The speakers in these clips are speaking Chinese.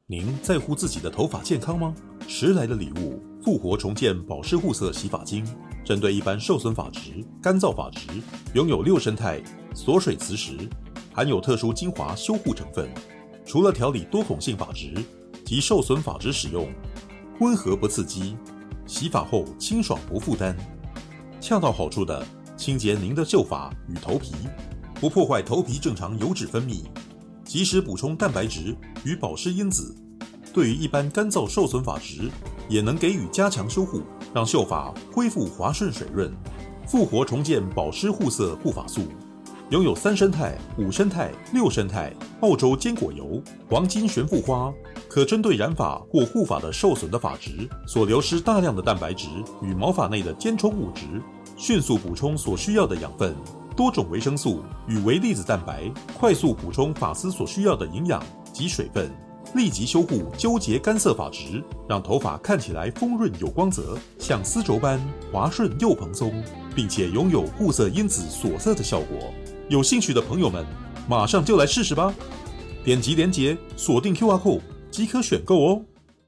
您在乎自己的头发健康吗？迟来的礼物——复活重建保湿护色洗发精，针对一般受损发质、干燥发质，拥有6胜肽锁水磁石，含有特殊精华修护成分。除了调理多孔性发质及受损发质使用，温和不刺激，洗发后清爽不负担，恰到好处的清洁您的秀发与头皮，不破坏头皮正常油脂分泌。及时补充蛋白质与保湿因子，对于一般干燥受损发质，也能给予加强修护，让秀发恢复滑顺水润。复活重建保湿护色护发素，拥有3胜肽、5胜肽、6胜肽、澳洲坚果油、黄金悬浮花，可针对染发或护发的受损的发质所流失大量的蛋白质与毛发内的间充物质，迅速补充所需要的养分。多种维生素与微粒子蛋白，快速补充发丝所需要的营养及水分，立即修护纠结干涩发质，让头发看起来丰润有光泽，像丝绸般滑顺又蓬松，并且拥有护色因子锁色的效果。有兴趣的朋友们，马上就来试试吧！点击连结锁定 QR Code 即可选购哦。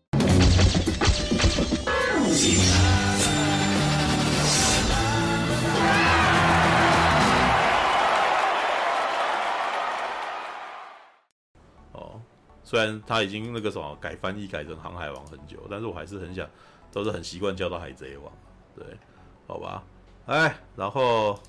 虽然他已经那个什么改翻译改成航海王很久，但是我还是很想，都是很习惯叫到海贼王，对，好吧，然后，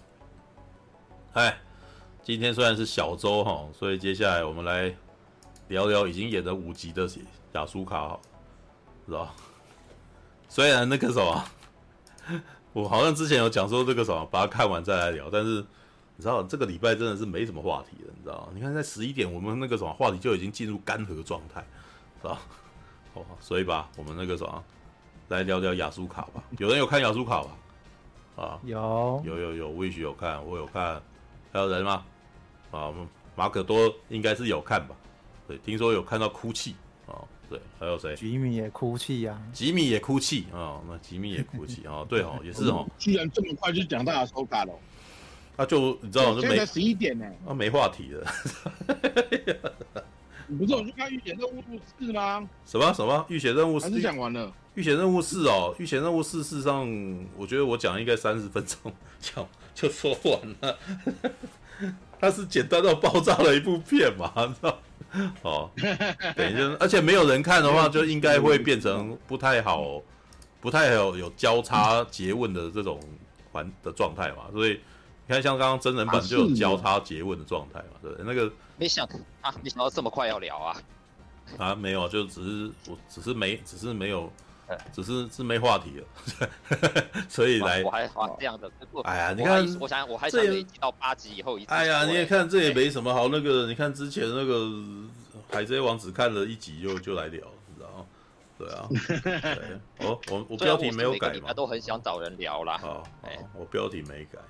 今天虽然是小周哈，所以接下来我们来聊聊已经演了5集的亚苏卡好了，知道？虽然那个什么，我好像之前有讲说这个什么，把它看完再来聊，但是。你知道这个礼拜真的是没什么话题了，你知道吗？你看在11点，我们那个什么话题就已经进入干涸状态，知道？所以吧，我们那个什么来聊聊亚苏卡吧。有人有看亚苏卡吧？ 有 ，Wish 有看，我有看，还有人吗？马可多应该是有看吧？对，听说有看到哭泣对，还有谁？ 吉米也哭泣呀， 吉米也哭泣那吉米也哭泣对也是居然这么快就讲到亚苏卡了。 就你知道， 现在11点呢， 没话题了。 你不是有去看预选任务4吗？ 什么预选任务4？ 还是讲完了？ 预选任务4预选任务4事实上，我觉得我讲应该30分钟讲就说完了。它是简单到爆炸的一部片嘛，知道？等一下，而且没有人看的话，就应该会变成不太好有交叉诘问的这种的状态嘛，所以。你看，像刚刚真人版就有交叉诘问的状态嘛，对不对？那个没想到这么快要聊啊！ 没有，就只是没有，是没话题了，所以来我还这样的。 你看， 我还想累积到8集以后一次。 你也看这也没什么好那个，你看之前那个海贼王只看了1集就来聊，你知道吗？对啊，我标题没有改嘛， 都很想找人聊啦。 我标题没改。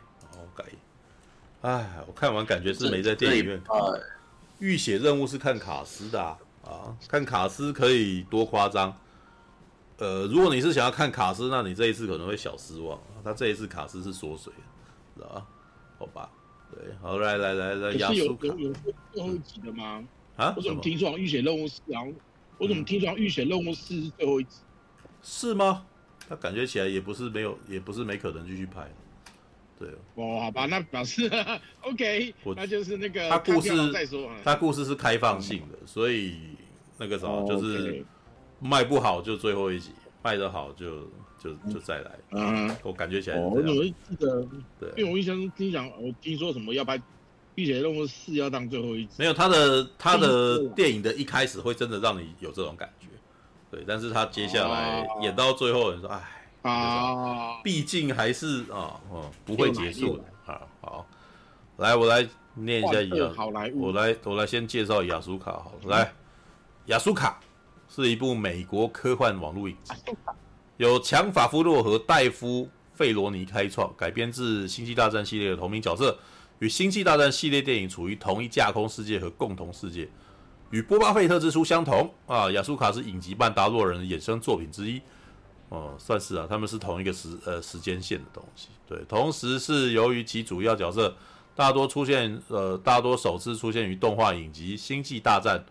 我看完感觉是没在电影院看。浴血任务是看卡斯的看卡斯可以多夸张。如果你是想要看卡斯，那你这一次可能会小失望。他这一次卡斯是缩水的，知道吧？好吧，对，好，来，亚苏卡有最后一集的吗？我怎么听说浴血任务4？我怎么听说浴血任务4是最后一集？ 是吗？他感觉起来也不是没可能继续拍。对好吧，那表示OK， 那就是那个他故事再说。 他故事是开放性的，所以那个什么就是卖不好就最后一集，卖得好就再来。我感觉起来是这样。 我怎么记得？对，因为我印象中我听说什么要拍《浴血任务4》要当最后一集。 没有，他的电影的一开始会真的让你有这种感觉，对，但是他接下来演到最后，你说毕竟还是不会结束的好，来，我来念一下我来先介绍亚苏卡好了。来，亚苏卡是一部美国科幻网络影集，由强法夫洛和戴夫费罗尼开创，改编自《星际大战》系列的同名角色，与《星际大战》系列电影处于同一架空世界和共同世界。与波巴费特之书相同亚苏卡是影集曼达洛人的衍生作品之一。算是他们是同一个时间线的东西。对，同时是由于其主要角色大多首次出现于动画影集《星际大战》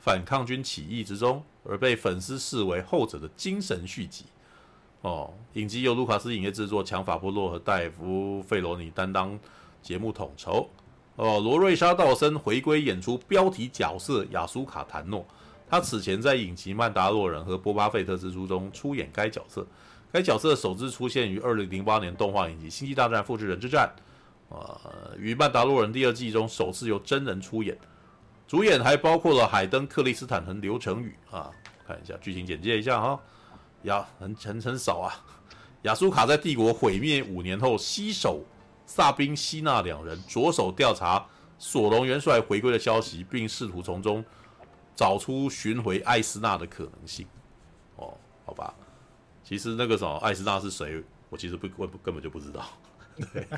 反抗军起义之中，而被粉丝视为后者的精神续集。影集由卢卡斯影业制作，强法波洛和戴夫·费罗尼担当节目统筹。罗瑞莎·道森回归演出标题角色亚苏卡·坦诺。他此前在影集《曼达洛人》和《波巴费特之书》中出演该角色。该角色首次出现于2008年动画影集《星际大战：复制人之战》，于《曼达洛人》第2季中首次由真人出演。主演还包括了海登·克里斯坦和刘成宇啊。看一下剧情简介一下哈，很少啊。亚苏卡在帝国毁灭5年后，西手萨宾、希纳两人着手调查索隆元帅回归的消息，并试图从中找出寻回艾斯纳的可能性。好吧，其实那个什么艾斯纳是谁，我其实根本就不知道。对，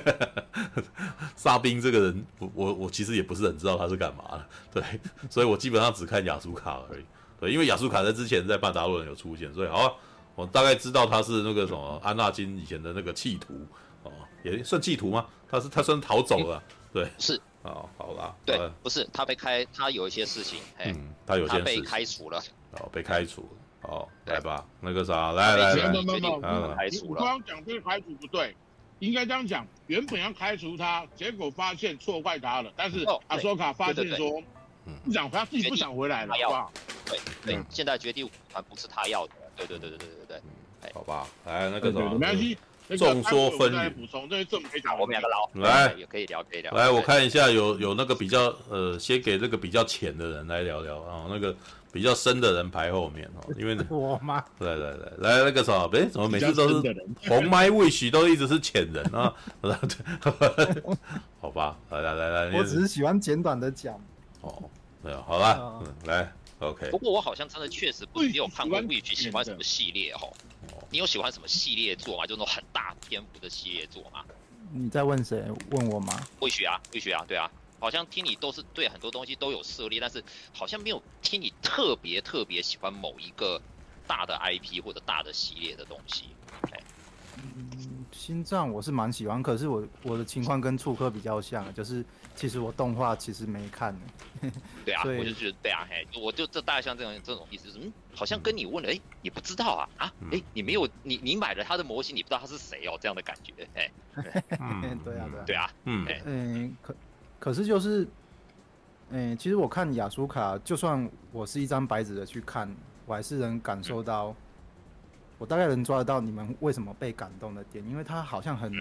萨宾这个人，我其实也不是很知道他是干嘛的。对，所以我基本上只看亚苏卡而已。对，因为亚苏卡在之前在曼达洛人有出现，所以我大概知道他是那个什么安纳金以前的那个弃徒。也算企图吗？他算逃走了，对， 是好啦， 对，不是他他有一些事情， 他有些事情被开除了， 被开除，来吧，那个啥，来， 开除了。 刚刚讲被开除不对，应该这样讲，原本要开除他，结果发现错怪他了，但是阿索卡发现说，不想他自己不想回来了，好不好？ 对，现在决定不是他要的，对， 好吧，来那个什么， 没关系。 众说纷纭， 补充，这正可以讲。 我们两个来也可以聊。 来，我看一下有那个比较先给那个比较浅的人来聊聊啊，那个比较深的人排后面因为我吗？ 来那个什么，怎么每次都是红麦wish都一直是浅人啊？好吧，来， 我只是喜欢简短的讲。 对，好啦，来 ，OK。 不过我好像真的确实不是有看过 wish 喜欢什么系列你有喜欢什么系列作吗？就那种很大篇幅的系列作吗？ 你在问谁？问我吗？ 会许啊，对啊，好像听你都是对很多东西都有涉猎，但是好像没有听你特别喜欢某一个大的 IP 或者大的系列的东西。 心脏我是蛮喜欢，可是我的情况跟触科比较像，就是其实我动画其实没看。 对啊，我就觉得对啊，我就大概像这种意思，好像跟你问了，你不知道啊，你没有你买了他的模型，你不知道他是谁这样的感觉， 对啊，可是就是，其实我看亚苏卡，就算我是一张白纸的去看，我还是能感受到。我大概能抓得到你们为什么被感动的点，因为他好像很，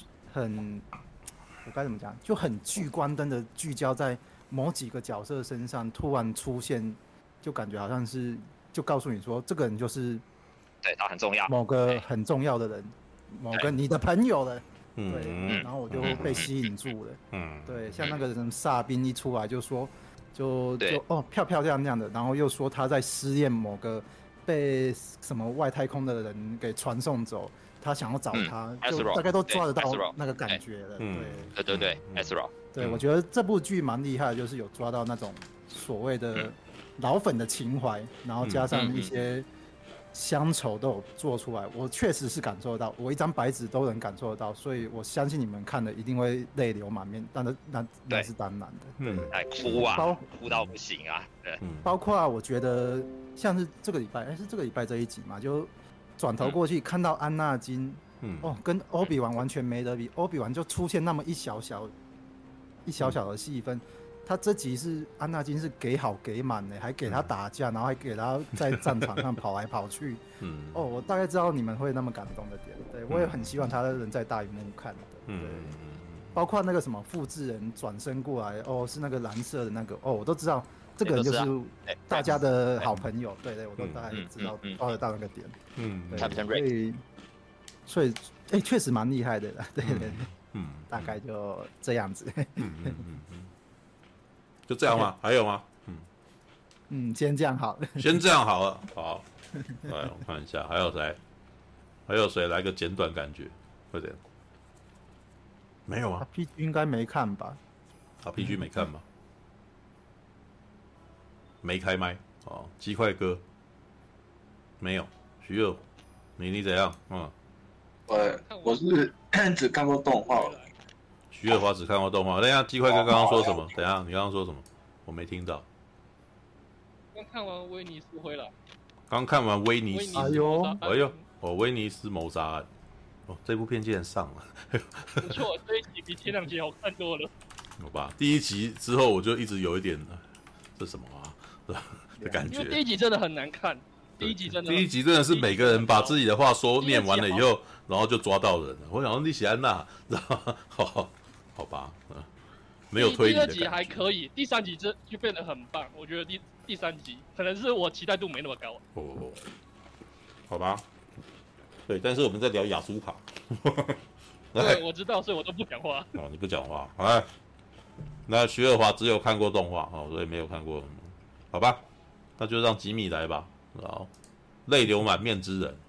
我该怎么讲，就很聚光灯的聚焦在某几个角色身上，突然出现，就感觉好像是就告诉你说，这个人就是对他很重要， 某个很重要的人，某个你的朋友了，对，然后我就被吸引住了，对，像那个人萨宾一出来就说，就漂亮那样的，然后又说他在思念某个。被什么外太空的人给传送走，他想要找他，就大概都抓得到那个感觉了。 对 ，Ezra。 对，我觉得这部剧蛮厉害的，就是有抓到那种所谓的老粉的情怀，然后加上一些乡愁都有做出来。我确实是感受到，我一张白纸都能感受得到，所以我相信你们看的一定会泪流满面，那是当然的。 哭啊，哭到不行啊。 包括我觉得像是这个礼拜，是这个礼拜这一集嘛，就转头过去看到安纳金，跟欧比完完全没得比，欧比完就出现那么一小小的戏份，他这集是安纳金是给好给满的，还给他打架，然后还给他在战场上跑来跑去，我大概知道你们会那么感动的点，对我也很希望他的人在大荧幕看的，对。包括那个什么复制人转身过来，是那个蓝色的那个，我都知道这个人就是大家的好朋友，对，我都大概知道抓得到那个点，所以确实蛮厉害的啦，对，大概就这样子， 就这样吗？还有吗？ 先这样好了， 先这样好了，好，来我看一下还有谁？还有谁来个简短感觉？快点。没有啊 ，PG 应该没看吧 ？PG 没看吗？没开麦鸡块哥没有，徐二，你怎样？ 我是只看过动画了。 徐二华只看过动画。等一下，鸡块哥刚刚说什么？等一下，你刚刚说什么？我没听到。 看完威尼斯回来。 刚看完威尼斯， 哎呦， 威尼斯谋杀案，这部片竟然上了， 不错，这一集比前2集好看多了。 好吧，第1集之后我就一直有一点，这什么啊的感觉。 因为第1集真的很难看，第一集真的是每个人把自己的话说念完了以后，然后就抓到人了。我想说你喜安娜，知道吗？好吧，没有推理的感觉。 第2集还可以，第3集就变得很棒。我觉得第3集可能是我期待度没那么高。 好吧。对，但是我们在聊雅苏卡。 对，我知道，所以我都不讲话。 你不讲话，哎。那徐尔华只有看过动画，所以没有看过。好吧，那就让吉米来吧。好，泪流满面之人。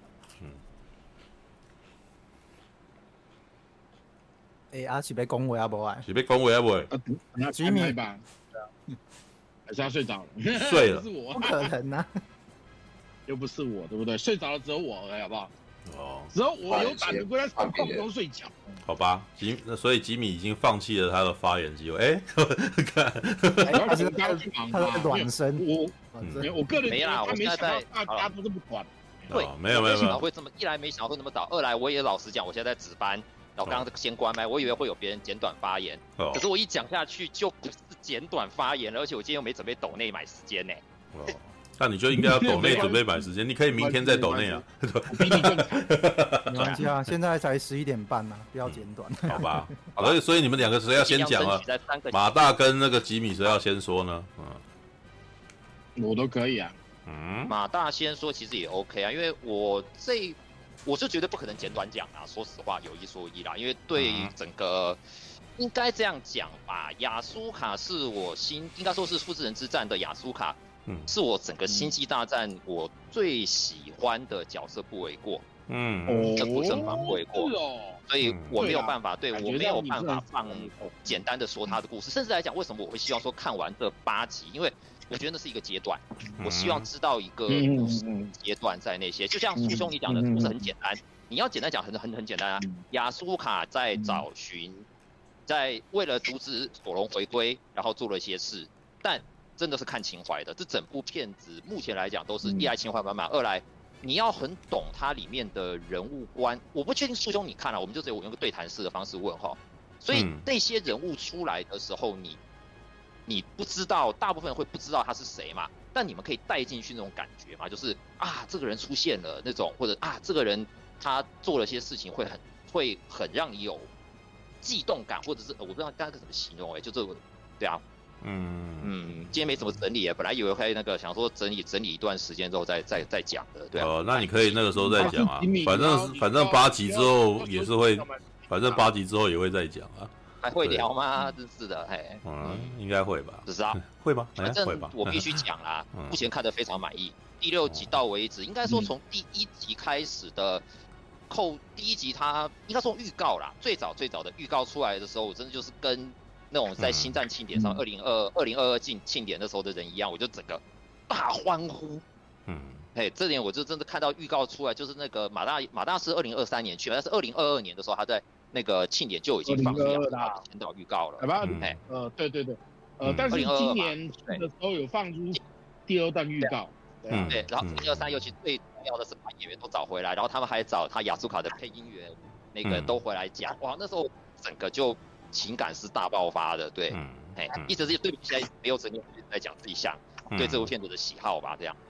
是要讲话啊，无啊？ 是要讲话啊，无？ 吉米吧，还是他睡着了？ 睡了， 不是我， 不可能啊！ 又不是我，对不对？睡着了只有我而已，好不好？只有我有胆子在空中睡觉。 好吧，所以吉米已经放弃了他的发言机会。看， 他是暖身。 我个人没啦，我现在在大家都这么短。 对， 没有， 会这么一来没想到会那么早，二来我也老实讲，我现在在值班，然后刚刚先关麦，我以为会有别人简短发言，可是我一讲下去就不是简短发言了，而且我今天又没准备抖内买时间呢。 那你就应该要抖内准备买时间，你可以明天再抖内啊。 没关系啊，现在才11点半呢，不要简短。 好吧，所以你们2个谁要先讲啊？马大跟那个吉米谁要先说呢？ 我都可以啊。 马大先说其实也 OK 啊，因为我是绝对不可能简短讲啊，说实话有一说一啦，因为对整个应该这样讲吧，雅苏卡是我应该说是复制人之战的雅苏卡。是我整个星际大战我最喜欢的角色不为过，这不正反不为过，所以我没有办法，我没有办法放简单的说他的故事，甚至来讲，为什么我会希望说看完这8集，因为我觉得那是一个阶段，我希望知道一个故事阶段在那些，就像苏兄你讲的故事很简单，你要简单讲很简单啊，雅苏卡在找寻，在为了阻止索隆回归，然后做了一些事，但真的是看情怀的，这整部片子目前来讲都是一来情怀满满，二来你要很懂它里面的人物观。我不确定苏兄你看了，我们就只有用个对谈式的方式问哈。所以那些人物出来的时候，你不知道，大部分人会不知道他是谁嘛？但你们可以带进去那种感觉嘛，就是这个人出现了那种，或者这个人他做了些事情会很让你有悸动感，或者是我不知道刚刚怎么形容就这个对啊。今天没怎么整理本来以为会想说整理一段时间之后再讲的，对啊。 那你可以那个时候再讲啊，反正8集之后也是会，反正8集之后也会再讲啊。 还会聊吗？真是的， 应该会吧？ 只是会吧？ 反正我必须讲啦，目前看得非常满意。第6集到为止，应该说从第1集开始的第1集，它应该说预告啦，最早的预告出来的时候，我真的就是跟那种在星战庆典上2022庆典的时候的人一样，我就整个大欢呼。这点我就真的看到预告出来，就是那个马大是2023年去，但是2022年的时候他在那个庆典就已经放出先导预告了。 对，但是今年的时候有放出第2弹预告。 对，然后2023尤其最重要的是把演员都找回来，然后他们还找他雅苏卡的配音员那个都回来讲，哇，那时候整个就情感是大爆发的，对，一直是对不起，没有整个在讲自己想对这部片子的喜好吧，这样，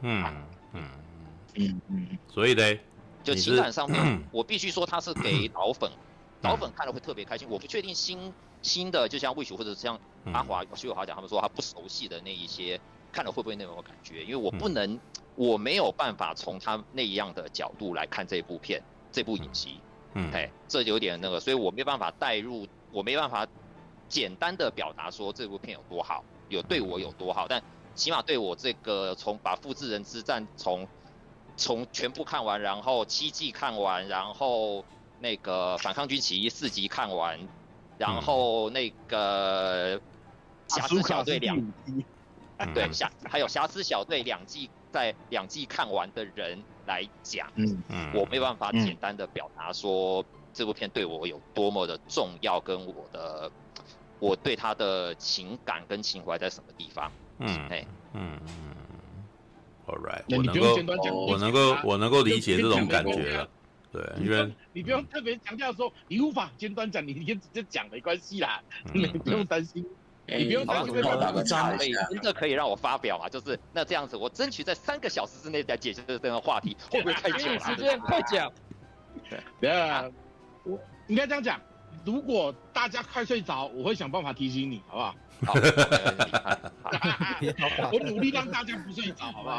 所以呢， 就情感上面，我必须说他是给老粉看了会特别开心。我不确定新的，就像魏许或者像阿华、徐友华讲，他们说他不熟悉的那一些看了会不会那种感觉？因为我没有办法从他那样的角度来看这部影集，这有点那个，所以我没办法带入。我没办法简单的表达说这部片有多好，对我有多好，但起码对我这个从把复制人之战从全部看完，然后7季看完，然后那个反抗军起义4集看完，然后那个瑕疵小队2季，对，还有瑕疵小队2季看完的人来讲，我没办法简单的表达说这部片对我有多么的重要，跟我对他的情感跟情怀在什么地方？ ，All right，我能够理解这种感觉了。对，因为你不用特别强调说你无法简短讲，你直接讲没关系啦，你不用担心。你不用担心， 打个岔一下，真的可以让我发表嘛？就是那这样子，我争取在3个小时之内再解决这个话题，会不会太久了？ 时间快讲。 对啊，我应该这样讲。如果大家快睡着，我会想办法提醒你，好不好？ 好， 我努力让大家不睡着，好不好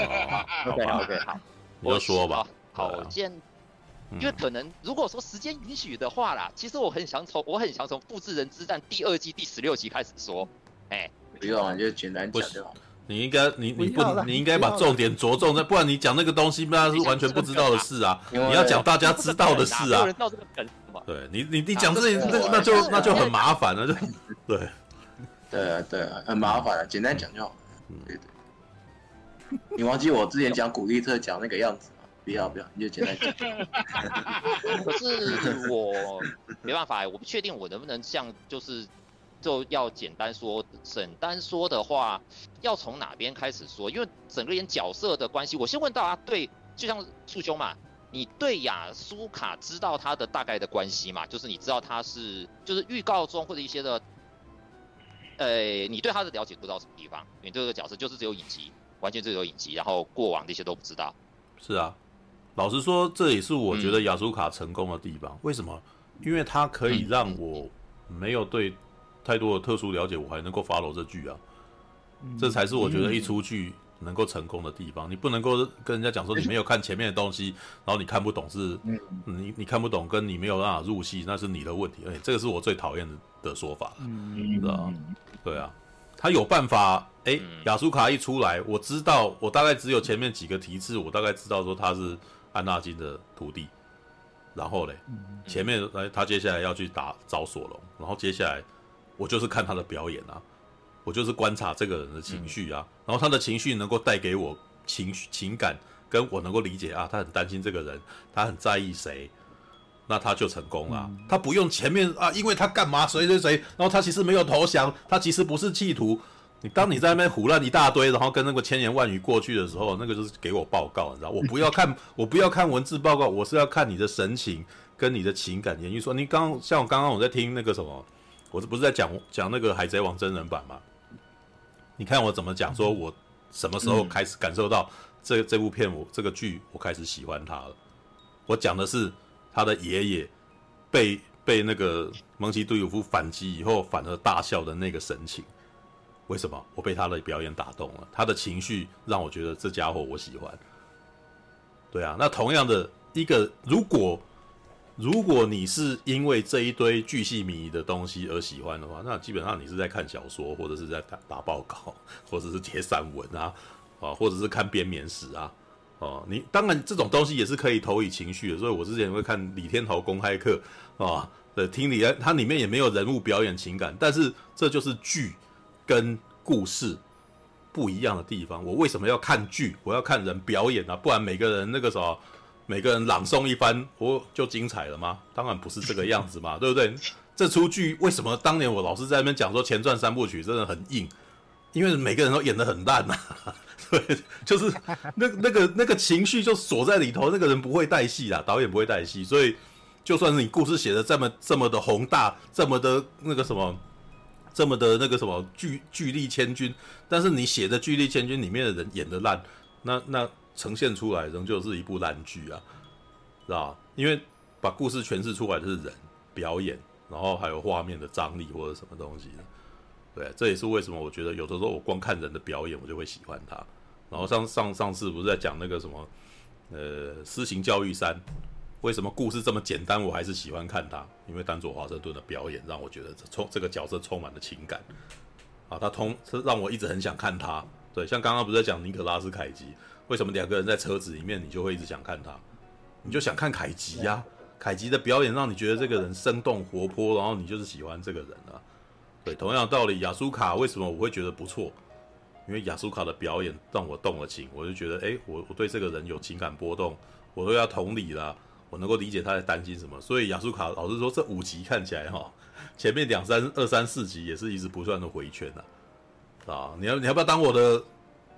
？OK， 好， 你就说吧。 好，因为可能如果说时间允许的话啦，其实我很想从《复制人之战》第2季第16集开始说。 不用，就简单讲就好。 你应该把重点着重在，不然你讲那个东西，大家是完全不知道的事啊。你要讲大家知道的事啊。对你讲这那就很麻烦了，就对。 对啊，很麻烦了，简单讲就好。对。你忘记我之前讲古力特讲那个样子吗？不要，你就简单讲。 可是我没办法，我不确定我能不能像就要简单说的话，要从哪边开始说？因为整个演角色的关系，我先问到对，就像树兄嘛，你对亚苏卡知道他的大概的关系嘛？就是你知道他是，就是预告中或者一些的，你对他的了解不知道什么地方？因为这个角色就是只有影集，完全只有影集，然后过往这些都不知道。 是啊，老实说，这也是我觉得亚苏卡成功的地方。为什么？因为他可以让我没有对太多的特殊了解，我还能够 follow 这剧啊，这才是我觉得一出剧能够成功的地方。你不能够跟人家讲说你没有看前面的东西，然后你看不懂是，你看不懂，跟你没有办法入戏，那是你的问题。这个是我最讨厌的说法了，知道吗？对啊，他有办法，亚苏卡一出来，我知道，我大概只有前面几个题次，我大概知道说他是安纳金的徒弟，然后嘞，前面他接下来要去找索隆，然后接下来。我就是看他的表演啊，我就是观察这个人的情绪啊，然后他的情绪能够带给我情感，跟我能够理解啊，他很担心这个人，他很在意谁，那他就成功了。他不用前面啊，因为他干嘛谁，然后他其实没有投降，他其实不是企图。当你在那边胡乱一大堆，然后跟那个千言万语过去的时候，那个就是给我报告，你知道？我不要看文字报告，我是要看你的神情跟你的情感言语。说你像刚刚我在听那个什么。我不是在讲那个《海贼王》真人版吗？你看我怎么讲，说我什么时候开始感受到这部片这个剧我开始喜欢它了。我讲的是他的爷爷被那个蒙奇杜尤夫反击以后反而大笑的那个神情。为什么？我被他的表演打动了，他的情绪让我觉得这家伙我喜欢。对啊，那同样的一个，如果你是因为这一堆巨细靡遗的东西而喜欢的话，那基本上你是在看小说，或者是在打报告，或者是贴散文啊，或者是看编绵史啊，你当然这种东西也是可以投以情绪的。所以我之前会看李天豪公开课对，听它里面也没有人物表演情感，但是这就是剧跟故事不一样的地方。我为什么要看剧？我要看人表演啊，不然每个人每个人朗诵一番，就精彩了吗？当然不是这个样子嘛，对不对？这出剧为什么当年我老是在那边讲说前传3部曲真的很硬？因为每个人都演得很烂啊，对，就是那个情绪就锁在里头，那个人不会带戏啦，导演不会带戏，所以就算是你故事写的这么的宏大，这么的那个什么，这么的那个什么巨力千钧，但是你写的巨力千钧里面的人演得烂，那呈现出来仍旧是一部烂剧啊，知道吧？因为把故事诠释出来的是人表演，然后还有画面的张力或者什么东西的，对，这也是为什么我觉得有的时候我光看人的表演我就会喜欢他。然后上次不是在讲那个什么私刑教育3，为什么故事这么简单我还是喜欢看他？因为丹佐华盛顿的表演让我觉得这个角色充满了情感啊，他让我一直很想看他。对，像刚刚不是在讲尼可拉斯凯奇，为什么2个人在车子里面你就会一直想看他？你就想看凯奇啊，凯奇的表演让你觉得这个人生动活泼，然后你就是喜欢这个人啊。对，同样的道理，亚苏卡为什么我会觉得不错？因为亚苏卡的表演让我动了情，我就觉得我对这个人有情感波动，我都要同理啦，我能够理解他在担心什么。所以亚苏卡老实说，这5集看起来前面2、3、4集也是一直不断的回圈啊。你要不要当我的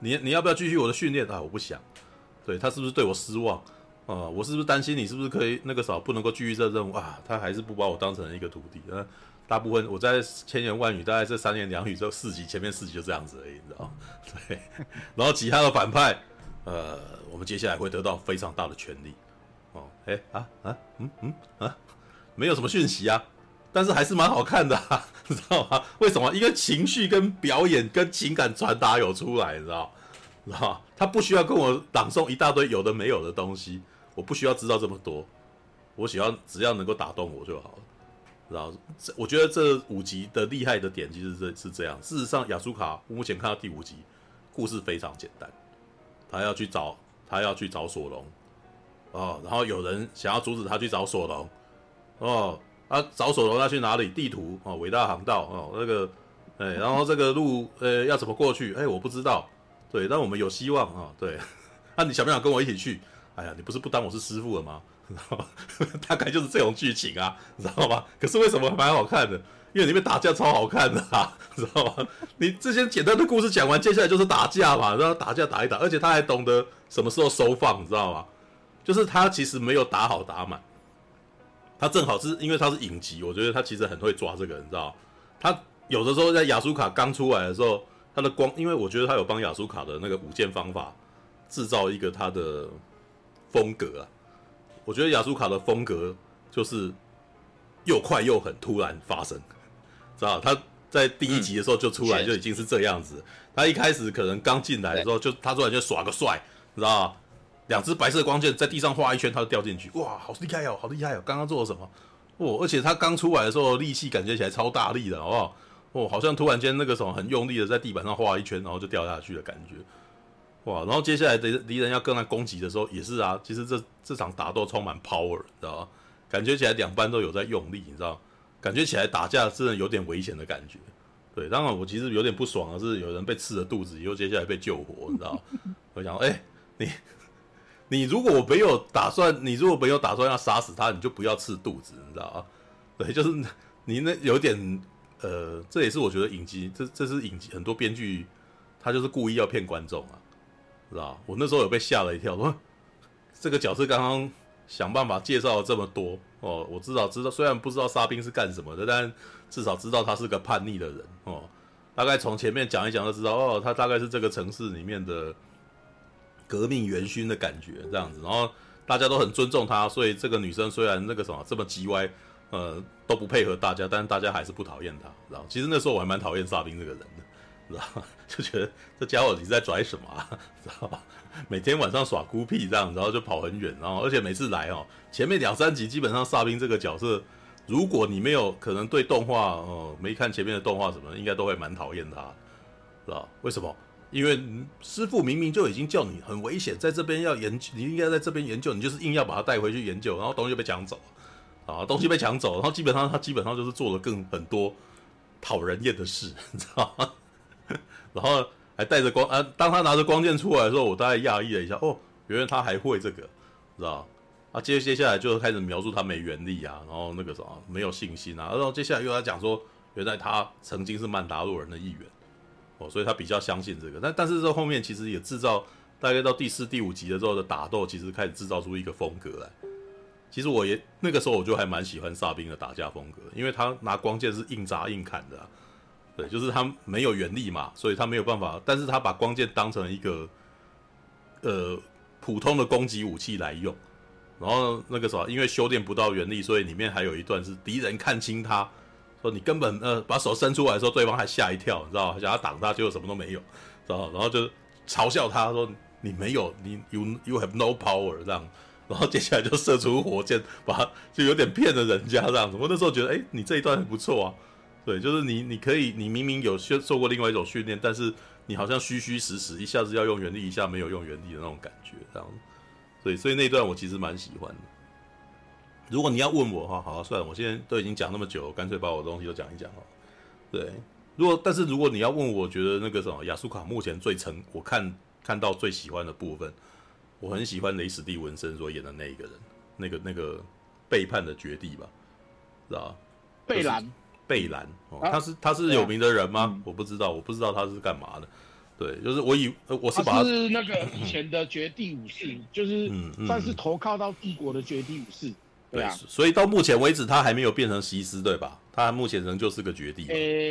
你要不要继续我的训练啊？我不想。对他是不是对我失望啊？我是不是担心你是不是可以那个不能够继续这任务啊？他还是不把我当成一个徒弟。大部分我在千言万语，大概这3言2语这4集前面4集就这样子而已，你知道吗？对，然后其他的反派，我们接下来会得到非常大的权力。没有什么讯息啊，但是还是蛮好看的啊，你知道吗？为什么？因为情绪跟表演跟情感传达有出来，你知道吗？他不需要跟我朗诵一大堆有的没有的东西，我不需要知道这么多，我只要能够打动我就好了。知道？我觉得这5集的厉害的点其实是这样。事实上，亚苏卡目前看到第5集，故事非常简单，他要去找索隆，然后有人想要阻止他去找索隆，找索隆要去哪里？地图伟大航道然后这个路要怎么过去？我不知道。对，但我们有希望对，你想不想跟我一起去？哎呀，你不是不当我是师傅了吗？知道吗？大概就是这种剧情啊，知道吗？可是为什么蛮好看的？因为里面打架超好看的啊，知道吗？你这些简单的故事讲完，接下来就是打架嘛，然后打架打一打，而且他还懂得什么时候收放，你知道吗？就是他其实没有打好打满，他正好是因为他是影集，我觉得他其实很会抓这个，你知道吗？他有的时候在亚苏卡刚出来的时候，他的光，因为我觉得他有帮亚苏卡的那个舞剑方法制造一个他的风格啊。我觉得亚苏卡的风格就是又快又很突然发生，知道他在第1集的时候就出来就已经是这样子。他一开始可能刚进来的时候他突然就耍个帅，知道吗？2支白色光剑在地上画一圈，他就掉进去，哇，好厉害哦，好厉害哦！刚刚做了什么？而且他刚出来的时候力气感觉起来超大力的，好不好？好像突然间那个什么很用力的在地板上画一圈，然后就掉下去的感觉。哇！然后接下来敌人要跟他攻击的时候也是啊，其实这场打斗充满 power， 你知道吗？感觉起来两班都有在用力，你知道？感觉起来打架真的有点危险的感觉。对，当然我其实有点不爽的是，有人被刺了肚子，以后接下来被救活，你知道？我想，你如果没有打算要杀死他，你就不要刺肚子，你知道吗？对，就是你那有点这也是我觉得影集，这是影集很多编剧他就是故意要骗观众啊。知道我那时候有被吓了一跳，说这个角色刚刚想办法介绍了这么多我知道，虽然不知道沙宾是干什么的，但至少知道他是个叛逆的人大概从前面讲一讲就知道他大概是这个城市里面的革命元勋的感觉这样子，然后大家都很尊重他，所以这个女生虽然那个什么这么叽歪都不配合大家，但是大家还是不讨厌他，知道？其实那时候我还蛮讨厌沙宾这个人的。知道就觉得这家伙你在拽什么知道吧？每天晚上耍孤僻这样，然后就跑很远，然后而且每次来前面2、3集基本上沙宾这个角色，如果你没有可能对动画没看前面的动画什么，应该都会蛮讨厌他，知道为什么？因为师傅明明就已经叫你很危险，在这边要研究，你应该在这边研究，你就是硬要把他带回去研究，然后东西就被抢走东西被抢走，然后基本上就是做了很多讨人厌的事，你知道吗？然后还带着当他拿着光剑出来的时候，我大概讶异了一下，原来他还会这个，知道接下来就开始描述他没原力然后那个什么没有信心然后接下来又要讲说，原来他曾经是曼达洛人的一员所以他比较相信这个，但是这后面其实也制造大概到第4、第5集的时候的打斗，其实开始制造出一个风格来。其实我也那个时候我就还蛮喜欢沙宾的打架风格，因为他拿光剑是硬砸硬砍的对，就是他没有原力嘛，所以他没有办法，但是他把光剑当成一个普通的攻击武器来用，然后那个什么，因为修炼不到原力，所以里面还有一段是敌人看清他，说你根本把手伸出来的时候，对方还吓一跳，你知道吗？想要挡他，结果什么都没有，知道吗？然后就嘲笑他说你没有，你 you have no power 这样，然后接下来就射出火箭，就有点骗了人家这样子。我那时候觉得，你这一段很不错啊。对，就是你可以，你明明有受过另外一种训练，但是你好像虚实，一下子要用原力，一下没有用原力的那种感觉，这样。所以那一段我其实蛮喜欢的。如果你要问我的话，好算了，我现在都已经讲那么久，干脆把我的东西都讲一讲对，但是如果你要问我觉得那个什么亚苏卡目前我看到最喜欢的部分，我很喜欢雷史蒂文森所演的那一个人，那个背叛的绝地吧，知道吧？ 贝兰。 他是有名的人吗？我不知道他是干嘛的。 对，就是我是把他是那个以前的绝地武士，就是算是投靠到帝国的绝地武士。对啊， 所以到目前为止他还没有变成西斯，对吧？他目前仍旧是个绝地。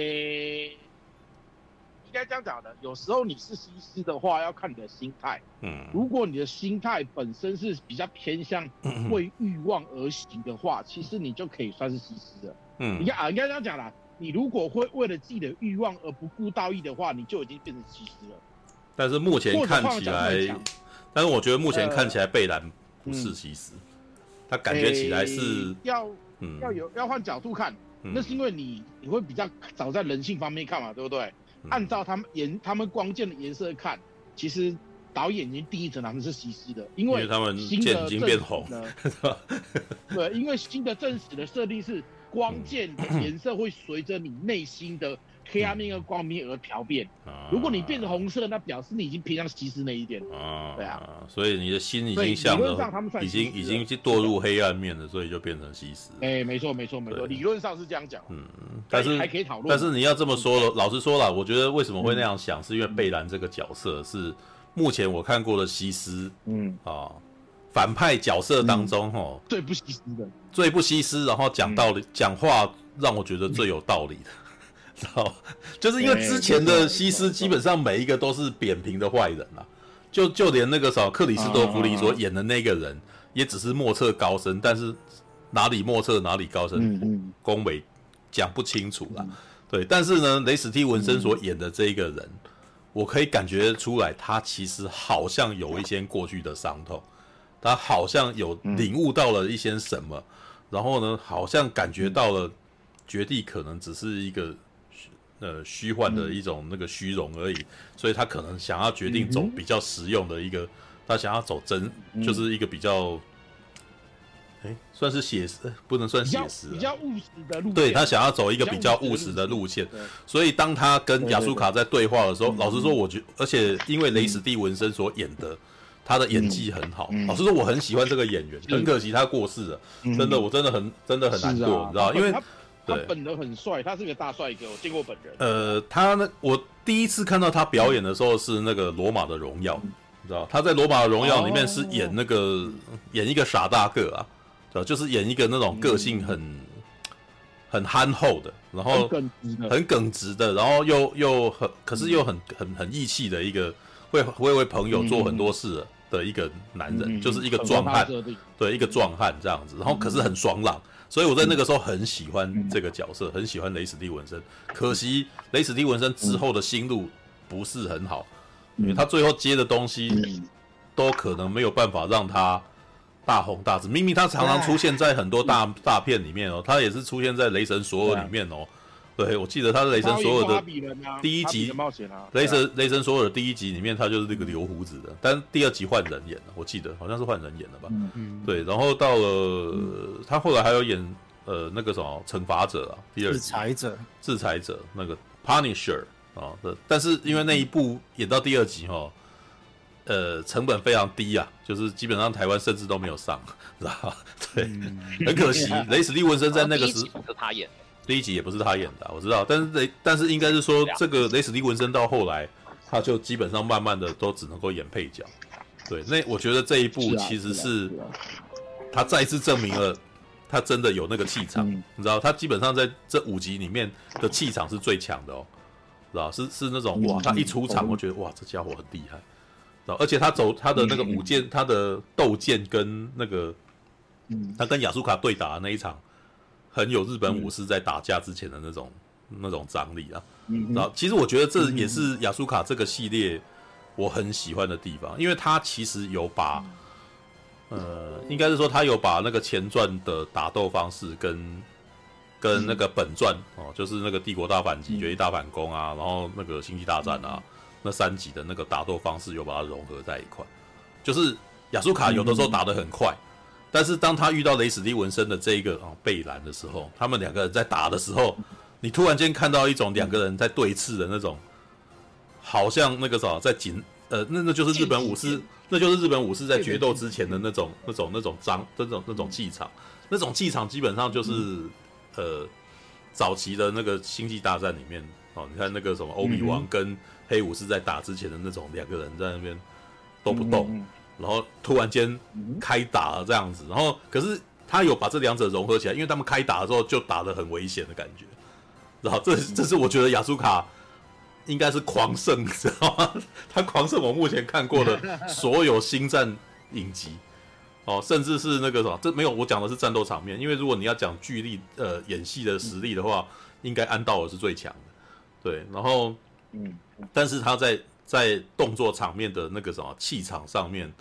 应该这样讲的，有时候你是西斯的话，要看你的心态。如果你的心态本身是比较偏向为欲望而行的话，其实你就可以算是西斯了。应该这样讲啦。你如果会为了自己的欲望而不顾道义的话，你就已经变成西斯了。 但是目前看起来，但是我觉得目前看起来贝兰不是西斯，他感觉起来是要换角度看，那是因为你会比较早在人性方面看嘛，对不对？按照他们光剑的颜色看，其实导演已经第一层他们是西斯的，因为他们剑已经变红了。 对，因为新的正史的设定是光剑的颜色会随着你内心的黑暗面和光明而调变。如果你变成红色，那表示你已经偏向西斯那一点。对啊， 所以你的心已经向了，已经堕入黑暗面了，所以就变成西斯。 没错，理论上是这样讲。 但是还可以讨论。 但是你要这么说了，老实说了，我觉得为什么会那样想，是因为贝兰这个角色是目前我看过的西斯，反派角色当中， 最不西斯的， 最不西斯，然后讲话让我觉得最有道理的。知道，就是因为之前的西斯基本上每一个都是扁平的坏人啊，就连那个克里斯多弗里所演的那个人，也只是莫测高深，但是哪里莫测哪里高深，恭维讲不清楚啦。对，但是呢，雷史蒂文森所演的这一个人，我可以感觉出来，他其实好像有一些过去的伤痛，他好像有领悟到了一些什么，然后呢，好像感觉到了绝地可能只是一个虚幻的一种那个虚荣而已，所以他可能想要决定走比较实用的一个，他想要走就是一个比较，算是写实，不能算写实， 比较务实的路线。 对，他想要走一个比较务实的路线，所以当他跟亚苏卡在对话的时候，老实说，而且因为雷史蒂文森所演的，他的演技很好。老实说，我很喜欢这个演员，很可惜他过世了，真的，我真的很难过，你知道，因为。 他本人很帅，他是个大帅哥，我见过本人。 我第一次看到他表演的时候是那个《罗马的荣耀》，你知道他在《罗马的荣耀》里面是演一个傻大个啊，知道就是演一个那种个性很憨厚的，然后很耿直的，然后可是又很义气的一个会为朋友做很多事的一个男人，就是一个壮汉，对，一个壮汉这样子，然后可是很爽朗。所以我在那个时候很喜欢这个角色，很喜欢雷史蒂文森。可惜雷史蒂文森之后的心路不是很好，因为他最后接的东西都可能没有办法让他大红大紫。明明他常常出现在很多大片里面哦，他也是出现在雷神索尔里面哦。对，我记得他是雷神索尔的第一集，雷神索尔的第一集里面，他就是那个留胡子的，但第二集换人演了，我记得好像是换人演了吧。对，然后到了他后来还有演那个什么惩罚者啊，第二集制裁者那个 Punisher 啊，但是因为那一部演到第二集成本非常低啊，就是基本上台湾甚至都没有上，知道？对，很可惜，雷史蒂文森在那个时候是他演的。 第一集也不是他演的，我知道，但是应该是说，这个雷史蒂文森到后来，他就基本上慢慢的都只能够演配角。对，那我觉得这一部其实是他再次证明了他真的有那个气场，你知道，他基本上在这5集里面的气场是最强的哦，知道是那种哇，他一出场我觉得哇，这家伙很厉害，知道，而且他走他的那个舞剑，他的斗剑跟那个他跟亚苏卡对打的那一场。很有日本武士在打架之前的那种张力啊，然后其实我觉得这也是亚苏卡这个系列我很喜欢的地方，因为他其实有把应该是说他有把那个前传的打斗方式跟那个本传就是那个帝国大反击、绝地大反攻啊，然后那个星际大战啊那3集的那个打斗方式有把它融合在一块，就是亚苏卡有的时候打得很快。但是当他遇到雷史蒂文森的这一个贝兰的时候，他们2个人在打的时候，你突然间看到一种2个人在对峙的那种，好像那个啥在那就是日本武士，那就是日本武士在决斗之前的那种气场，那种气场基本上就是早期的那个星际大战里面哦，你看那个什么欧比王跟黑武士在打之前的那种2个人在那边都不动，然后突然间开打了这样子，然后可是他有把这2者融合起来，因为他们开打的时候就打得很危险的感觉，然后这是我觉得亚苏卡应该是狂胜，知道吗？他狂胜我目前看过的所有星战影集。哦，甚至是那个什么，这没有，我讲的是战斗场面，因为如果你要讲剧力、演戏的实力的话，应该安道尔是最强的，对。然后，但是他在动作场面的那个什么气场上面，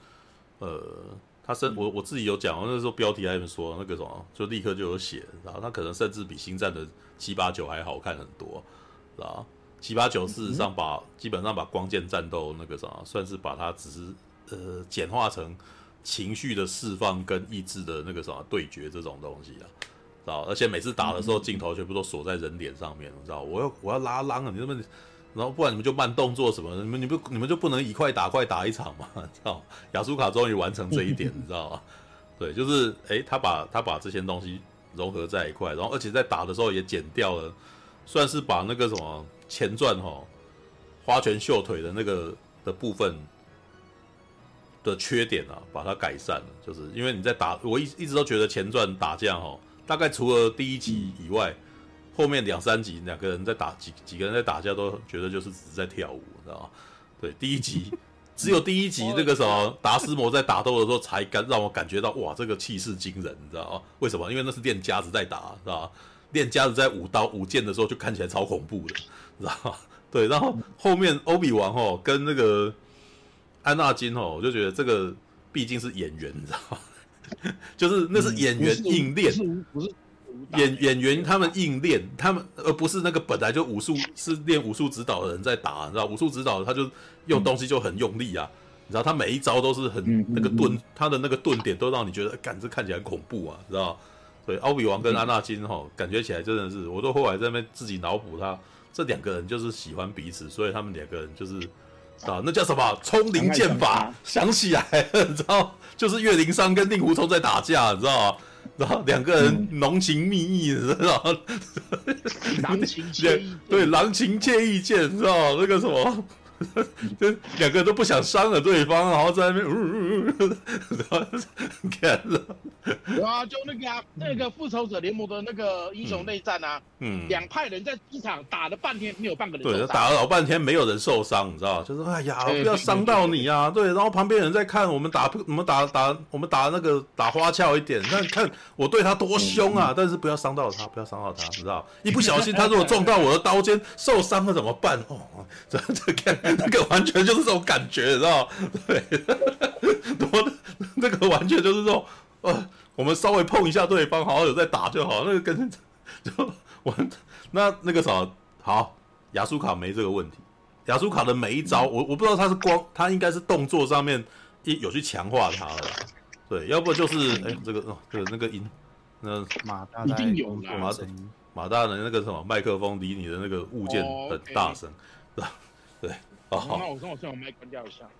我自己有讲，那时候标题还有说那个什么，就立刻就有写，然后他可能甚至比星战的7、8、9还好看很多，是吧？7、8、9事实上基本上把光剑战斗那个什么，算是把它只是简化成情绪的释放跟意志的那个什么对决这种东西啊，知道？而且每次打的时候，镜头全部都锁在人脸上面，知道？我要拉裆啊，你们，然后不然你们就慢动作什么的，你们就不能以快打一场嘛，知道？亚苏卡终于完成这一点，你知道吗？对，就是他把这些东西融合在一块，然后而且在打的时候也剪掉了，算是把那个什么前传花拳绣腿的那个的部分的缺点啊，把它改善了。就是因为你在打，我一直都觉得前传打架大概除了第1集以外，后面2、3集2个人在打几个人在打架都觉得就是只是在跳舞，知道吗？对，第1集只有第1集那个什么达斯摩在打斗的时候才让我感觉到哇，这个气势惊人，你知道吗？为什么？因为那是练家子在打，知道吗？练家子在舞刀舞剑的时候就看起来超恐怖的，知道吗？对，然后后面欧比王跟那个安纳金我就觉得这个毕竟是演员，你知道吗？就是那是演员硬练， 不是演员他们硬练，他们而不是那个本来就武术是练武术指导的人在打，你知道？武术指导他就用东西就很用力啊，你知道？他每一招都是很那个盾，他的那个盾点都让你觉得，这看起来很恐怖啊，知道？对，欧比王跟安纳金感觉起来真的是，我都后来在那边自己脑补他这2个人就是喜欢彼此，所以他们2个人就是。那叫什么冲灵剑法？想起来了，你知道，就是岳灵珊跟令狐冲在打架，你知道吗？然后2个人浓情蜜意，你知道吗？ 郎情妾意， 对，郎情妾意剑，你知道吗？那个什么，就2个人都不想伤了对方，然后在那边，看了。 对啊，就那个复仇者联盟的那个英雄内战啊，2派人在机场打了半天，没有半个人受伤。 对，打了老半天没有人受伤，你知道？就是哎呀，不要伤到你啊！对，然后旁边人在看我们打那个打花俏一点，看我对他多凶啊！但是不要伤到他，不要伤到他，你知道？一不小心他如果撞到我的刀尖受伤了怎么办？这那个完全就是这种感觉，你知道？对，那个完全就是说。我们稍微碰一下对方，好像有在打就好。那个跟就那个啥好，亚苏卡没这个问题。亚苏卡的每一招，我不知道他是他应该是动作上面有去强化他了，对，要不就是这个那个音，那马大一定有马大的那个什么麦克风离你的那个物件很大声，对，好， 那我先把麦关掉一下。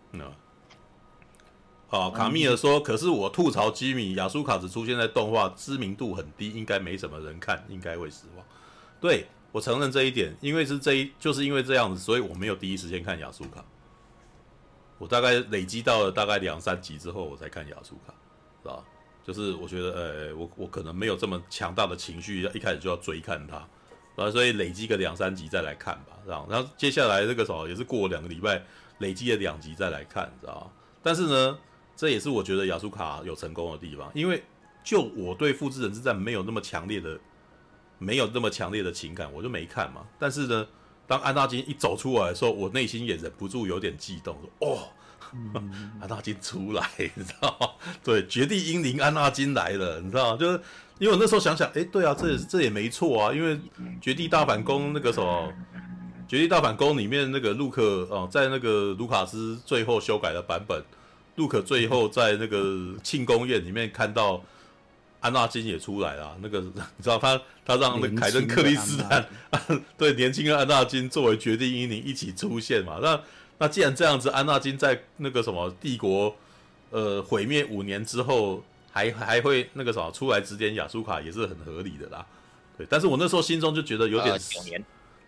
卡密尔说：“可是我吐槽基米亚苏卡只出现在动画，知名度很低，应该没什么人看，应该会失望。”对，我承认这一点，因为就是因为这样子，所以我没有第一时间看亚苏卡。我大概累积到了大概2、3集之后，我才看亚苏卡，是吧？就是我觉得，我可能没有这么强大的情绪，一开始就要追看它，然后所以累积个2、3集再来看吧，然后接下来这个时候也是过了2个礼拜，累积了2集再来看，知道吗？但是呢。这也是我觉得亚苏卡有成功的地方，因为就我对复制人之战没有那么强烈的情感，我就没看嘛。但是呢，当安纳金一走出来的时候，我内心也忍不住有点激动，说安纳金出来，你知道吗？对，绝地英灵安纳金来了，你知道吗？就是因为我那时候想想，对啊，这也没错啊，因为绝地大反攻那个什么。绝地大反攻里面那个路克在那个卢卡斯最后修改的版本。路可最后在那个庆功宴里面看到安纳金也出来了，那个你知道他让那个凯登克里斯坦对年轻的安纳金作为绝地英灵一起出现嘛？那既然这样子，安纳金在那个什么帝国毁灭5年之后还会那个什么出来指点亚苏卡也是很合理的啦。对，但是我那时候心中就觉得有点 9年。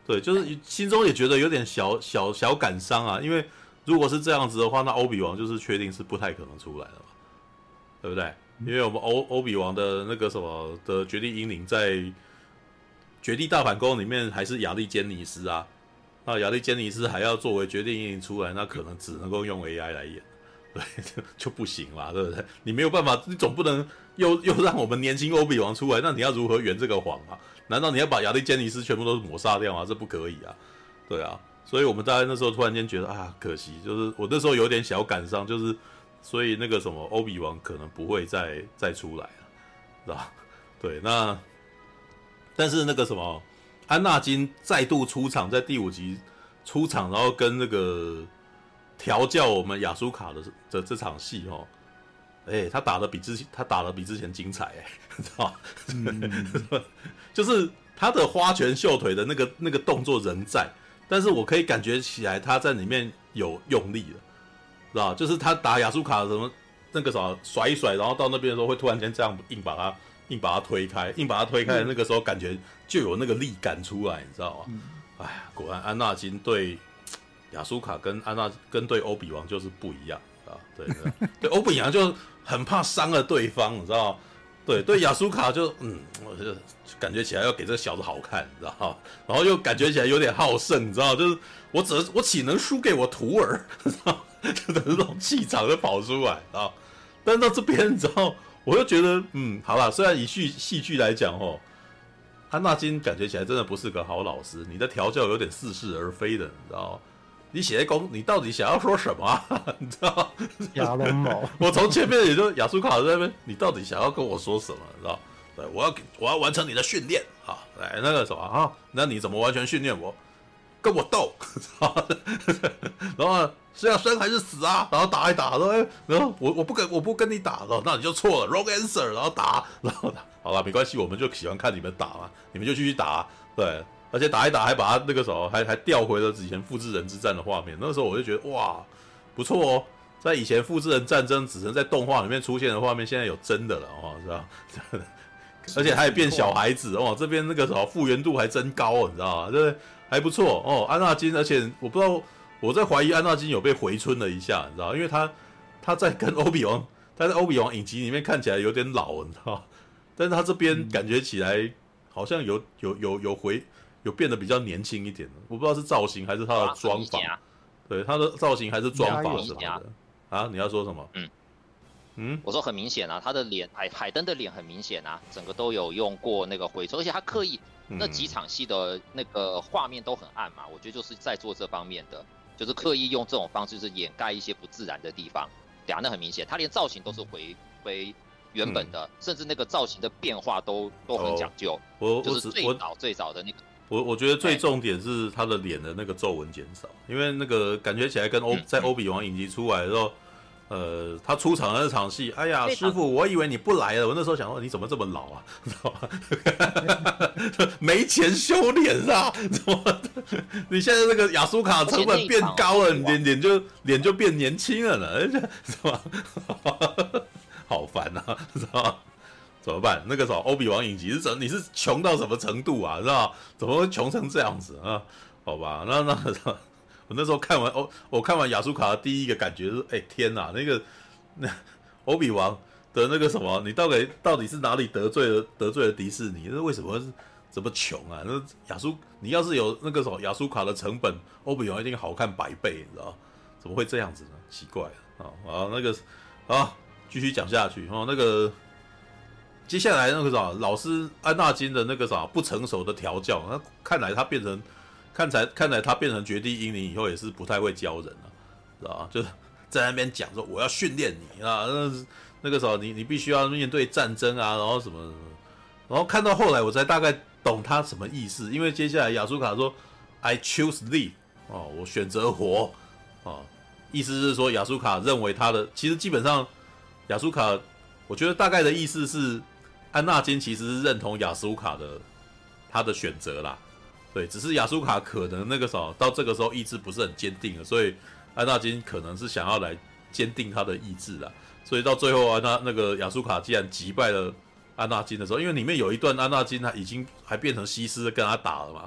对，就是心中也觉得有点小感伤啊，因为如果是这样子的话，那欧比王就是确定是不太可能出来了嘛，对不对？因为我们欧比王的那个什么的绝地英灵在绝地大反攻里面还是亚历坚尼斯啊，那亚历坚尼斯还要作为绝地英灵出来，那可能只能够用 AI 来演，对，就不行嘛，对不对？你没有办法，你总不能又让我们年轻欧比王出来，那你要如何圆这个谎啊？难道你要把亚历坚尼斯全部都抹杀掉吗？这不可以啊，对啊，所以我们大概那时候突然间觉得啊，可惜，就是我那时候有点小感伤，就是所以那个什么欧比王可能不会再出来了，知道？对，那但是那个什么安纳金再度出场，在第5集出场，然后跟那个调教我们亚苏卡的这场戏哦。他打得比之前精彩，知道吗？就是他的花拳绣腿的那个动作仍在，但是我可以感觉起来他在里面有用力了，知道吗？就是他打亚苏卡什么那个啥甩一甩，然后到那边的时候会突然间这样硬把它推开，那个时候感觉就有那个力感出来，你知道吗？哎呀，果然安纳金对亚苏卡跟对欧比王就是不一样。对，欧比王就很怕伤了对方，你知道吗？对，亚苏卡就我就感觉起来要给这个小子好看，你知道吗？然后又感觉起来有点好胜，你知道吗？就是我岂能输给我徒儿，你知道吗？就那种气场就跑出来，知道吗？但到这边，你知道，我就觉得好啦，虽然以戏剧来讲安纳金感觉起来真的不是个好老师，你的调教有点似是而非的，你知道吗？你写在公，你到底想要说什么啊？你知道？ 亚龙某， 我从前面也就亚苏卡在那边，你到底想要跟我说什么？你知道？对，我要完成你的训练啊！来那个什么啊？那你怎么完全训练我？跟我斗，然后是要生还是死啊？然后打一打，然后我不跟你打，然后那你就错了 ，wrong answer， 然后打，好了，没关系，我们就喜欢看你们打嘛，你们就继续打，对。而且打一打还把他那个时候还调回了以前复制人之战的画面，那时候我就觉得哇不错哦，在以前复制人战争只能在动画里面出现的画面，现在有真的了是吧？而且还变小孩子这边那个什么复原度还真高，你知道吗？对，还不错安纳金，而且我不知道，我在怀疑安纳金有被回春了一下，你知道，因为他在跟欧比王，他在欧比王影集里面看起来有点老，你知道，但是他这边感觉起来好像有变得比较年轻一点，我不知道是造型还是他的妆法，对，他的造型还是妆法什么的啊？你要说什么？ 我说很明显啊，他的脸海登的脸很明显啊，整个都有用过那个回春，而且他刻意那几场戏的那个画面都很暗嘛，我觉得就是在做这方面的，就是刻意用这种方式是掩盖一些不自然的地方，对啊，那很明显，他连造型都是回原本的，甚至那个造型的变化都很讲究，就是最早的那个。 我觉得最重点是他的脸的那个皱纹减少，因为那个感觉起来跟在欧比王影集出来的时候，他出场的那场戏，哎呀，师傅，我以为你不来了，我那时候想说你怎么这么老啊，知道吗？没钱修脸啊，怎么？你现在那个亚苏卡成本变高了，你脸就变年轻了呢，是吧？好烦啊，知道吗？怎么办？那个时候欧比王影集你是穷到什么程度啊？知道怎么会穷成这样子啊？好吧，那我那时候看完我看完亚苏卡的第一个感觉是，天哪，那欧比王的那个什么，你到底是哪里得罪了迪士尼？那为什么这么穷啊？那你要是有那个什么亚苏卡的成本，欧比王一定好看100倍，你知道？怎么会这样子呢？奇怪啊！那个继续讲下去那个。接下来那个老师安纳金的那个不成熟的调教，那看来他变成绝地英灵以后也是不太会教人了，知道吧？就是在那边讲说我要训练你啊，那个时候你必须要面对战争啊，然后什么，然后看到后来我才大概懂他什么意思，因为接下来亚苏卡说 I choose live 我选择活意思是说亚苏卡认为其实基本上亚苏卡，我觉得大概的意思是。安纳金其实是认同亚苏卡的他的选择啦，对，只是亚苏卡可能那个到这个时候意志不是很坚定了，所以安纳金可能是想要来坚定他的意志啦，所以到最后那个亚苏卡既然击败了安纳金的时候，因为里面有一段安纳金他已经还变成西斯跟他打了嘛，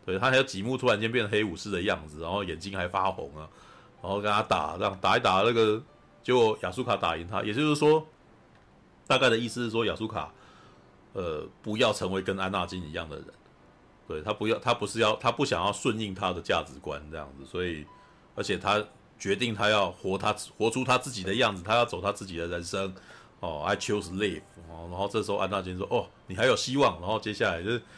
对他还有几幕突然间变成黑武士的样子，然后眼睛还发红啊，然后跟他打，这样打一打那个，结果亚苏卡打赢他，也就是说，大概的意思是说亚苏卡，不要成为跟安纳金一样的人，对他不要，他不想要顺应他的价值观这样子，所以而且他决定他要活出他自己的样子，他要走他自己的人生。I choose live。然后这时候安纳金说：“哦，你还有希望。”然后接下来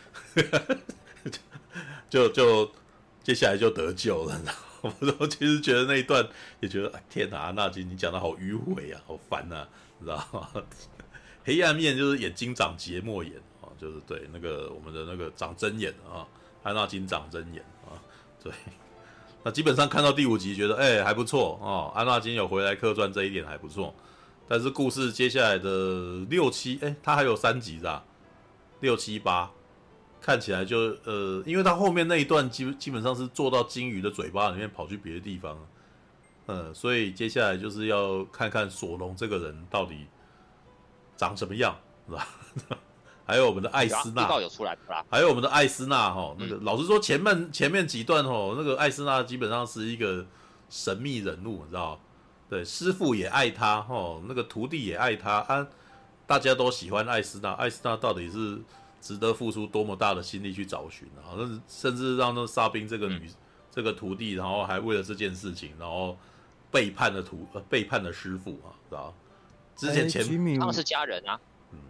就接下来就得救了。然后我其实觉得那一段也觉得，天哪，安纳金你讲的好迂回啊，好烦啊，你知道吗？黑暗面就是眼睛长结膜炎啊，就是对那个我们的那个长针眼啊，安纳金长针眼啊，对。那基本上看到第5集觉得还不错哦，安纳金有回来客串这一点还不错。但是故事接下来的6、7，它还有3集是吧？6、7、8，看起来就因为它后面那一段基本上是坐到鲸鱼的嘴巴里面跑去别的地方，所以接下来就是要看看索隆这个人到底长什么样，是吧？还有我们的艾斯纳， 有出来还有我们的艾斯纳那个老实说前面几段那个艾斯纳基本上是一个神秘人物，你知道吗？对，师傅也爱他那个徒弟也爱他啊，大家都喜欢艾斯纳。艾斯纳到底是值得付出多么大的心力去找寻啊？甚至让那沙宾这个徒弟，然后还为了这件事情，然后背叛了师傅啊，知道？之前他们是家人啊。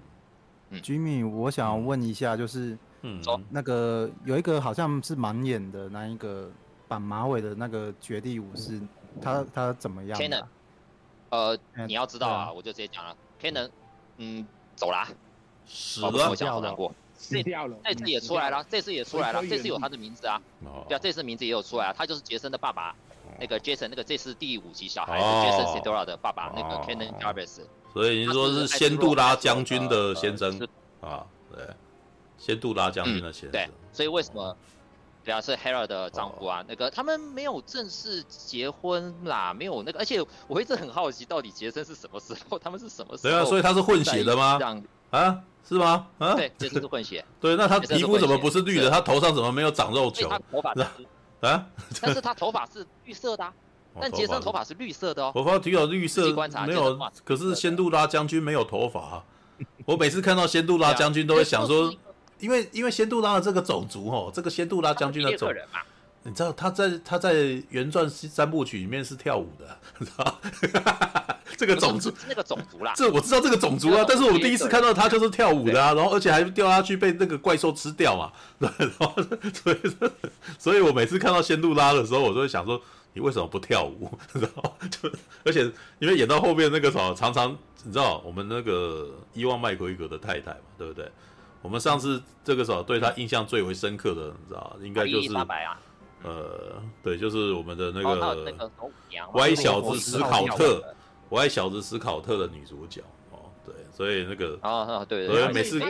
Jimmy， 我想问一下，就是那个有一个好像是盲眼的那一个绑马尾的那个绝地武士。他怎么样 ？Kanan，你要知道啊，我就直接讲了 ，Kanan，走啦， 死了， 我想好难过， 死掉了。 这次也出来了，这次有他的名字啊，对啊，这次名字也有出来啊，他就是杰森的爸爸，那个 Jason， 那个这是第5集小孩 Jason Sedora 的爸爸，那个 Kanan Jarvis。 所以你说是仙杜拉将军的先生啊？对，仙杜拉将军的先生。 对，所以为什么？对啊，是 Hera 的丈夫啊，那个他们没有正式结婚啦，没有那个，而且我一直很好奇，到底杰森是什么时候，他们是什么时候？ 对啊，所以他是混血的吗？啊，是吗？啊， 对，杰森是混血。 对，那他皮肤怎么不是绿的？他头上怎么没有长肉球？ 他头发啊？ 但是他头发是绿色的啊，但杰森头发是绿色的哦。 头发只有绿色，没有。可是仙杜拉将军没有头发。我每次看到仙杜拉将军都会想说。因为仙杜拉的这个种族这个仙杜拉将军的种族，你知道他在原传3部曲里面是跳舞的，你知道这个种族是那个种族啦， 这我知道这个种族啊，但是我第一次看到他就是跳舞的啊，然后而且还掉下去被那个怪兽吃掉嘛，然后所以我每次看到仙杜拉的时候，我就会想说你为什么不跳舞？然后而且因为演到后面那个什么，常常你知道我们那个伊万麦奎格的太太嘛，对不对？我们上次这个时候对他印象最为深刻的，你知道，应该就是对，就是我们的那个歪小子史考特，歪小子史考特的女主角对，所以那个对， 所以每次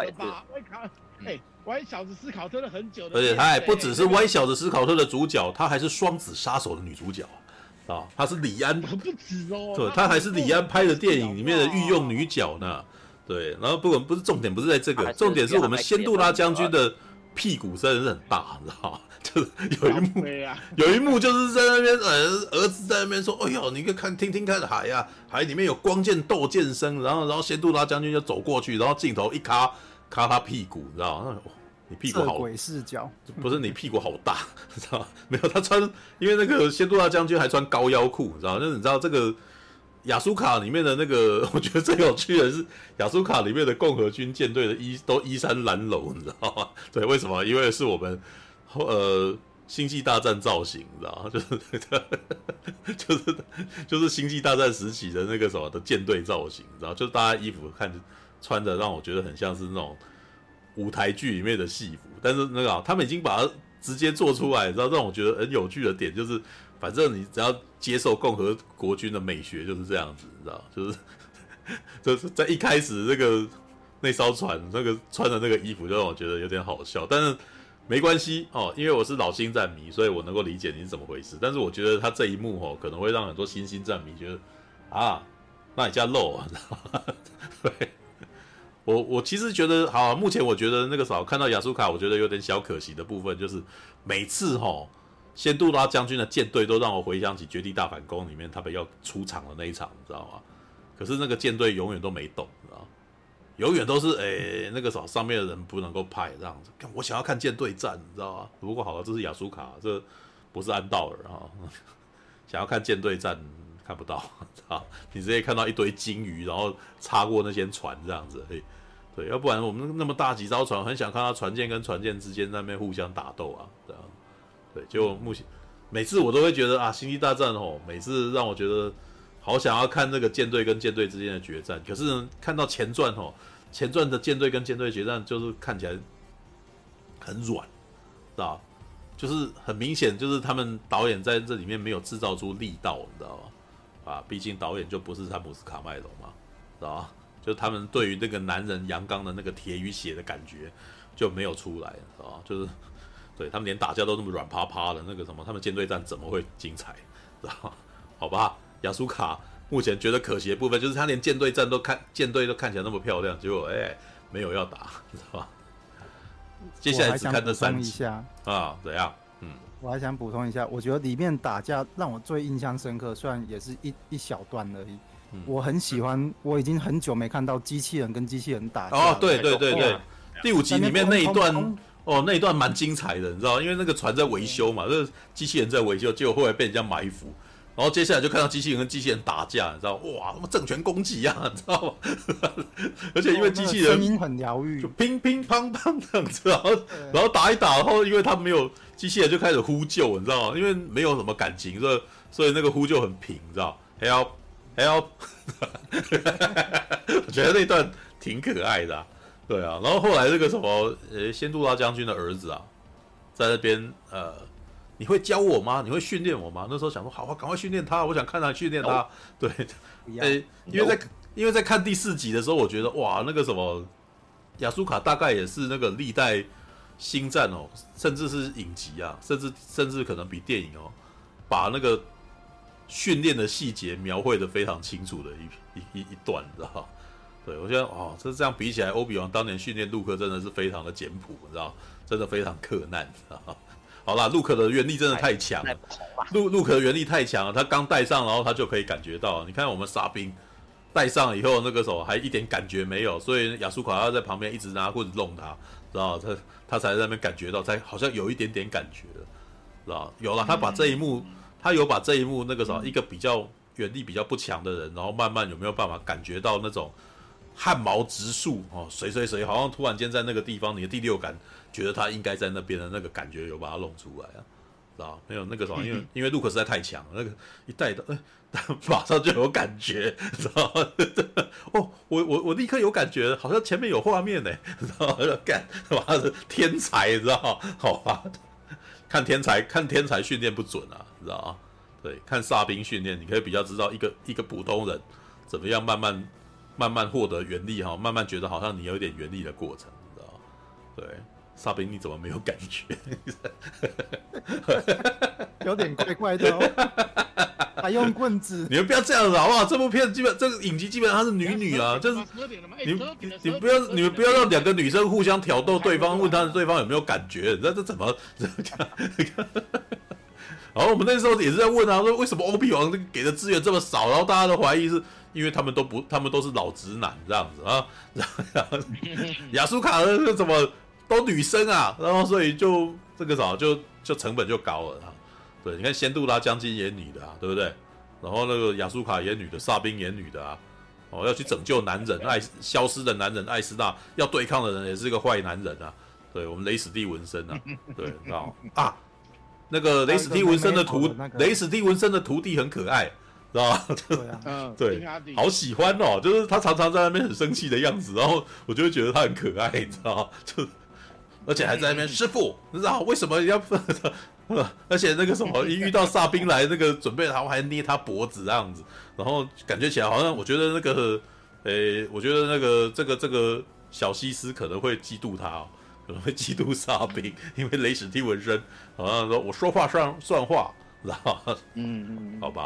歪小子史考特了很久的， 而且他还不只是歪小子史考特的主角，他还是双子杀手的女主角啊，她是李安， 不止哦， 对，她还是李安拍的电影里面的御用女角呢。对，然后不是重点，不是在这个，重点是我们仙杜拉将军的屁股真的是很大，你知道吗？就是有一幕就是在那边儿子在那边说：“哎呦，你听听看海啊，海里面有光剑斗剑声。”然后仙杜拉将军就走过去，然后镜头一咔他屁股，你知道吗？你屁股好鬼视角， 不是你屁股好大，你知道吗？没有他穿，因为那个仙杜拉将军还穿高腰裤，你知道吗？就是你知道这个。亚苏卡里面的那个，我觉得最有趣的是亚苏卡里面的共和军舰队的都衣衫褴褛，你知道吗？对，为什么？因为是我们星际大战造型，你知道吗？就是星际大战时期的那个什么的舰队造型，你知道？就是大家衣服穿的让我觉得很像是那种舞台剧里面的戏服，但是那个他们已经把它直接做出来，你知道？让我觉得很有趣的点就是。反正你只要接受共和国军的美学就是这样子，你知道，就是在一开始那艘船那个穿的那个衣服，就让我觉得有点好笑。但是没关系因为我是老星战迷，所以我能够理解你是怎么回事。但是我觉得他这一幕可能会让很多新星战迷觉得啊，那你家漏啊，你知道吗？对， 我其实觉得好，目前我觉得那个看到亚苏卡，我觉得有点小可惜的部分，就是每次仙杜拉将军的舰队都让我回想起《绝地大反攻》里面他们要出场的那一场，你知道吗？可是那个舰队永远都没动，你知道吗？永远都是那个上面的人不能够派这样子。我想要看舰队战，你知道吗？不过好了，这是亚苏卡，这不是安道尔啊。想要看舰队战看不到啊，你直接看到一堆鲸鱼，然后插过那些船这样子。对，要不然我们那么大几艘船，很想看到船舰跟船舰之间在那边互相打斗啊，这样。对，就目前每次我都会觉得啊，星际大战每次让我觉得好想要看这个舰队跟舰队之间的决战，可是呢，看到前传的舰队跟舰队决战，就是看起来很软，知道？就是很明显，就是他们导演在这里面没有制造出力道，你知道吗？啊，毕竟导演就不是詹姆斯卡麦隆嘛，知道吗？就他们对于那个男人阳刚的那个铁与血的感觉就没有出来，知道吗？就是对他们连打架都那么软趴趴的，那个什么，他们舰队战怎么会精彩？知道吗？好吧，亚苏卡目前觉得可惜的部分就是他连舰队都看起来那么漂亮，结果没有要打，知道吧？接下来只看这3集啊，怎样？ 我还想补充一下，我觉得里面打架让我最印象深刻，虽然也是一小段而已。我很喜欢，我已经很久没看到机器人跟机器人打架。 哦，对，第5集里面那一段，那一段蛮精彩的，你知道，因为那个船在维修嘛，这个机器人在维修，结果后来被人家埋伏，然后接下来就看到机器人跟机器人打架，你知道，哇，他们政权攻击啊，你知道吗？而且因为机器人声音很疗愈， 就乒乒乓乓这样子，然后打一打，然后因为他没有机器人就开始呼救，你知道吗？因为没有什么感情，所以那个呼救很平，你知道 ？Help， 我觉得那段挺可爱的，对啊。然后后来那个什么，仙杜拉将军的儿子啊，在那边你会教我吗？你会训练我吗？那时候想说，好啊，赶快训练他，我想看他训练他。对，因为在看第4集的时候，我觉得哇，那个什么亚苏卡大概也是那个历代星战甚至是影集啊，甚至可能比电影把那个训练的细节描绘的非常清楚的一段，你知道？对，我觉得这样比起来，欧比王当年训练陆克真的是非常的简朴，你知道？真的非常克难，知道？好啦，陆克的原力真的太强了，陆克的原力太强了，他刚带上，然后他就可以感觉到。你看我们沙兵带上以后，那个时候还一点感觉没有，所以亚苏卡要在旁边一直拿棍子弄他，知道？他才在那边感觉到，才好像有一点点感觉了，知道？有了，他把这一幕，他有把这一幕那个一个比较原力比较不强的人，然后慢慢有没有办法感觉到那种汗毛直竖谁好像突然间在那个地方，你的第6感觉得他应该在那边的那个感觉有把它弄出来啊，知道？没有那个什么，因为陆克实在太强了，那个一带到马上就有感觉，知道吗？我立刻有感觉，好像前面有画面呢，知道吗？干，妈的天才，知道吗？好吧，看天才训练不准啊，知道吗？对，看萨宾训练，你可以比较知道一个普通人怎么样慢慢获得原力哈，慢慢觉得好像你有一点原力的过程，知道吗？对。萨宾，你怎么没有感觉？ 有点怪怪的还用棍子。 你们不要这样子好不好？这部片这个影集基本上是女啊，就是你们不要让2个女生互相挑逗对方，问对方有没有感觉，你知道这怎么？然后我们那时候也是在问啊，说为什么欧比王给的资源这么少？然后大家的怀疑是因为他们都是老直男这样子啊。然后亚苏卡是怎么？都女生啊，然后所以就这个就成本就高了啊。对，你看仙杜拉将军也女的啊，对不对？然后那个亚苏卡也女的，萨宾也女的啊。要去拯救男人，消失的男人艾斯纳，要对抗的人也是个坏男人啊。对，我们雷史蒂文森啊，对，知道啊？那个雷史蒂文森的徒弟很可爱，知道吗？对，好喜欢哦，就是他常常在那边很生气的样子，然后我就会觉得他很可爱，你知道吗？就。而且还在那边，师父，你知道为什么要？而且那个什么，一遇到萨宾来，那个准备，然后还捏他脖子这样子，然后感觉起来好像，我觉得那个，我觉得那个这个小西斯可能会嫉妒他，可能会嫉妒萨宾，因为雷史蒂文森好像说我说话算话，知道吗？好吧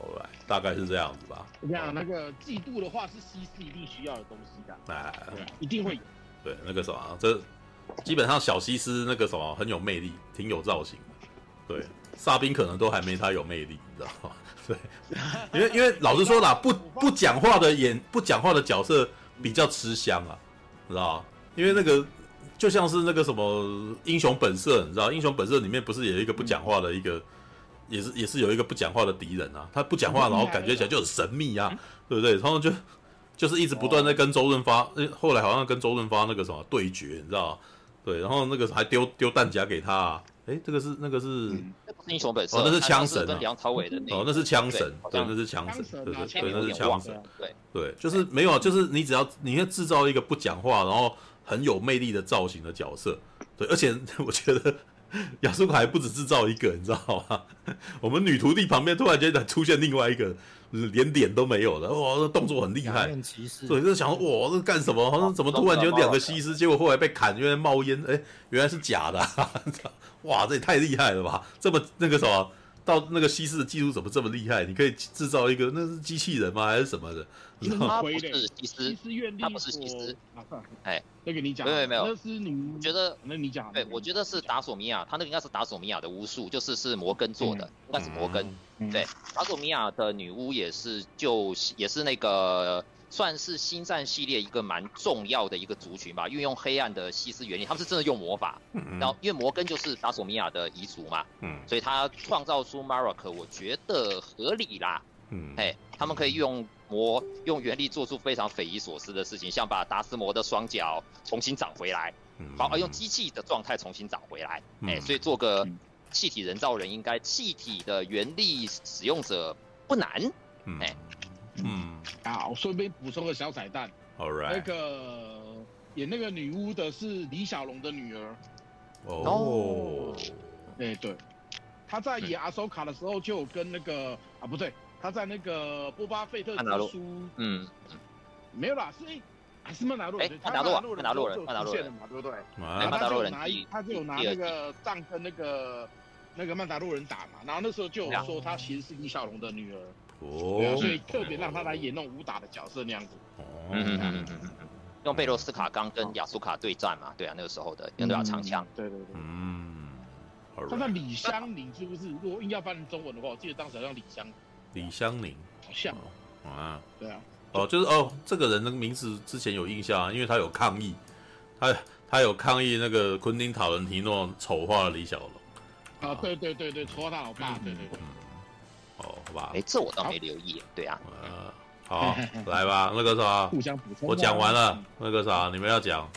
大概是这样子吧。 我讲那个嫉妒的话是西施一定需要的东西的，对，一定会有。 对，那个什么，这基本上小西施那个什么很有魅力，挺有造型的。对，沙宾可能都还没他有魅力，你知道吗？对，因为老实说啦，不讲话的角色比较吃香啊，知道吗？因为那个就像是那个什么英雄本色，你知道，英雄本色里面不是有一个不讲话的一个。也是有一个不讲话的敌人啊，他不讲话，然后感觉起来就很神秘啊，对不对？然后就是一直不断在跟周润发，后来好像跟周润发那个什么对决，你知道吗？对，然后那个还丢弹夹给他、啊，那个是那不是英雄本色， 那是枪神、啊， 跟梁朝伟的那是枪神，对，那是枪神，对，那是枪神，对，就是没有，就是你只要你要制造一个不讲话，然后很有魅力的造型的角色，对，而且我觉得。亚苏卡还不止制造一个，你知道吗？我们女徒弟旁边突然间出现另外一个，连脸都没有的，哇，那动作很厉害。所以就想说，哇，这干什么？好像怎么突然间有2个西施，结果后来被砍，原来冒烟，原来是假的、啊。哇，这也太厉害了吧！这么那个什么，到那个西施的技术怎么这么厉害？你可以制造一个，那是机器人吗？还是什么的？ 他不是西施，他不是西施。 那个你讲， 没有， 那是你觉得？ 那你讲， 对，我觉得是达索米亚，他那个应该是达索米亚的巫术，是摩根做的，应该是摩根。对，达索米亚的女巫也是那个算是星战系列一个蛮重要的一个族群吧，运用黑暗的西斯原理，他们是真的用魔法。然后因为摩根就是达索米亚的遗族嘛，所以他创造出 Marok， 我觉得合理啦。他们可以用原力做出非常匪夷所思的事情，像把达斯摩的双脚重新长回来，用机器的状态重新长回来，所以做个气体人造人，应该气体的原力使用者不难， 好，顺便补充个小彩蛋， Alright， 那个演那个女巫的是李小龙的女儿，对，她在演阿索卡的时候就有跟那个不对。他在那个波巴费特之书，没有啦，是曼达洛人， 曼达洛人出现的嘛，对不对？ 曼达洛人他就有拿那个杖跟那个曼达洛人打嘛，然后那时候就有说他其实是李小龙的女儿，所以特别让他来演那种武打的角色那样子。 用贝洛斯卡刚跟亚苏卡对战嘛，对啊，那个时候的用对长枪， 对，他叫李香凝是不是？如果硬要翻成中文的话，我记得当时好像李香凝，好像对啊， 就是这个人的名字之前有印象啊，因为他有抗议，他有抗议那个昆汀塔伦提诺丑化了李小龙啊，对，丑化他老爸，对， 好吧， 这我倒没留意，对啊， 好，来吧，那个啥， 互相补充， 我讲完了，那个啥，你们要讲，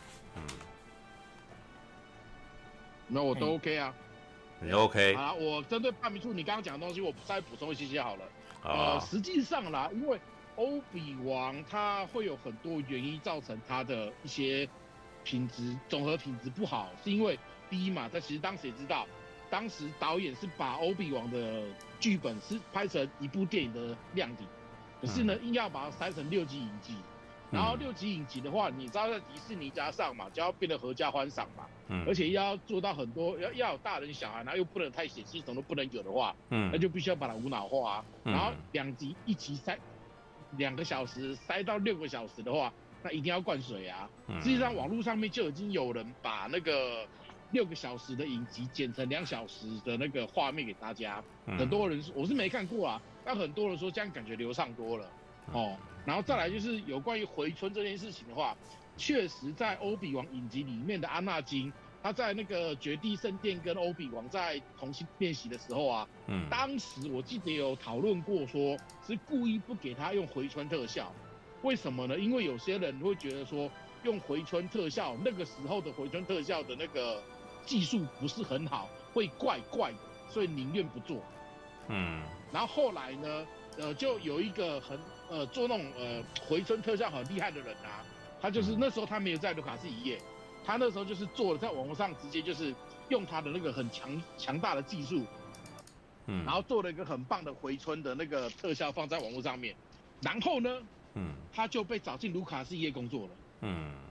那我都 OK 啊。 你 OK 好，我针对半明处你刚刚讲的东西，我再补充一些好了。实际上啦，因为欧比王他会有很多原因造成他的一些总和品质不好，是因为第一嘛，他其实当时也知道，当时导演是把欧比王的剧本是拍成一部电影的亮点，可是呢，硬要把它塞成6集影集。然后6集影集的话，你知道在迪士尼加上嘛，就要变得合家欢赏嘛，而且要做到很多要有大人小孩，然后又不能太血腥，什么都不能有的话，那就必须要把它无脑化啊。然后2集1集塞2个小时，塞到6个小时的话，那一定要灌水啊。实际上网络上面就已经有人把那个6个小时的影集剪成2小时的那个画面给大家，很多人我是没看过啊，但很多人说这样感觉流畅多了然后再来就是有关于回春这件事情的话，确实在欧比王影集里面的安纳金，他在那个绝地圣殿跟欧比王在同心练习的时候啊，当时我记得有讨论过，说是故意不给他用回春特效，为什么呢？因为有些人会觉得说用回春特效，那个时候的回春特效的那个技术不是很好，会怪怪的，所以宁愿不做。然后后来呢？就有一个做那种回春特效很厉害的人啊，他就是那时候他没有在卢卡斯一页，他那时候就是做了在网络上直接就是用他的那个很强大的技术，然后做了一个很棒的回春的那个特效放在网络上面，然后呢，他就被找进卢卡斯一页工作了。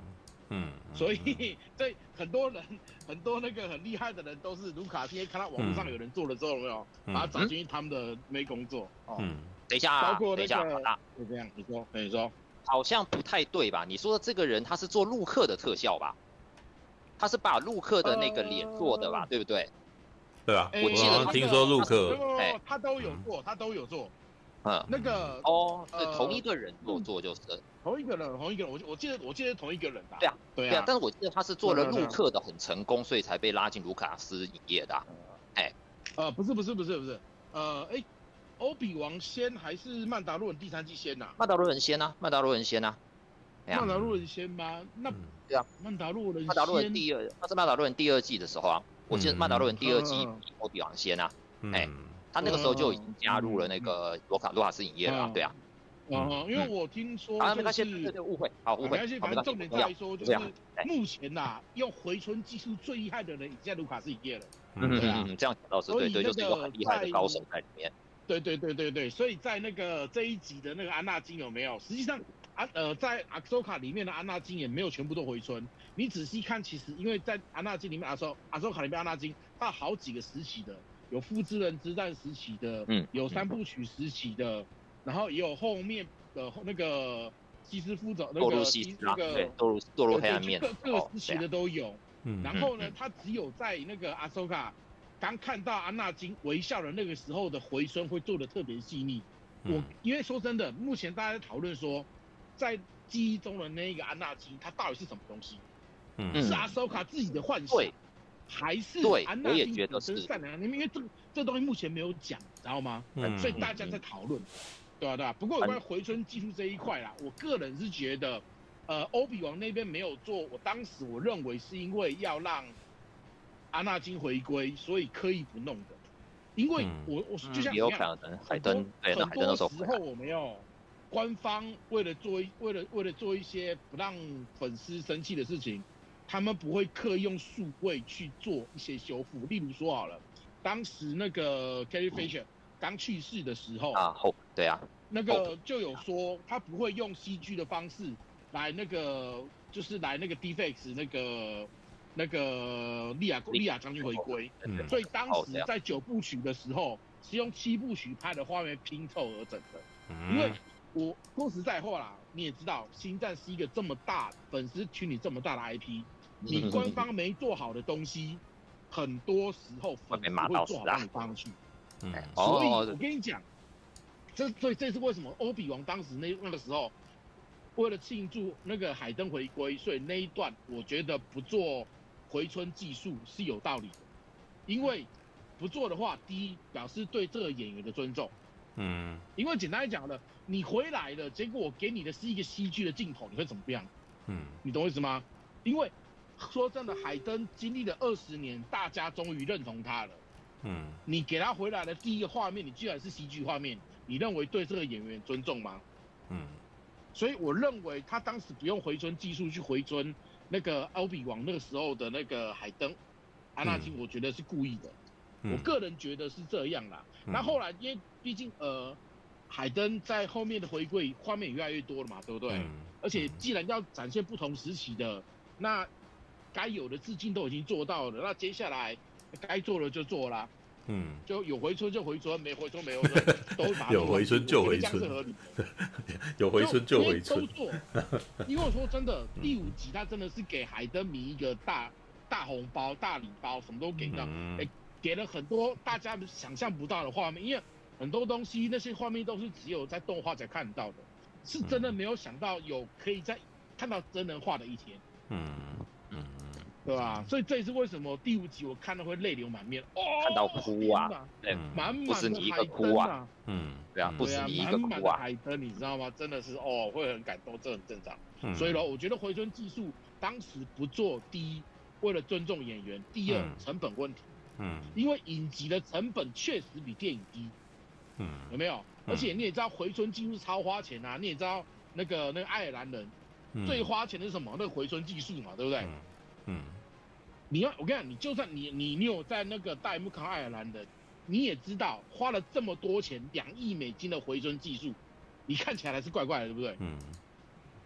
所以对很多人很多那个很厉害的人都是卢卡斯，因为看到网络上有人做了之后，有没有把他找进去他们的没工作等一下， 包括等一下， 就这样，你说， 好像不太对吧？你说的这个人他是做陆克的特效吧？他是把陆克的那个脸做的吧，对不对？ 对啊， 我记得听说陆克， 他都有做，那个是同一个人做就是同一个人，我记得同一个人吧？ 对啊，但是我记得他是做了陆克的很成功，所以才被拉进卢卡斯影业的。 不是，欧比王先还是曼达洛人第3季先呐？ 曼达洛人先啊。 曼达洛人先吗？那对啊， 曼达洛人他是曼达洛人第2季的时候啊，我记得曼达洛人第2季比欧比王先啊。他那个时候就已经加入了那个卢卡斯影业了，对啊。 因为我听说没关系，对误会，好误会。 没关系，反正重点在说就是目前用回春技术最厉害的人已经在卢卡斯影业了。 这样讲倒是对，就是一个很厉害的高手在里面。 对，所以在那个这一集的那个安纳金有没有？实际上在阿索卡里面的安纳金也没有全部都回春。你仔细看，其实因为在安纳金里面，阿索卡里面安纳金，它有好几个时期的，有夫之人之战时期的，有3部曲时期的，然后也有后面的那个西斯夫走那个堕入黑暗面， 各个时期的都有。然后呢，他只有在那个阿索卡刚看到安纳金微笑的那个时候的回春会做的特别细腻。因为说真的，目前大家在讨论说，在记忆中的那一个安纳金，它到底是什么东西？是阿索卡自己的幻想，还是安纳金本身善良的？因为这东西目前没有讲，知道吗？所以大家在讨论，对吧？不过有关回春技术这一块啦，我个人是觉得，欧比王那边没有做，当时我认为是因为要让阿纳金回归，所以刻意不弄的。因为我就像也有可能海登那时候时候我没有官方为了做一些不让粉丝生气的事情，他们不会刻意用数位去做一些修复。例如说好了，当时那个 Carrie Fisher 刚去世的时候对啊， 那个就有说他不会用 CG 的方式来那个就是来那个 defects 那个利亚将军回归，所以当时在9部曲的时候是用7部曲拍的画面拼凑而整的。因为我说实在话啦，你也知道，星战是一个这么大粉丝群体这么大的 IP， 你官方没做好的东西，很多时候粉丝会做好帮你放上去。所以我跟你讲，所以这是为什么欧比王当时那个时候为了庆祝那个海登回归，所以那一段我觉得不做回春技术是有道理的，因为不做的话，第一表示对这个演员的尊重。因为简单来讲了，你回来了，结果我给你的是一个CG的镜头，你会怎么样？你懂我意思吗？因为说真的，海登经历了20年，大家终于认同他了。你给他回来的第一个画面，你居然是CG画面，你认为对这个演员尊重吗？所以我认为他当时不用回春技术去回春那个欧比王那个时候的那个海登阿纳金，我觉得是故意的。我个人觉得是这样啦。那后来因为毕竟海登在后面的回归画面也越来越多了嘛，对不对？而且既然要展现不同时期的，那该有的致敬都已经做到了，那接下来该做的就做啦。就有回春就回春，没回春没回春，都有回春就回春， 这样是合理的。 有回春就回春， 都做。因为我说真的，第5集他真的是给海登迷一个大红包、大礼包，什么都给到，给了很多大家想象不到的画面。因为很多东西那些画面都是只有在动画才看到的，是真的没有想到有可以在看到真人化的一天。对吧？所以这也是为什么第5集我看了会泪流满面， 看到哭啊！ 满满不是你一个哭啊！对啊，不是你一个哭啊！ 海登，你知道吗？真的是会很感动，这很正常。所以呢，我觉得回春技术当时不做，第一，为了尊重演员；第二，成本问题。因为影集的成本确实比电影低。有没有？而且你也知道回春技术超花钱啊！你也知道那个爱尔兰人最花钱的是什么？那个回春技术嘛，对不对？我跟你讲，你就算你有在那个大荧幕看爱尔兰人，你也知道花了这么多钱，$2亿的回春技术，你看起来还是怪怪的，对不对？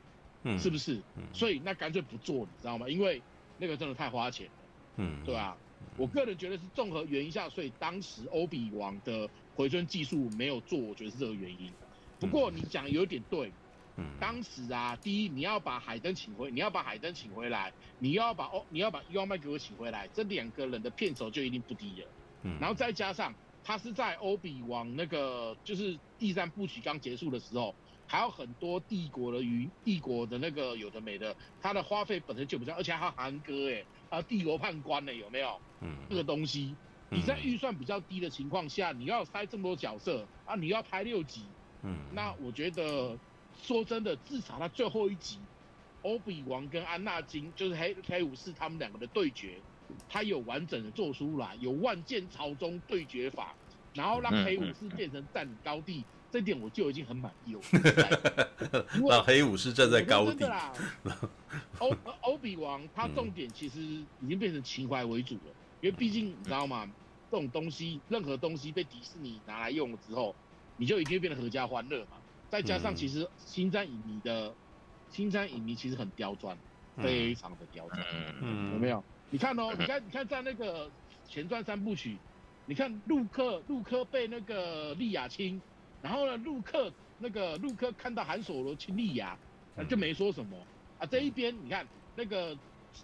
是不是？所以那干脆不做，你知道吗？因为那个真的太花钱了，对吧？我个人觉得是综合原因下，所以当时欧比王的回春技术没有做，我觉得是这个原因。不过你讲有点对，当时啊，第一你要把海登请回来，你要把伊万麦格请回来，这2个人的片酬就一定不低了。然后再加上他是在欧比王那个就是第3部曲刚结束的时候，还有很多帝国的那个有的没的，他的花费本身就比较，而且还有韩哥还有帝国判官有没有？这个东西你在预算比较低的情况下，你要塞这么多角色啊，你要拍6集，那我觉得说真的，至少他最后一集，欧比王跟安纳金就是黑武士他们2个的对决，他有完整的做出来，有万箭朝宗对决法，然后让黑武士变成占领高地。这点我就已经很满意了。 让黑武士站在高地。 欧比王他重点其实已经变成情怀为主了，因为毕竟你知道吗？这种东西，任何东西被迪士尼拿来用了之后，你就一定会变得合家欢乐嘛。再加上其实星战影迷其实很刁钻，非常的刁钻，有没有？你看哦，你看在那个前传3部曲，你看陆克被那个莉亚亲。然后呢，陆克看到韩索罗亲莉亚，就没说什么啊。这一边你看那个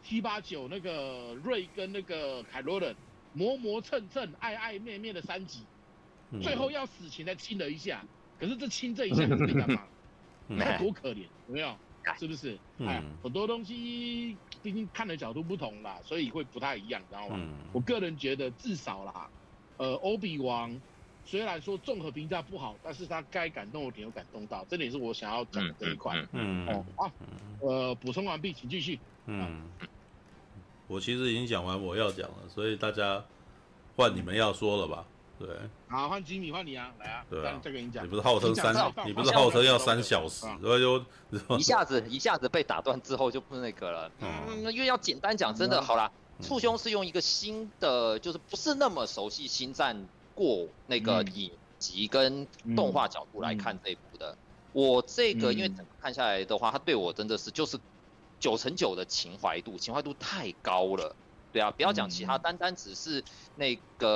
789那个瑞跟那个凯罗人磨蹭蹭、爱爱面面的3集，最后要死前才亲了一下。可是这亲这一下是被干嘛？那多可怜，有没有？是不是？很多东西毕竟看的角度不同啦，所以会不太一样，知道吗？我个人觉得至少啦，欧比王。虽然说综合评价不好，但是他该感动的点有感动到，这点是我想要讲的这一块。补充完毕，请继续。 我其实已经讲完我要讲了，所以大家换你们要说了吧？对。 好，换吉米，换你啊，来啊！对啊，再跟你讲。 你不是号称要3小时，然后就一下子被打断之后就不那个了。因为要简单讲，真的好啦，簇兄是用一个新的，就是不是那么熟悉星战。过那个影集跟动画角度来看这一部的，我这个因为整个看下来的话，它对我真的是就是9/9的情怀度太高了，对啊，不要讲其他，单只是那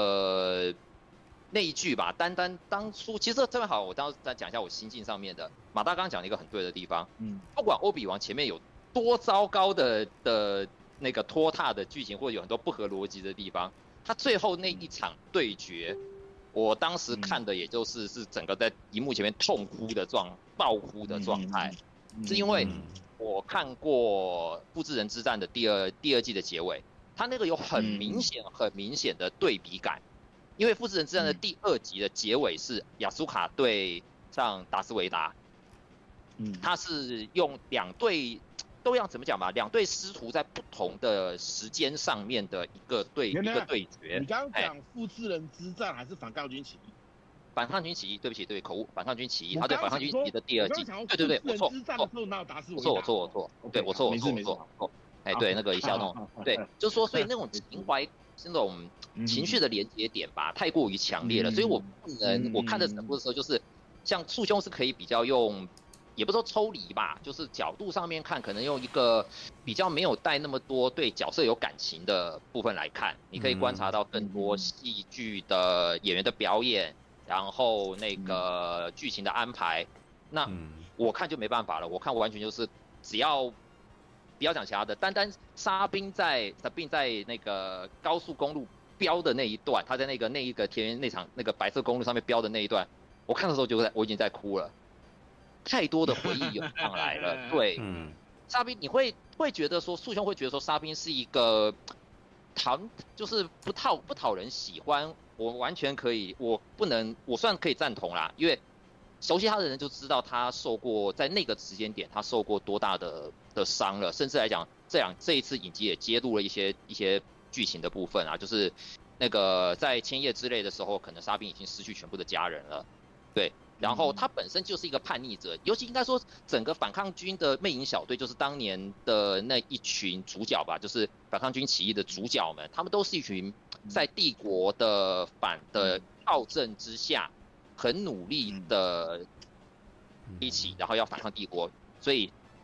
一句吧，单当初其实这边好，我当时再讲一下我心境上面的，马大刚讲了一个很对的地方，不管欧比王前面有多糟糕的那个拖沓的剧情，或者有很多不合逻辑的地方，他最后那一场对决。我当时看的也就是整个在荧幕前面爆哭的状态，是因为我看过《复制人之战》的第二季的结尾，它那个有很明显的对比感，因为《复制人之战》的第2集的结尾是亚苏卡对上达斯维达，他是用2队都要怎么讲吧？2队师徒在不同的时间上面的一个对决。 你刚刚讲复制人之战还是反抗军起义？ 反抗军起义，对不起，对口误，反抗军起义。对，反抗军起义的第2季。对，我错。对，我错。对，那个一下弄。对，就是说，所以那种情怀、那种情绪的连接点吧，太过于强烈了，所以我不能，我看这整部的时候，就是像簇兄是可以比较用。也不说抽离吧，就是角度上面看，可能用一个比较没有带那么多对角色有感情的部分来看，你可以观察到更多戏剧的演员的表演，然后那个剧情的安排。那我看就没办法了，我看完全就是只要不要讲其他的，单沙宾在那个高速公路飙的那一段，他在那一个田那场那个白色公路上面飙的那一段，我看的时候我已经在哭了。太多的回忆涌上来了，对，沙宾你会觉得说，簇兄会觉得说，沙宾是一个就是不讨人喜欢，我完全可以，我算可以赞同啦，因为熟悉他的人就知道他受过在那个时间点他受过多大的伤了，甚至来讲这一次影集也揭露了一些剧情的部分啊，就是那个在千叶之类的时候，可能沙宾已经失去全部的家人了，对。然后他本身就是一个叛逆者，尤其应该说整个反抗军的魅影小队，就是当年的那一群主角吧，就是反抗军起义的主角们，他们都是一群在帝国的暴政之下，很努力的一起，然后要反抗帝国，所以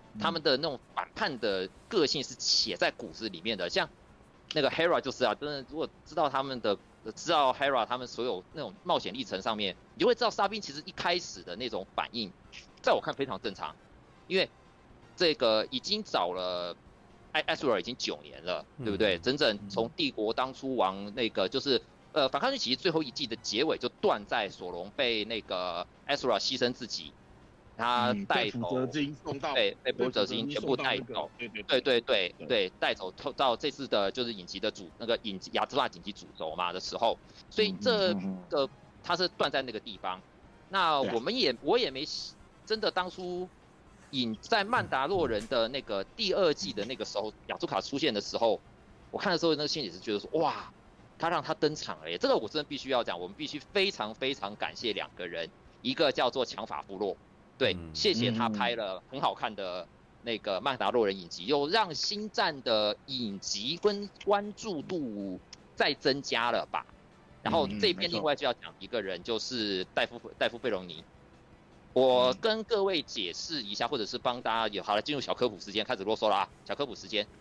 他们的那种反叛的个性是写在骨子里面的。像那个 Hera 就是啊，真的如果知道 Hera 他们所有那种冒险历程上面，你就会知道沙宾其实一开始的那种反应，在我看非常正常，因为这个已经找了Ezra 已经9年了，对不对？整整从帝国当初亡那个就是反抗军起义最后一季的结尾就断在索隆被那个 Ezra 牺牲自己，他带走被福泽金全部带走，对，带走到这次的就是影集的那个亚兹拉紧急主轴嘛的时候，所以这个他是断在那个地方。那我也没真的当初在曼达洛人的那个第2季的那个时候，亚朱卡出现的时候，我看的时候那个心里是觉得说哇，他让他登场了耶！这个我真的必须要讲，我们必须非常非常感谢2个人，一个叫做强法部落。对，谢谢他拍了很好看的那个曼达洛人影集，又让星战的影集跟关注度再增加了吧。然后这边另外就要讲一个人，就是戴夫费隆尼。我跟各位解释一下，或者是帮大家好了，进入小科普时间，开始啰嗦了啊！小科普时间，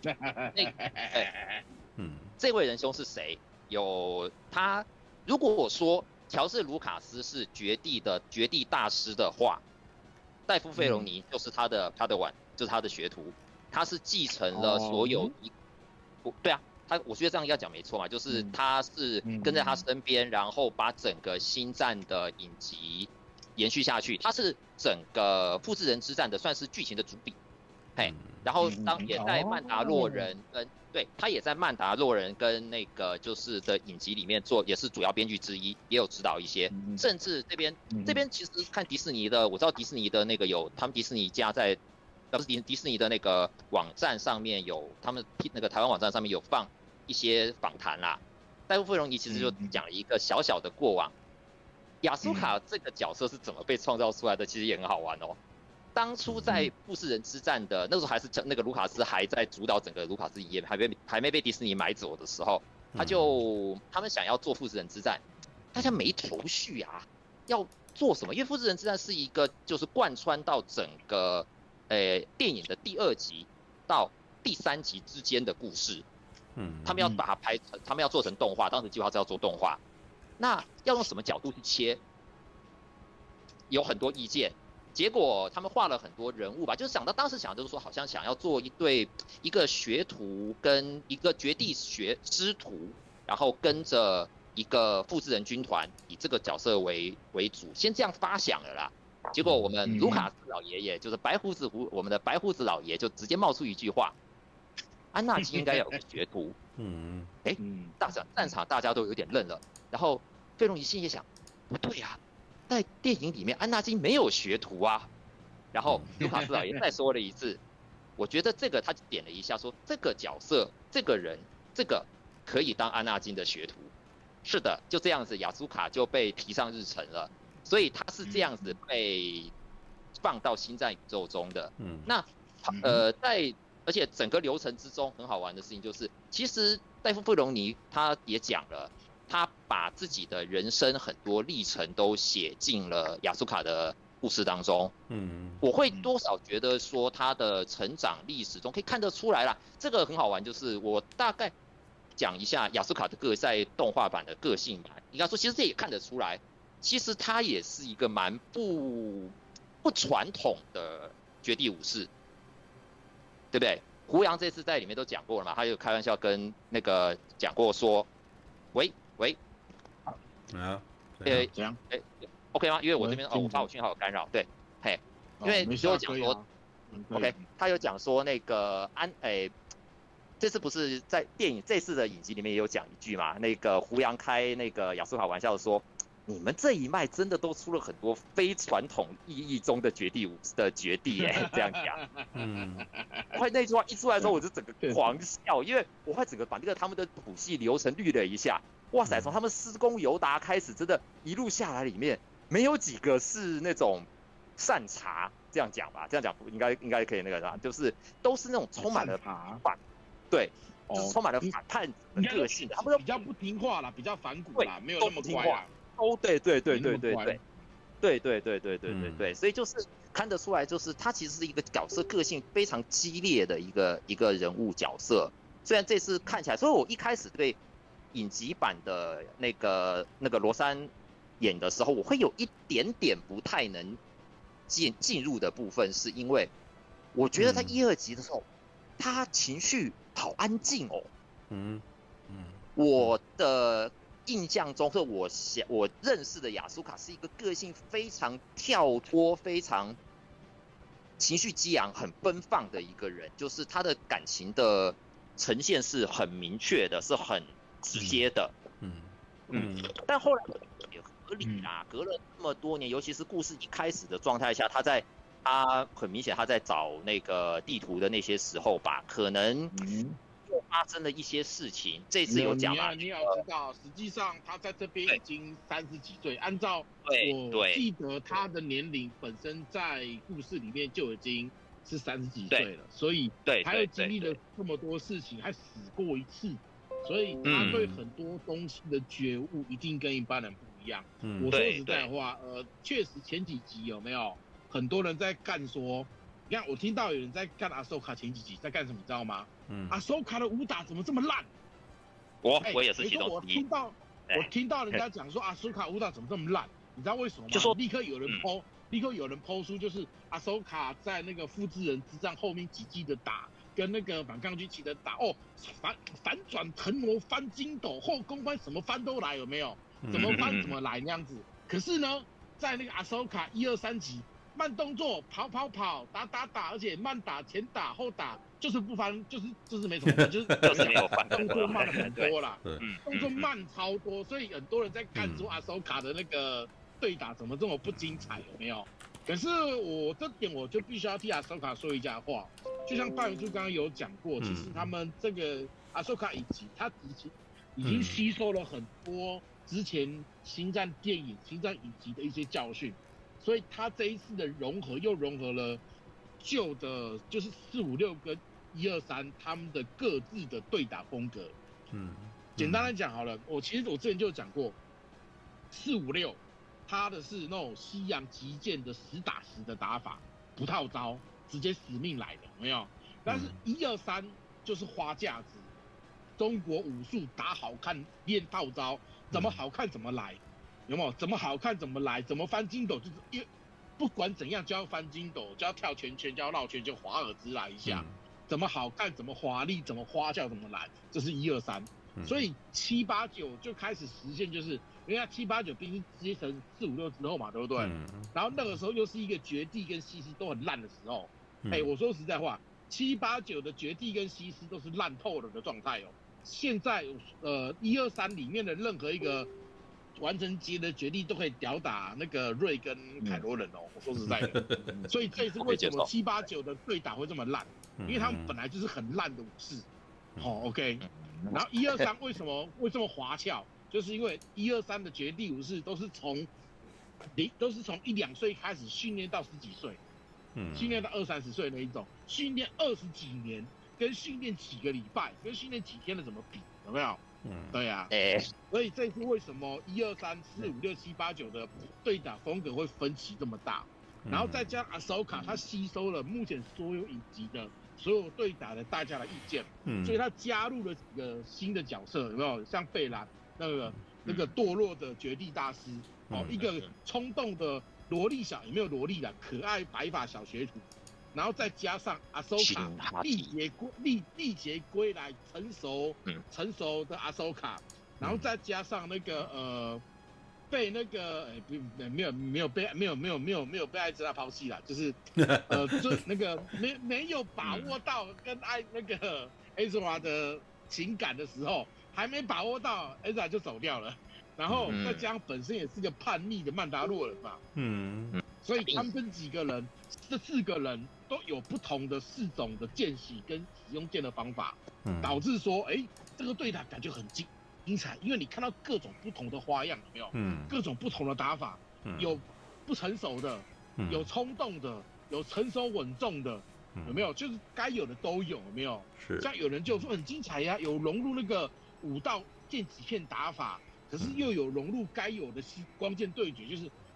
这位仁兄是谁？有他，如果我说乔治·卢卡斯是绝地大师的话，戴夫·费隆尼就是他的就是他的学徒，他是继承了所有对啊，我觉得这样要讲没错嘛，就是他是跟在他身边，然后把整个星战的影集延续下去，他是整个复制人之战的算是剧情的主笔，然后也在曼达洛人跟对他也在曼达洛人跟那个就是的影集里面做，也是主要编剧之一，也有指导一些，甚至这边其实看迪士尼的，我知道迪士尼的那个他们迪士尼家在不是迪士尼的那个网站上面有他们那个台湾网站上面有放一些访谈啦，戴夫·费隆尼其实就讲了一个小小的过往。亚苏卡这个角色是怎么被创造出来的？其实也很好玩哦。当初在复制人之战的那时候，还是那个卢卡斯还在主导整个卢卡斯影业，还没被迪士尼买走的时候，他们想要做复制人之战，大家没头绪啊，要做什么？因为复制人之战是一个就是贯穿到整个电影的第2集到第3集之间的故事，他们要把它他们要做成动画，当时计划是要做动画。那要用什么角度去切？有很多意见，结果他们画了很多人物吧，就是当时想就是说，好像想要做一个学徒跟一个绝地师徒，然后跟着一个复制人军团，以这个角色为主，先这样发想了啦。结果我们卢卡斯老爷爷，就是我们的白胡子老爷就直接冒出一句话：安纳基应该有个学徒。战场大家都有点愣了。然后费隆尼心里想，不对啊，在电影里面安纳基没有学徒啊。然后卢卡斯老爷再说了一次，我觉得这个他点了一下说，这个角色这个人这个可以当安纳金的学徒。是的，就这样子，亚苏卡就被提上日程了。所以他是这样子被放到星战宇宙中的。那而且整个流程之中很好玩的事情就是，其实戴夫·费隆尼他也讲了。他把自己的人生很多历程都写进了亚苏卡的故事当中。我会多少觉得说他的成长历史中可以看得出来啦。这个很好玩，就是我大概讲一下亚苏卡的在动画版的个性吧。应该说，其实这也看得出来，其实他也是一个蛮不传统的绝地武士，对不对？胡杨这次在里面都讲过了嘛，他有开玩笑跟那个讲过说，喂。 怎样 ？OK 吗？因为我这边我怕我讯号有干扰，对，因为你有讲说 ，OK， 他有讲说那个这次不是在电影这次的影集里面也有讲一句嘛，那个胡杨开那个亚苏卡玩笑说，你们这一脉真的都出了很多非传统意义中的绝地武士的绝地这样讲。我那句话一出来的时候，我就整个狂笑，因为我会整个把那个他们的谱系流程捋了一下。哇塞！从他们施工尤达开始，真的，一路下来里面没有几个是那种善茬，这样讲吧，这样讲应该可以那个啥，就是都是那种充满了反，对，就是充满了反叛的个性的，他们都比较不听话啦，比较反骨啦，没有那么乖啦。 对，所以就是看得出来，就是他其实是一个角色个性非常激烈的一个人物角色。虽然这次看起来，所以我一开始对影集版的那个罗珊演的时候，我会有一点点不太能进入的部分，是因为我觉得在1、2集的时候，他情绪好安静哦。我的印象中，或我认识的亚苏卡是一个个性非常跳脱、非常情绪激昂、很奔放的一个人，就是他的感情的呈现是很明确的，是很直接的。但后来也合理啦，隔了这么多年，尤其是故事一开始的状态下，他很明显他在找那个地图的那些时候吧，可能又发生了一些事情。这次有讲嘛？ 你要知道，实际上他在这边已经30几岁，按照我记得他的年龄本身在故事里面就已经是30几岁了，所以他又经历了这么多事情，还死过一次，所以他对很多东西的觉悟一定跟一般人不一样。我说实在话，确实前几集有没有很多人在干说，你看我听到有人在干阿索卡前几集在干什么，你知道吗？阿索卡的武打怎么这么烂？ 我也是其中之一。 我听到人家讲说阿索卡武打怎么这么烂，你知道为什么吗？ 就说立刻有人抛出，就是阿索卡在那个复制人之战后面几季的打，跟那个反抗军旗的打，反转腾挪翻筋斗后空翻什么翻都来，有没有？怎么翻怎么来那样子。可是呢，在那个阿索卡1、2、3集，慢动作跑，打，而且慢打前打后打，就是不翻，就是没什么，就是没有翻， 动作慢了很多啦，动作慢超多，所以很多人在看说阿索卡的那个对打怎么这么不精彩，有没有？可是我这点我就必须要替阿索卡说一下话，就像大元叔刚刚有讲过，其实他们这个阿索卡影集，他已经吸收了很多之前星战电影、星战影集的一些教训，所以他这一次的融合又融合了旧的，就是4、5、6跟1、2、3他们的各自的对打风格。简单来讲好了，其实我之前就讲过，4、5、6。他的是那种西洋击剑的实打实的打法，不套招，直接死命来的，有没有？但是1、2、3就是花架子，中国武术打好看，练套招，怎么好看怎么来，有没有？怎么好看怎么来，怎么翻筋斗就是不管怎样就要翻筋斗，就要跳圈圈，就要绕圈，就华尔兹来一下，怎么好看怎么华丽，怎么花俏怎么来，这是1、2、3。所以7、8、9就开始实现，就是因为他7、8、9毕竟接成4、5、6之后嘛，对不对？然后那个时候又是一个绝地跟西施都很烂的时候。我说实在话，7、8、9的绝地跟西施都是烂透了的状态哦。现在1、2、3里面的任何一个完成节的绝地都可以吊打那个瑞跟凯罗人哦。我说实在的，所以这也是为什么7、8、9的对打会这么烂，因为他们本来就是很烂的武士。OK。然后1、2、3为什么华俏？就是因为1、2、3的绝地武士都是从1、2岁开始训练到10几岁，训练到20、30岁那一种，训练20几年，跟训练几个礼拜，跟训练几天的怎么比？有没有？对啊。所以这是为什么1、2、3、4、5、6、7、8、9的对打风格会分歧这么大？然后再加上阿索卡，他吸收了目前所有影集的所有对打的大家的意见，所以他加入了几个新的角色，有没有？像贝兰那个堕落的绝地大师，一个冲动的萝莉小，也没有萝莉的可爱白发小学徒，然后再加上阿索卡历劫归来成熟的阿索卡，然后再加上那个被那个没有被艾兹拉抛弃啦，就是就那个没有把握到跟那个艾兹拉的情感的时候，还没把握到，艾兹拉就走掉了。然后再加上本身也是个叛逆的曼达洛人嘛，所以他们这4个人都有不同的4种的剑系跟使用剑的方法，导致说，这个对打感觉很精彩，因为你看到各种不同的花样，有没有？各种不同的打法，有不成熟的，有冲动的，有成熟稳重的，有没有？就是该有的都有，有没有？是。像有人就说很精彩呀，有融入那个武道剑戟片打法，可是又有融入该有的关键对决，就是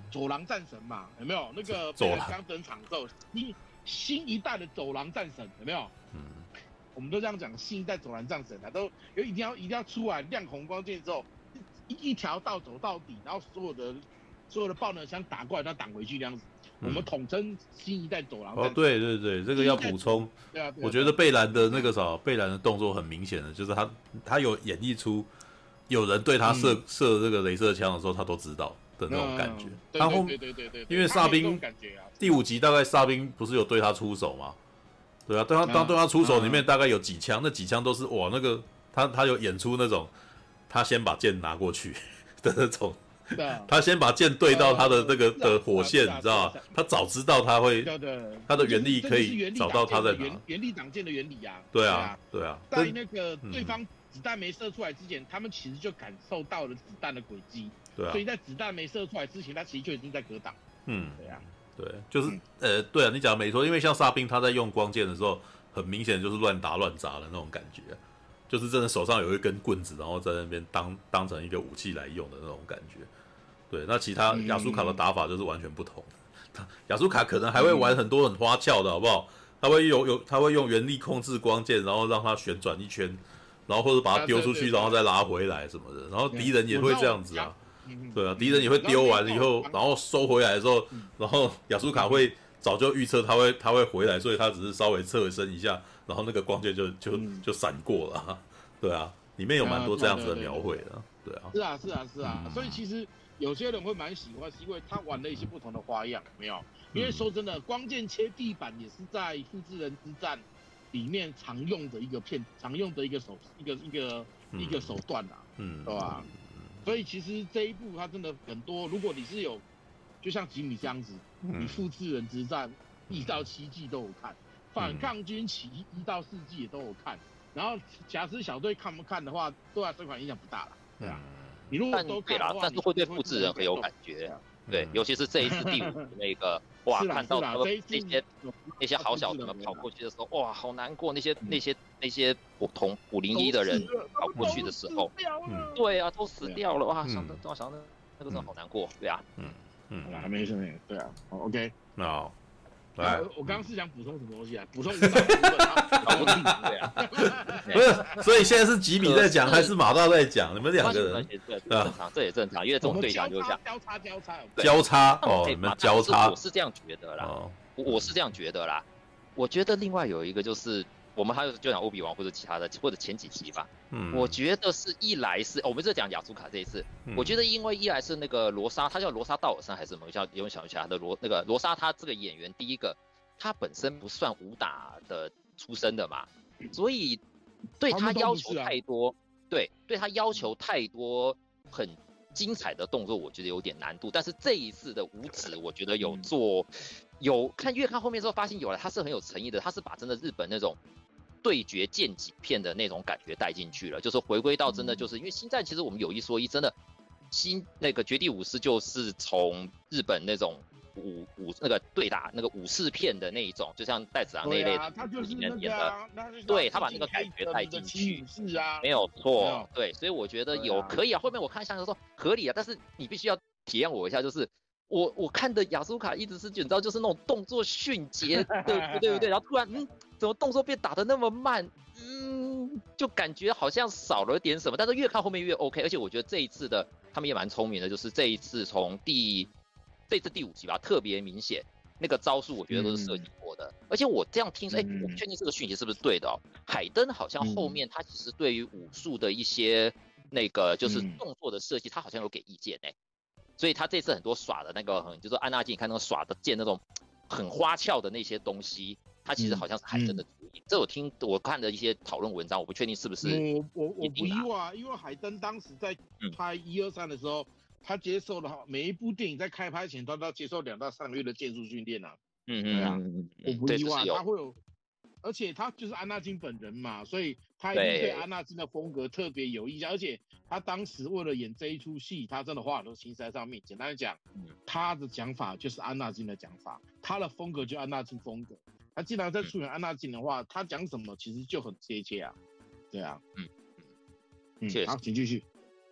走廊战神嘛，有没有？那个贝兰刚登场之后，新一代的走廊战神有没有？我们都这样讲，新一代走廊战神啊，都一定要出来亮红光剑之后，一条道走到底，然后所有的爆能枪打过来，他挡回去这样子。我们统称新一代走廊战神。 对对对，这个要补充。 对啊， 我觉得贝兰的那个贝兰的动作很明显的，就是他有演绎出有人对他射这个镭射枪的时候，他都知道的那种感觉。他后对， 因为沙兵第5集大概沙兵不是有对他出手吗？对啊，对他出手里面大概有几枪，那几枪都是哇，那个他有演出那种他先把剑拿过去的那种。他先把剑对到他的那个的火线，你知道吗？他早知道他会，他的原力可以找到他在哪。 原力挡箭的原理啊。 对啊。 在那个对方子弹没射出来之前，他们其实就感受到了子弹的轨迹。对啊。所以在子弹没射出来之前，他其实就已经在格挡。对啊。对， 就是对啊，你讲的没错，因为像沙兵他在用光剑的时候，很明显就是乱打乱砸的那种感觉。就是真的手上有一根棍子，然后在那边当成一个武器来用的那种感觉。对，那其他亚苏卡的打法就是完全不同。亚苏卡可能还会玩很多很花俏的，好不好？他会用原力控制光剑，然后让它旋转一圈，然后或者把它丢出去，然后再拉回来什么的。然后敌人也会这样子啊，对啊，敌人也会丢完了以后，然后收回来的时候，然后亚苏卡会早就预测他会回来，所以他只是稍微侧身一下。然后那个光剑就闪过了，对啊，里面有蛮多这样子的描绘的，对啊。 是啊，所以其实有些人会蛮喜欢，是因为他玩了一些不同的花样，没有？因为说真的，光剑切地板也是在复制人之战里面常用的一个手段啦，对吧？所以其实这一部它真的很多，如果你是有，就像吉米这样子，你复制人之战1到7季都有看。反抗军起义1到4季也都有看，然后瑕疵小队看不看的话，对这款影响不大了，对啊。你如果都看的话， 但是会对复制人很有感觉，对，尤其是这一次第5的那个，哇，看到那些好小子们跑过去的时候，哇，好难过，那些同501的人跑过去的时候，对啊，都死掉了，哇，想到那个真的好难过，对啊， 还没事，对啊 ，OK， 好。 我刚刚是想补充什么东西啊？补充舞蹈部分啊， 对啊， 不是，所以现在是吉米在讲还是马大在讲？你们两个人， 正常，这也正常，因为这种对讲就是这样， 交叉哦，你们交叉， 我是这样觉得啦，我是这样觉得啦，我觉得另外有一个就是。我们还有就讲欧比王或者其他的，或者前几集吧。我觉得是一来是，我们这讲亚苏卡这一次，我觉得因为一来是那个罗莎，他叫罗莎道尔森还是什么？有点想起来的罗莎，他这个演员，第一个他本身不算武打的出身的嘛，所以对他要求太多，对他要求太多很精彩的动作，我觉得有点难度。但是这一次的武指，我觉得越看后面之后发现有了，他是很有诚意的，他是把真的日本那种。对决剑戟片的那种感觉带进去了，就是回归到真的就是因为星战其实我们有一说一，真的那个绝地武士就是从日本那种那个对打那个武士片的那一种，就像戴子昂那一类的， 他就是那个对他把那个感觉带进去，没有错，对，所以我觉得可以啊。后面我看想说合理啊，但是你必须要体验我一下，就是。我看的亚苏卡一直是你知道就是那种动作迅捷的，对不对？然后突然怎么动作变打得那么慢，就感觉好像少了点什么。但是越看后面越 OK， 而且我觉得这一次的他们也蛮聪明的，就是这一次从这次第5集吧，特别明显那个招数，我觉得都是设计过的。而且我这样听说，我不确定这个讯息是不是对的哦。海登好像后面他其实对于武术的一些那个就是动作的设计，他好像有给意见所以他这次很多耍的那个就是安纳基，你看那个耍的剑那种很花俏的那些东西，他其实好像是海登的主意。这我看的一些讨论文章，我不确定是不是。 我不意外，因为海登当时在拍1、2、3的时候，他接受了每一部电影在开拍前，他都要接受2到3个月的剑术训练啊。我不意外，他会有。而且他就是安纳金本人嘛，所以他一定对安纳金的风格特别有印象。而且他当时为了演这一出戏，他真的花很多心思在上面。简单的讲，他的讲法就是安纳金的讲法，他的风格就是安纳金风格。他既然在出演安纳金的话，他讲什么其实就很贴切啊。对啊， 确实。 好，请继续。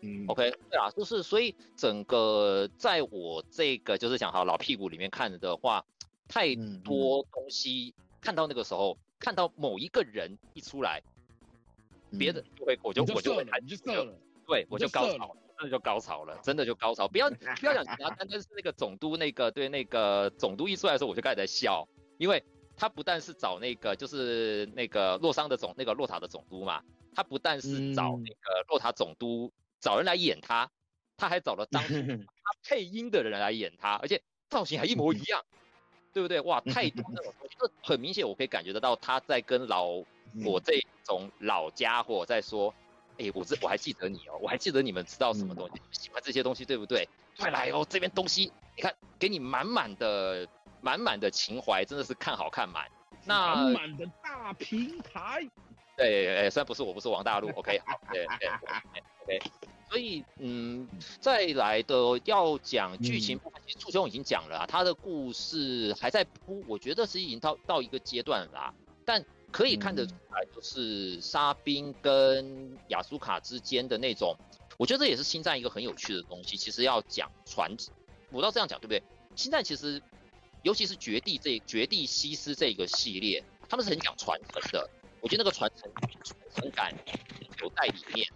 OK， 对啊，就是所以整个在我这个就是讲好老屁股里面看的话，太多东西看到那个时候，看到某一个人一出来，别的就会我就会你就射了， 对，我就高潮，真的就高潮了，真的就高潮。不要讲其他，单单是那个总督那个对那个总督一出来的时候，我就开始在笑，因为他不但是找那个就是那个洛塔的总督嘛，他不但是找那个洛塔总督找人来演他，他还找了当初他配音的人来演他，而且造型还一模一样，对不对？哇，太多那种东西，很明显我可以感觉得到他在跟我这种老家伙在说，我还记得你哦，我还记得你们知道什么东西，喜欢这些东西对不对？快来哦，这边东西你看，给你满满的情怀，真的是看好看满。那满满的大平台。 对，虽然不是王大陆 ，OK， 好，对 ，OK， 所以再来的要讲剧情部分，其实楚兄已经讲了啊，他的故事还在铺，我觉得是已经到一个阶段了啦，但可以看得出来，就是沙宾跟亚苏卡之间的那种，我觉得这也是星战一个很有趣的东西。其实要讲我要这样讲对不对？星战其实，尤其是绝地西斯这个系列，他们是很讲传承的。我觉得那个传承感有在里面。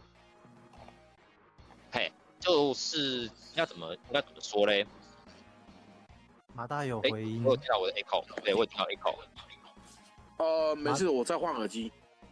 嘿，就是应该怎么说嘞？ 马大有回音， 我有听到我的 echo， 对，我有听到 echo。 没事，我在换耳机。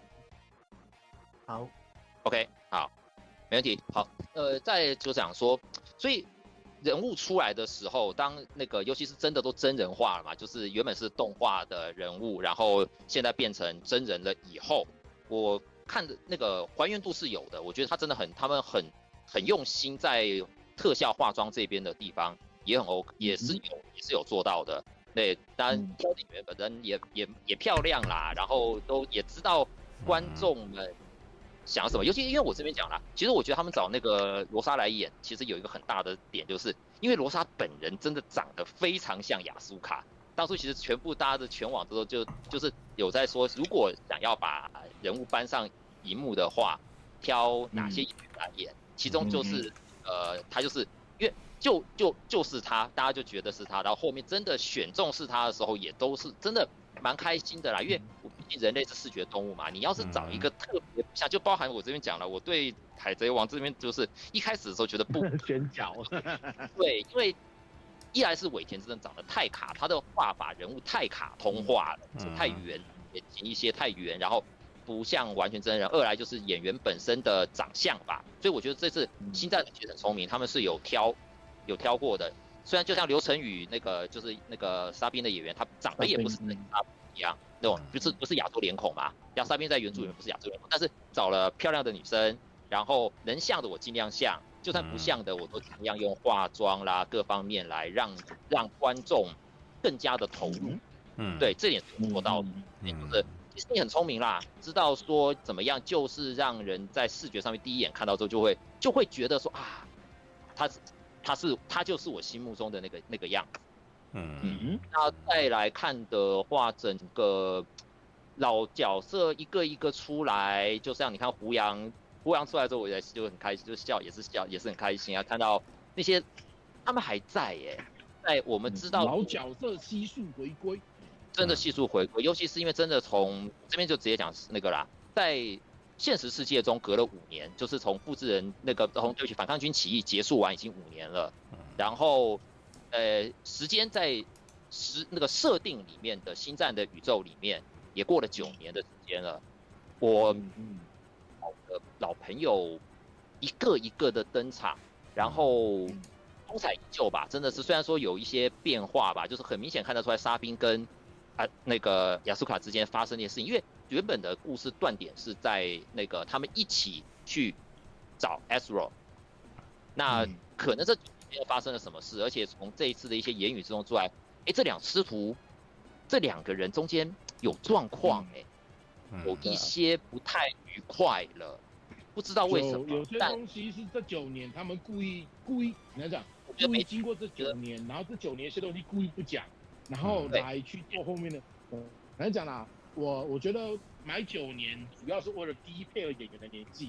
好 ，OK， 好，没问题。好，再就讲说，所以人物出来的时候，当那个尤其是真的都真人化了嘛，就是原本是动画的人物，然后现在变成真人了以后，我看的那个还原度是有的，我觉得他真的他们很用心在特效化妆这边的地方，也很 OK， 也是有做到的。对，当然挑演员本身也漂亮啦，然后都也知道观众们想要什么，尤其因为我这边讲啦，其实我觉得他们找那个罗莎来演，其实有一个很大的点，就是因为罗莎本人真的长得非常像亚苏卡。当初其实大家的全网都就是有在说，如果想要把人物搬上荧幕的话，挑哪些演员来演，其中就是他就是因为就是他，大家就觉得是他，然后后面真的选中是他的时候，也都是真的蛮开心的啦，因为毕竟人类是视觉动物嘛，你要是找一个特别像，就包含我这边讲了，我对海贼王这边就是一开始的时候觉得不选角， 对，因为一来是尾田真的长得太卡，他的画法人物太卡通化了，太圆，眼睛一些太圆，然后不像完全真人；二来就是演员本身的长相吧，所以我觉得这次星战其实很聪明，他们是有挑过的。虽然就像刘晨宇那个就是那个沙宾的演员，他长得也不是跟沙宾一样那种，不是亚洲脸孔嘛。沙宾在原著里面不是亚洲脸孔，但是找了漂亮的女生，然后能像的我尽量像，就算不像的我都尽量用化妆啦各方面来让观众更加的投入。对，这点是做到的，就是迪士尼很聪明啦，知道说怎么样，就是让人在视觉上面第一眼看到之后就会觉得说啊，他就是我心目中的那个样子。那再来看的话，整个老角色一个一个出来，就像你看胡杨出来之后，我就很开心，就笑也是很开心啊，看到那些他们还在耶，在我们知道老角色悉数回归， 真的悉数回归，尤其是因为真的从这边就直接讲那个啦，在现实世界中隔了5年，就是从复制人对不起反抗军起义结束完已经5年了，然后时间在那个设定里面的星战的宇宙里面也过了9年的时间了，我老朋友一个一个的登场，然后风采依旧吧，真的是虽然说有一些变化吧，就是很明显看得出来沙宾跟那个亚苏卡之间发生的事情，因为原本的故事断点是在那个他们一起去找 Ezra， 那可能这9年发生了什么事，而且从这一次的一些言语之中出来，这师徒这2个人中间有状况有一些不太愉快了，不知道为什么。 有些东西是这9年他们故意，你要讲，故意经过这9年，然后这9年一些东西故意不讲，然后来去做后面的。来讲啦，我觉得买9年主要是为了低配了演员的年纪，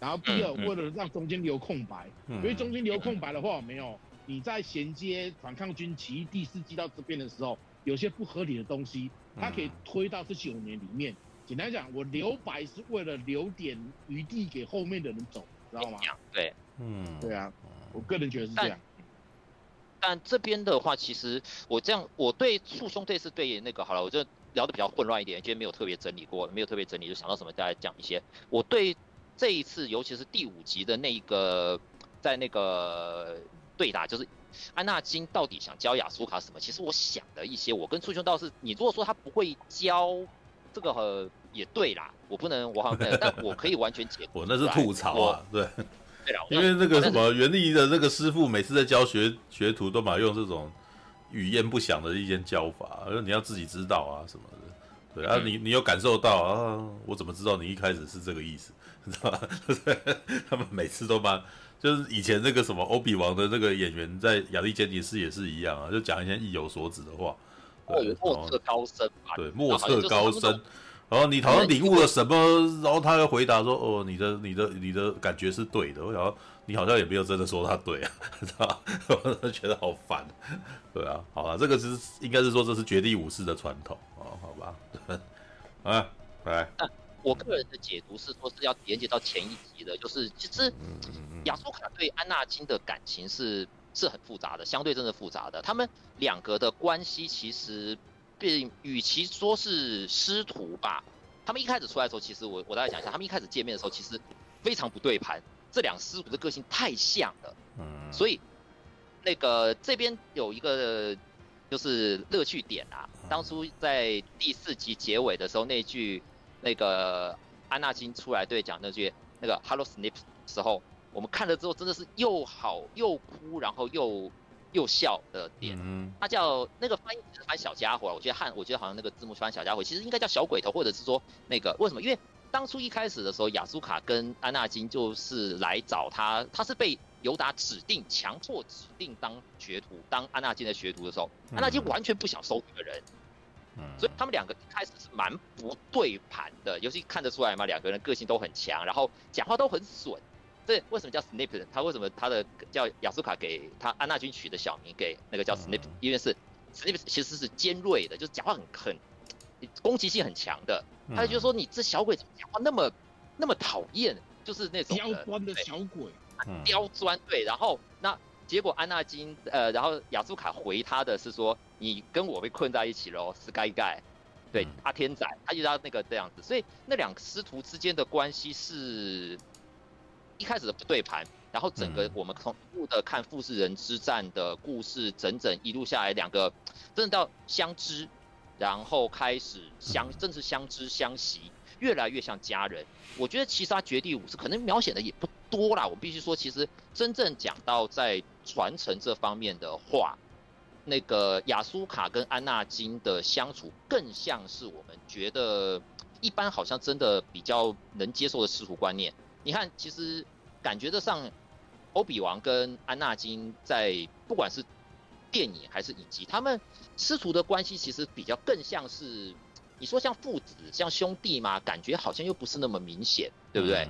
然后第二，为了让中间留空白，因为中间留空白的话，没有你在衔接反抗军起义第4季到这边的时候，有些不合理的东西，它可以推到这9年里面。简单讲，我留白是为了留点余地给后面的人走，知道吗？ 对， 对啊，我个人觉得是这样。 但这边的话，其实我对树兄这次对那个好了，我就聊得比较混乱一点，今天没有特别整理过，没有特别整理，就想到什么再来讲一些。我对这一次，尤其是第5集的那个在那个对打，就是安纳金到底想教亚苏卡什么？其实我想的一些，我跟树兄倒是，你如果说他不会教这个也对啦，我好像但我可以完全解读。 我那是吐槽啊，对。 对啦， 因为那个什么元力的那个师傅每次在教学徒都嘛用这种语焉不详的一些教法，你要自己知道啊什么的。对啊，你有感受到啊？我怎么知道你一开始是这个意思？知道吧？他们每次都把，就是以前那个什么欧比王的那个演员在亚历坚尼斯也是一样啊，就讲一些意有所指的话。 莫测高深吧？ 对，莫测高深。然后你好像领悟了什么，然后他又回答说：“哦，你的感觉是对的。”我想你好像也没有真的说他对啊，知道吧？我觉得好烦。对啊，好了，这个应该是说这是绝地武士的传统哦，好吧？啊，来。 我个人的解读是说是要连接到前一集的，就是其实亚苏卡对安纳金的感情是很复杂的，相对真的复杂的。他们两个的关系其实与其说是师徒吧，他们一开始出来的时候，其实我大概讲一下，他们一开始见面的时候，其实非常不对盘，这两师徒的个性太像了，所以那个这边有一个就是乐趣点啊，当初在第4集结尾的时候，那个安纳金出来对讲那句那个 Hello Snip 的时候，我们看了之后真的是又好又哭，然后又笑的点。他叫那个翻译是翻小家伙，我觉得好像那个字幕翻小家伙，其实应该叫小鬼头，或者是说那个为什么？因为当初一开始的时候，亚苏卡跟安纳金就是来找他，他是被尤达强迫指定当学徒，当安纳金的学徒的时候，安纳金完全不想收这个人。所以他们两个一开始是蛮不对盘的，尤其看得出来嘛，两个人个性都很强，然后讲话都很损。这为什么叫 Snip？ 他为什么他的叫亚苏卡给他安纳金取的小名给那个叫 Snip？因为是 Snip 其实是尖锐的，就是讲话很攻击性很强的。他就觉得说你这小鬼怎么讲话那么讨厌，就是那种刁钻的小鬼， 刁钻对。然后那结果安纳金然后亚苏卡回他的是说你跟我被困在一起咯 ，Sky Guy， 对，阿天仔，他就要那个这样子，所以那两个师徒之间的关系是一开始的不对盘，然后整个我们从一路的看富士人之战的故事，整一路下来，两个真的到相知，然后开始真是相知相惜，越来越像家人。我觉得其实他绝地武士可能描写的也不多啦，我必须说，其实真正讲到在传承这方面的话，那个亚苏卡跟安纳金的相处更像是我们觉得一般好像真的比较能接受的师徒观念。你看，其实感觉得上欧比王跟安纳金在不管是电影还是影集，他们师徒的关系其实比较更像是你说像父子像兄弟嘛，感觉好像又不是那么明显，对不对？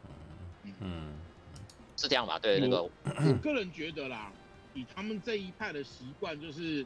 是这样吧？对，那个我个人觉得啦，以他们这一派的习惯，就是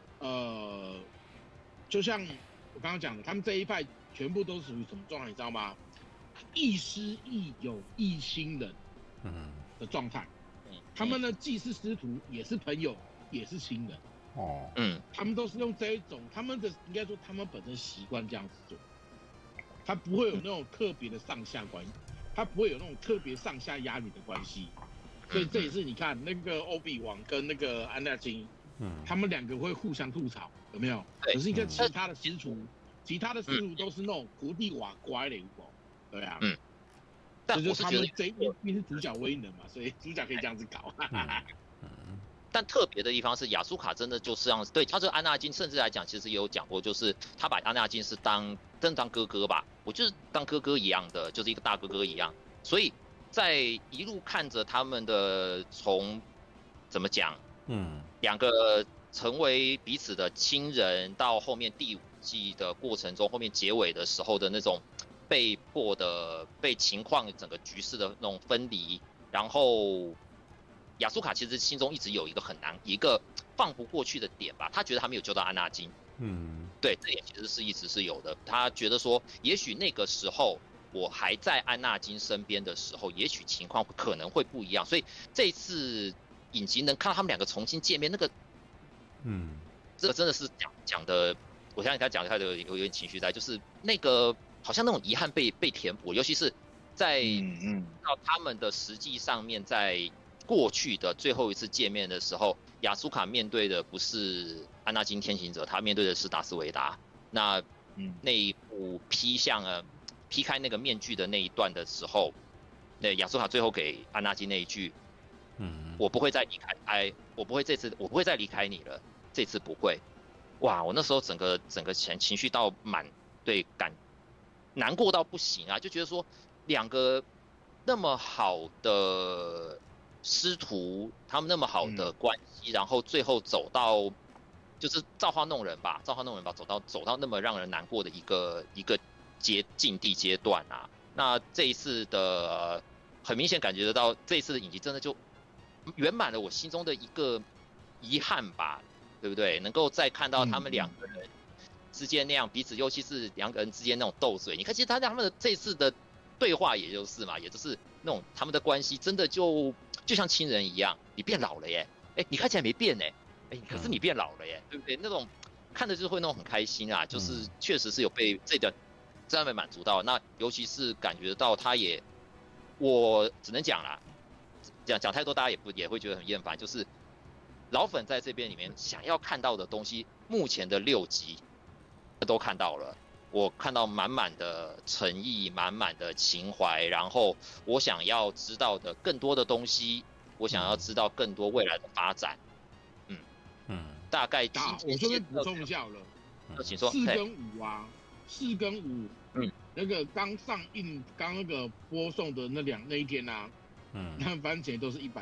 就像我刚刚讲的，他们这一派全部都属于什么状态，你知道吗？亦师亦友亦亲人的状态。他们呢，既是师徒，也是朋友，也是亲人。他们都是用这一种，他们的应该说他们本身习惯这样子做，他不会有那种特别的上下关系，他不会有那种特别上下压你的关系。所以这也是你看那个欧比王跟那个安纳金，他们两个会互相吐槽，有没有？可是你看其他的师徒都是那种徒弟瓦乖的，对啊， 但就是他们这因为是主角威能嘛，所以主角可以这样子搞。 但特别的地方是亚苏卡真的就是这样，对他这个安纳金甚至来讲，其实也有讲过，就是他把安纳金是当哥哥吧，我就是当哥哥一样的，就是一个大哥哥一样。所以在一路看着他们的从怎么讲，两个成为彼此的亲人，到后面第5季的过程中，后面结尾的时候的那种被情况整个局势的那种分离，然后亚苏卡其实心中一直有一个放不过去的点吧，他觉得他没有救到安纳金。对，这点其实是一直是有的。他觉得说，也许那个时候我还在安纳金身边的时候，也许情况可能会不一样。所以这一次影集能看到他们两个重新见面，那个，这个真的是讲的，我相信他讲的他有点情绪在，就是那个好像那种遗憾被填补，尤其是在到他们的实际上面，在过去的最后一次见面的时候，亚苏卡面对的不是安纳金天行者，他面对的是达斯维达。那一部劈开那个面具的那一段的时候，那亚苏卡最后给安纳金那一句，我不会再离开，我不会再离开你了，这次不会。哇，我那时候整个情绪到对，难过到不行啊，就觉得说两个那么好的师徒，他们那么好的关系，然后最后走到就是造化弄人吧，走到那么让人难过的一个境地阶段啊。那这一次的很明显感觉得到，这一次的影集真的就圆满了我心中的一个遗憾吧，对不对？能够再看到他们两个人之间那样彼此，尤其是两个人之间那种斗嘴，你看，其实他们的这次的对话，也就是那种他们的关系，真的就像亲人一样。你变老了耶，你看起来没变耶，可是你变老了耶，对不对？那种看着就会那种很开心啊，就是确实是有被这点在被满足到。那尤其是感觉到他也，我只能讲啦，讲太多大家也会觉得很厌烦。就是老粉在这边里面想要看到的东西，目前的6集都看到了。我看到满满的诚意，满满的情怀，然后我想要知道的更多的东西，我想要知道更多未来的发展。大概我这边补充一下好了， 请说。 4跟5啊，4跟5，那个刚上映那个播送的那一天啊，烂番茄都是100%，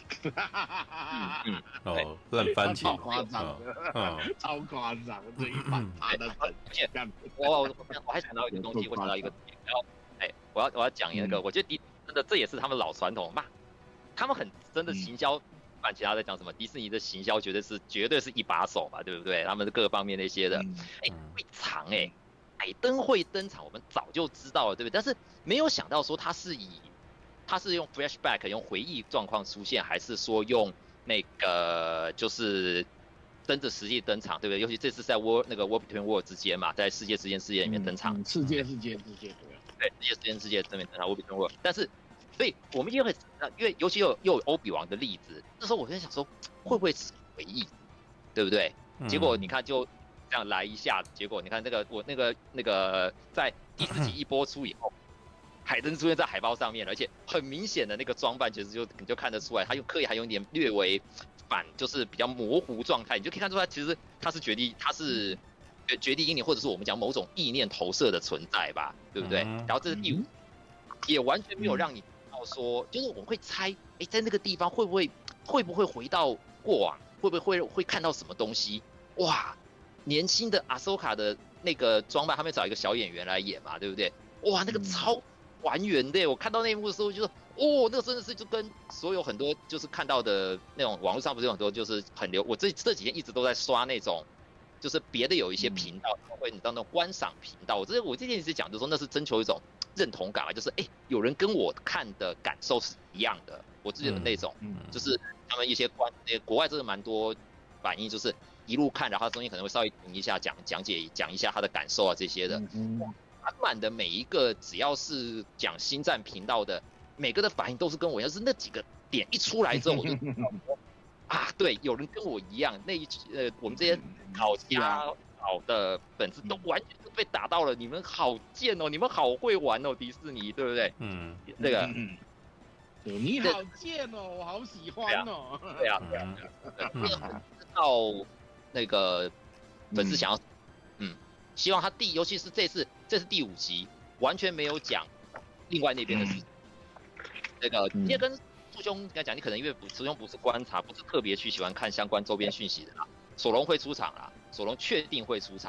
烂番茄， 超夸张的，超夸张，这100%的粉。 我还想到一个东西，然后我要讲一个，我觉得真的这也是他们老传统嘛，他们很真的行销。不其他在讲什么？迪士尼的行销绝对是一把手嘛，对不对？他们的各方面那些的，会藏海登会登场，我们早就知道了，对不对？但是没有想到说他是用 flashback 用回忆状况出现，还是说用那个就是真的实际登场，对不对？尤其这次在 World Between World 之间嘛，在世界之间世界里面登场， 世界对， 世界这边登场 World Between World， 但是。所以我们因为尤其又有欧比王的例子，那时候我在想说会不会是回忆，对不对？结果你看就这样来一下，结果你看那个在第4集一播出以后，海登出现在海报上面了，而且很明显的那个装扮，其实你就看得出来，他刻意还有一点略微就是比较模糊状态，你就可以看出来，其实他是决定因你或者是我们讲某种意念投射的存在吧，对不对？然后这是第5，也完全没有让你。说就是我们会猜，在那个地方会不会回到过往，会看到什么东西？哇，年轻的阿索卡的那个装扮，他们找一个小演员来演嘛，对不对？哇，那个超还原的，我看到那一幕的时候就说，那个真的是就跟所有很多就是看到的那种网络上不是有很多就是很我这几天一直都在刷那种。就是别的有一些频道，会你知道那种观赏频道，我这件事讲就是说那是征求一种认同感嘛，就是有人跟我看的感受是一样的，我自己的那种，就是他们一些国外真的蛮多反应，就是一路看，然后中间可能会稍微停一下讲一下他的感受啊这些的，满满的每一个只要是讲星战频道的，每个的反应都是跟我一样，是那几个点一出来之后我就知道说。对，有人跟我一样，我们这些好的粉丝都完全是被打到了。你们好贱哦，你们好会玩哦，迪士尼，对不对？那个， 你好贱哦，我好喜欢哦。 对啊，知道那个粉丝想要，希望他尤其是这是第5集，完全没有讲另外那边的事情。那个也跟。苏兄跟他讲，你可能因为苏兄不是观察，不是特别去喜欢看相关周边讯息的啦。索隆会出场啦，索隆确定会出场。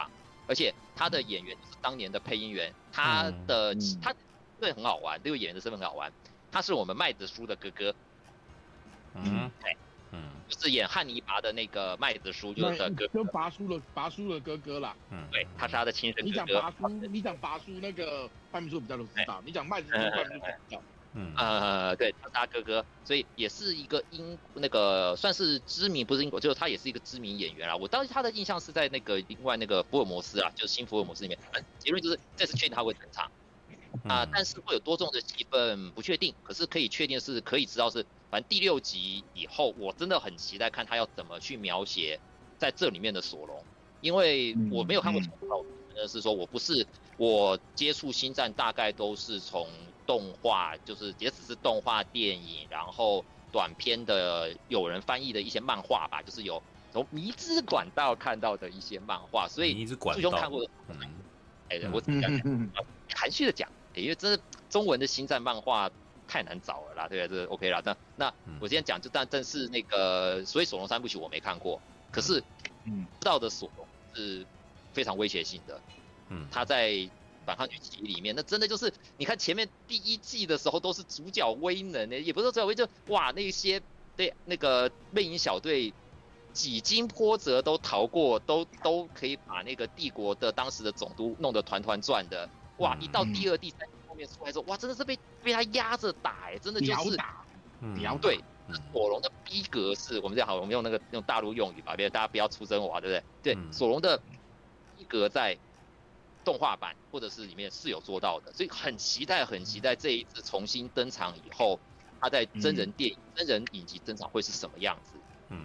而且他的演员是当年的配音员，他对很好玩，这个演员的身份很好玩，他是我们麦子叔的哥哥，对，就是演汉尼拔的那个麦子叔就是的哥哥， 就拔叔的哥哥啦， 对，他是他的亲生哥哥。 你讲拔叔那个范明叔比较都知道，你讲麦子叔范明叔不知道。 对，他是他哥哥，所以也是一个那个算是知名，不是英国，就是他也是一个知名演员啦。我当时他的印象是在那个另外那个福尔摩斯啊，就是新福尔摩斯里面。结论就是这次确定他会登场但是会有多重的戏份不确定，可是可以确定是可以知道是，反正第6集以后，我真的很期待看他要怎么去描写在这里面的索隆，因为我没有看过前传，是说我接触星战大概都是从动画，就是也只是动画电影，然后短篇的有人翻译的一些漫画吧，就是有从迷之管道看到的一些漫画，所以最终看过的，我含蓄的讲，因为这中文的星战漫画太难找了啦，对，这 OK 啦。那我今天讲就但是那个，所以索隆3部曲我没看过，可是知道的索隆是非常威胁性的，他在反抗女集里面，那真的就是你看前面第1季的时候都是主角威能的，也不是主角威，就哇那些对那个魅影小队几经波折都逃过，都可以把那个帝国的当时的总督弄得团团转的，哇！一到第2、第3季后面出来之后，哇，真的是被他压着打，真的就是对。索隆的逼格是我们这样好，我们用大陆用语吧，大家不要出征我，对不对？对，索隆的逼格在动画版或者是里面是有做到的，所以很期待这一次重新登场以后，他在真人电影、真人影集登场会是什么样子。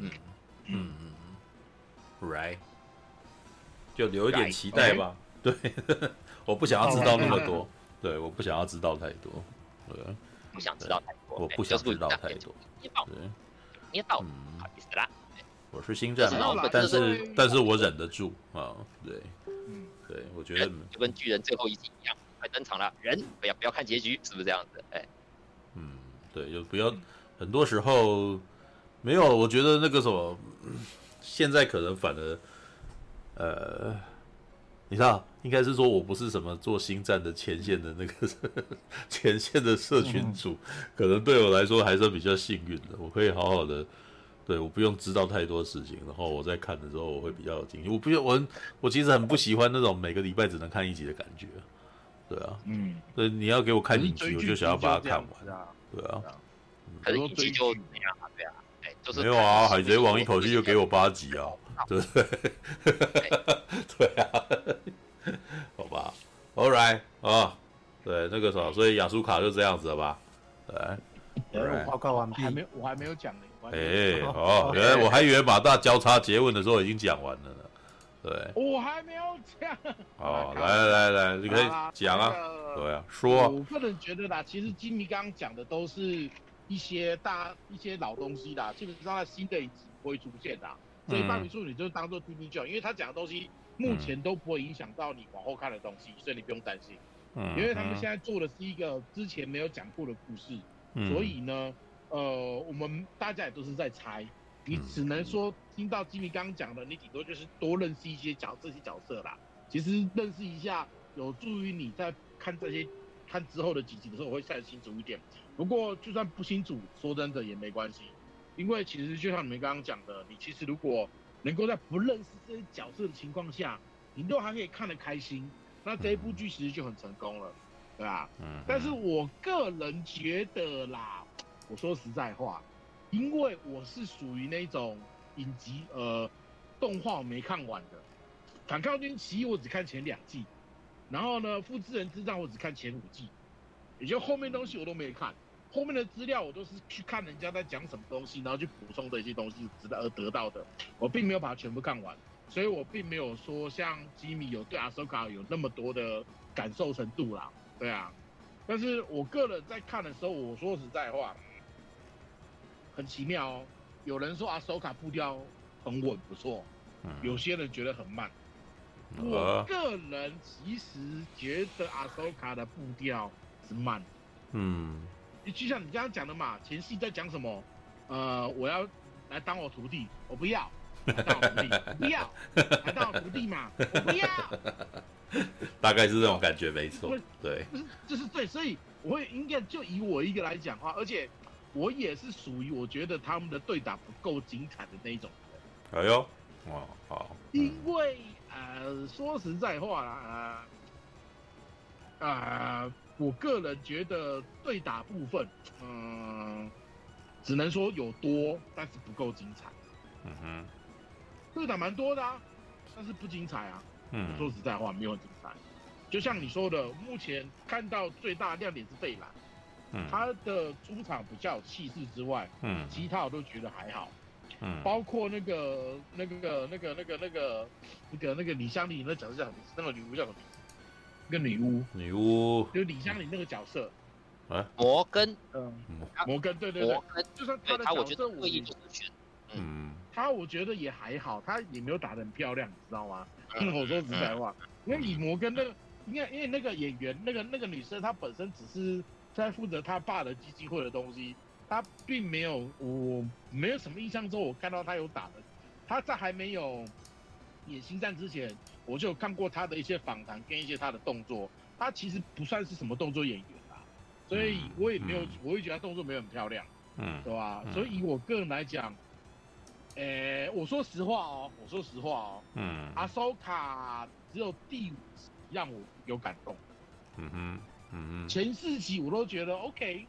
Right， 就留一点期待吧。对，我不想要知道那么多。对，我不想要知道太多。对， 不想知道太多。 我不想知道太多。 捏到，不好意思啦。 我是星战嘛，但是我忍得住啊。对，对，我觉得就跟巨人最后1集一样，快登场了，人不要看结局，是不是这样子？ 对，就不要，很多时候没有，我觉得那个什么，现在可能反而，你知道，应该是说我不是什么做星战的前线的那个前线的社群主，可能对我来说还是比较幸运的，我可以好好的，对，我不用知道太多事情，然后我在看的时候我会比较有经验。我其实很不喜欢那种每个礼拜只能看1集的感觉，对啊，对，你要给我看影集，我就想要把它看完，对啊， 可是1集就那样啊，对啊，就是没有啊，海贼王一口气就给我8集啊，对不对？对啊，好吧 ，All right 啊，对，那个什么，所以亚苏卡就这样子了吧？对， 报告完毕， 我还没有讲呢。 原来我还以为马大交叉诘问的时候已经讲完了呢。对， 我还没有讲。 来，你可以讲啊。对啊，说。 我个人觉得啦，其实吉米刚刚讲的都是一些老东西啦，基本上在新的一集不会出现的。所以半米处女就当做 TV 就好，因为他讲的东西目前都不会影响到你往后看的东西，所以你不用担心。因为他们现在做的是一个之前没有讲过的故事，所以呢，我们大家也都是在猜，你只能说听到吉米刚刚讲的，你顶多就是多认识一些这些角色啦。其实认识一下，有助于你在看之后的几集的时候，我会看得清楚一点。不过就算不清楚，说真的也没关系。因为其实就像你们刚刚讲的，你其实如果能够在不认识这些角色的情况下，你都还可以看得开心，那这一部剧其实就很成功了，对吧？但是我个人觉得啦，我说实在话，因为我是属于那种影集动画我没看完的，《反抗军起义》我只看前2季，然后呢，《复制人之战》我只看前5季，也就后面东西我都没看。后面的资料我都是去看人家在讲什么东西，然后去补充这些东西而得到的，我并没有把它全部看完，所以我并没有说像吉米有对阿索卡有那么多的感受程度啦，对啊。但是我个人在看的时候，我说实在话，很奇妙哦。有人说阿索卡步调很稳不错，有些人觉得很慢。我个人其实觉得阿索卡的步调是慢，就像你刚刚讲的嘛，前戏在讲什么？我要来当我徒弟，我不要， 当我徒弟，不要，来当我徒弟嘛，我不要。 大概是这种感觉，没错，对， 就是对，所以我会应该就以我一个来讲话，而且我也是属于我觉得他们的对打不够精彩的那一种人。 哎呦，哦，好， 因为说实在话啦，我个人觉得对打部分，只能说有多，但是不够精彩。 嗯哼， 对打蛮多的啊，但是不精彩啊。说实在话，没有很精彩。就像你说的，目前看到最大的亮点是贝兰，他的出场比较有气势之外，其他我都觉得还好。包括那个李香玲那角色叫什么名字？那个女巫叫什么名字？那个女巫，就李香玲那个角色。 摩根， 摩根，对， 摩根， 就算他的角色我也选， 他我觉得也还好，他也没有打得很漂亮，你知道吗？我说实在话，因为以摩根那个，因为那个演员，那个女生，她本身只是在负责她爸的基金会的东西，她并没有，我没有什么印象中我看到她有打的。她在还没有演星战之前，我就有看过她的一些访谈跟一些她的动作，她其实不算是什么动作演员啦，所以我也没有，我会觉得她动作没有很漂亮，对吧？所以以我个人来讲。我说实话哦，阿索卡只有第5集让我有感动，前4集我都觉得 OK，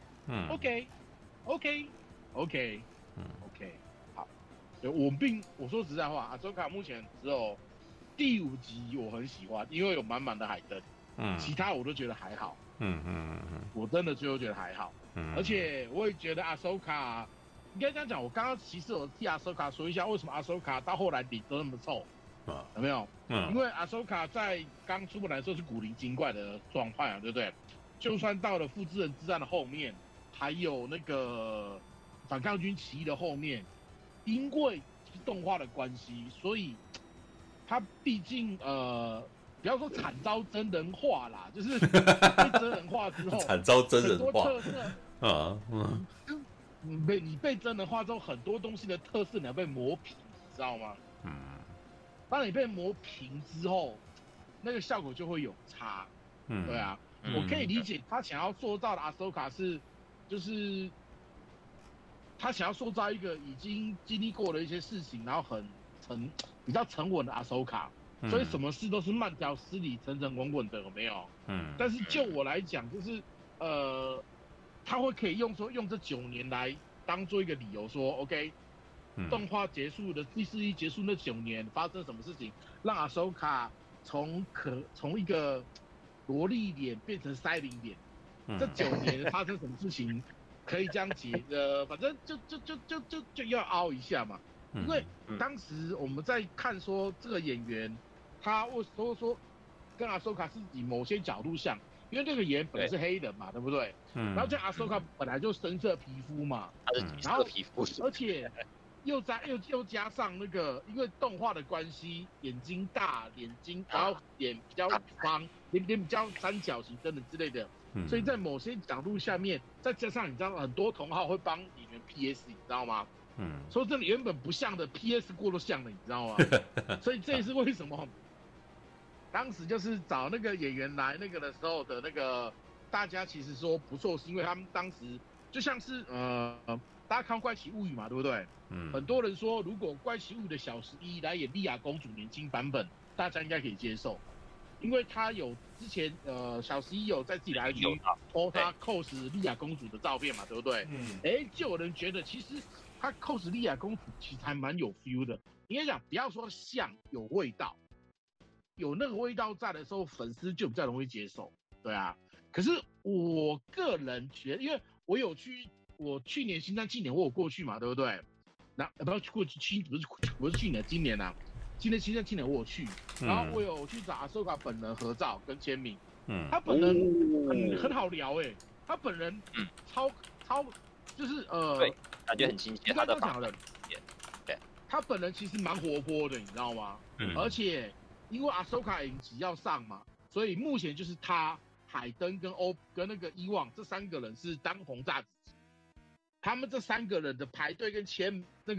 好，我说实在话，阿索卡目前只有第5集我很喜欢，因为有满满的海灯，其他我都觉得还好，我真的就觉得还好，而且我也觉得阿索卡。应该这样讲，我刚刚其实有替阿索卡说一下，为什么阿索卡到后来脸都那么臭，有没有？因为阿索卡在刚出门来的时候是古灵精怪的状态啊，对不对？就算到了复制人之战的后面，还有那个反抗军起义的后面，因为动画的关系，所以他毕竟不要说惨遭真人化啦，就是被真人化之后， 惨遭真人化， 很多特色你被真人化之后，很多东西的特色你要被磨平，你知道吗？当你被磨平之后，那个效果就会有差。对啊，我可以理解他想要塑造的阿索卡就是他想要塑造一个已经经历过的一些事情，然后比较沉稳的阿索卡，所以什么事都是慢条斯理、沉沉稳稳的，有没有？但是就我来讲，就是他会可以用这9年来当做一个理由说 ，OK， 动画结束的第4季结束那9年发生什么事情，让阿索卡从一个萝莉脸变成塞琳脸，这9年发生什么事情可以这样反正就要凹一下嘛，因为当时我们在看说这个演员他为什么说跟阿索卡是以某些角度像。因为这个演员本来是黑人嘛，对不对？然后这阿索卡本来就深色皮肤嘛， 然后皮肤， 而且又加上那个，因为动画的关系，眼睛大，然后脸比较方，脸比较三角形等等之类的，所以在某些角度下面，再加上你知道很多同好会帮演员 PS， 你知道吗？说真的，原本不像的 PS 过都像了，你知道吗？所以这也是为什么。当时就是找那个演员来那个的时候的那个，大家其实说不错，是因为他们当时就像是大家看《怪奇物语》嘛，对不对？很多人说如果《怪奇物语》的小11来演莉亚公主年轻版本，大家应该可以接受，因为他有之前小11有在自己的 IG po他 cos 莉亚公主的照片嘛，对不对？就有人觉得其实他 cos 莉亚公主其实还蛮有 feel 的，应该讲不要说像，有味道。有那个味道在的时候，粉丝就比较容易接受，对啊。可是我个人觉得，因为我去年星战纪年我有过去嘛，对不对？不是过去不是去年，今年啊，今年星战纪年我有去，然后我有去找阿索卡本人合照跟签名，他本人很好聊他本人超就是对，感觉很亲切，他的讲的， 对， 他本人其实蛮活泼的，你知道吗？而且。因为阿索卡影集要上嘛，所以目前就是他、海登跟那个伊旺这3个人是当红炸子鸡。他们这3个人的排队跟签那个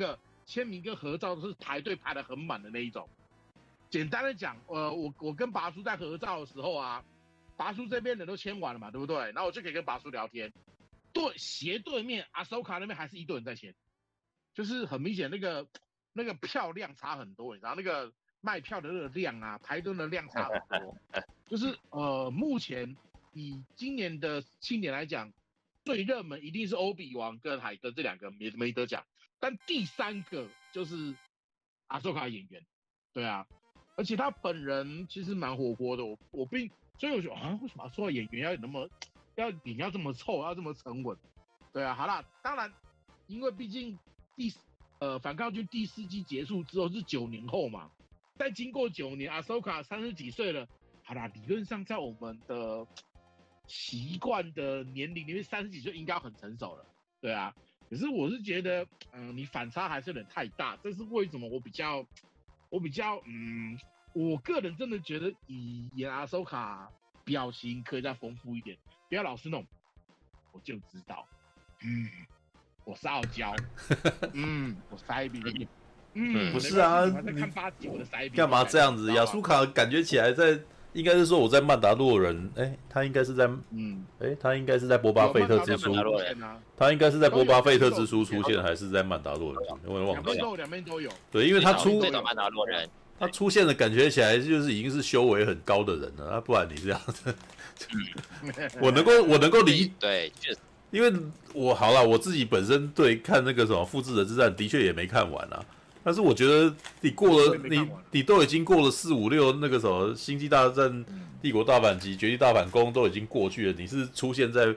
签名跟合照都是排队排得很满的那一种。简单的讲，我跟拔叔在合照的时候啊，拔叔这边人都签完了嘛，对不对？然后我就可以跟拔叔聊天。斜对面阿苏卡那边还是一堆人在签，就是很明显那个票量差很多，你知道那个卖票的那个量啊，排队的量差很多。就是目前以今年的青年来讲，最热门一定是欧比王跟海德这两个没得讲，但第三个就是阿苏卡演员，对啊，而且他本人其实蛮活泼的，所以我觉得啊，为什么阿苏卡演员要那么脸要这么臭，要这么沉稳？对啊，好啦，当然，因为毕竟反抗军第4季结束之后是9年后嘛，再经过9年，阿苏卡30几岁了，好啦，理论上在我们的习惯的年龄里面，30几岁应该很成熟了，对啊。可是我是觉得，你反差还是有点太大，这是为什么？我比较，我个人真的觉得以演阿苏卡表情可以再丰富一点，不要老是那种，我就知道，我是傲娇，我塞鼻， 不是啊， 我在看8集，我的塞鼻， 干嘛这样子？亚苏卡感觉起来应该是说我在曼达洛人，他应该是在，他应该是在波巴费特之书，他应该是在波巴费特之书出现，还是在曼达洛人？我也忘记了， 两边都有。 对，因为他曼达洛人， 他出现的感觉起来就是已经是修为很高的人了，不然你这样子，我能够理对，确实， 因为我自己本身对看那个什么复制人之战的确也没看完啊。但是我觉得你过了你都已经过了4、5、6那个什么星际大战、帝国大反击、绝地大反攻都已经过去了，你是出现在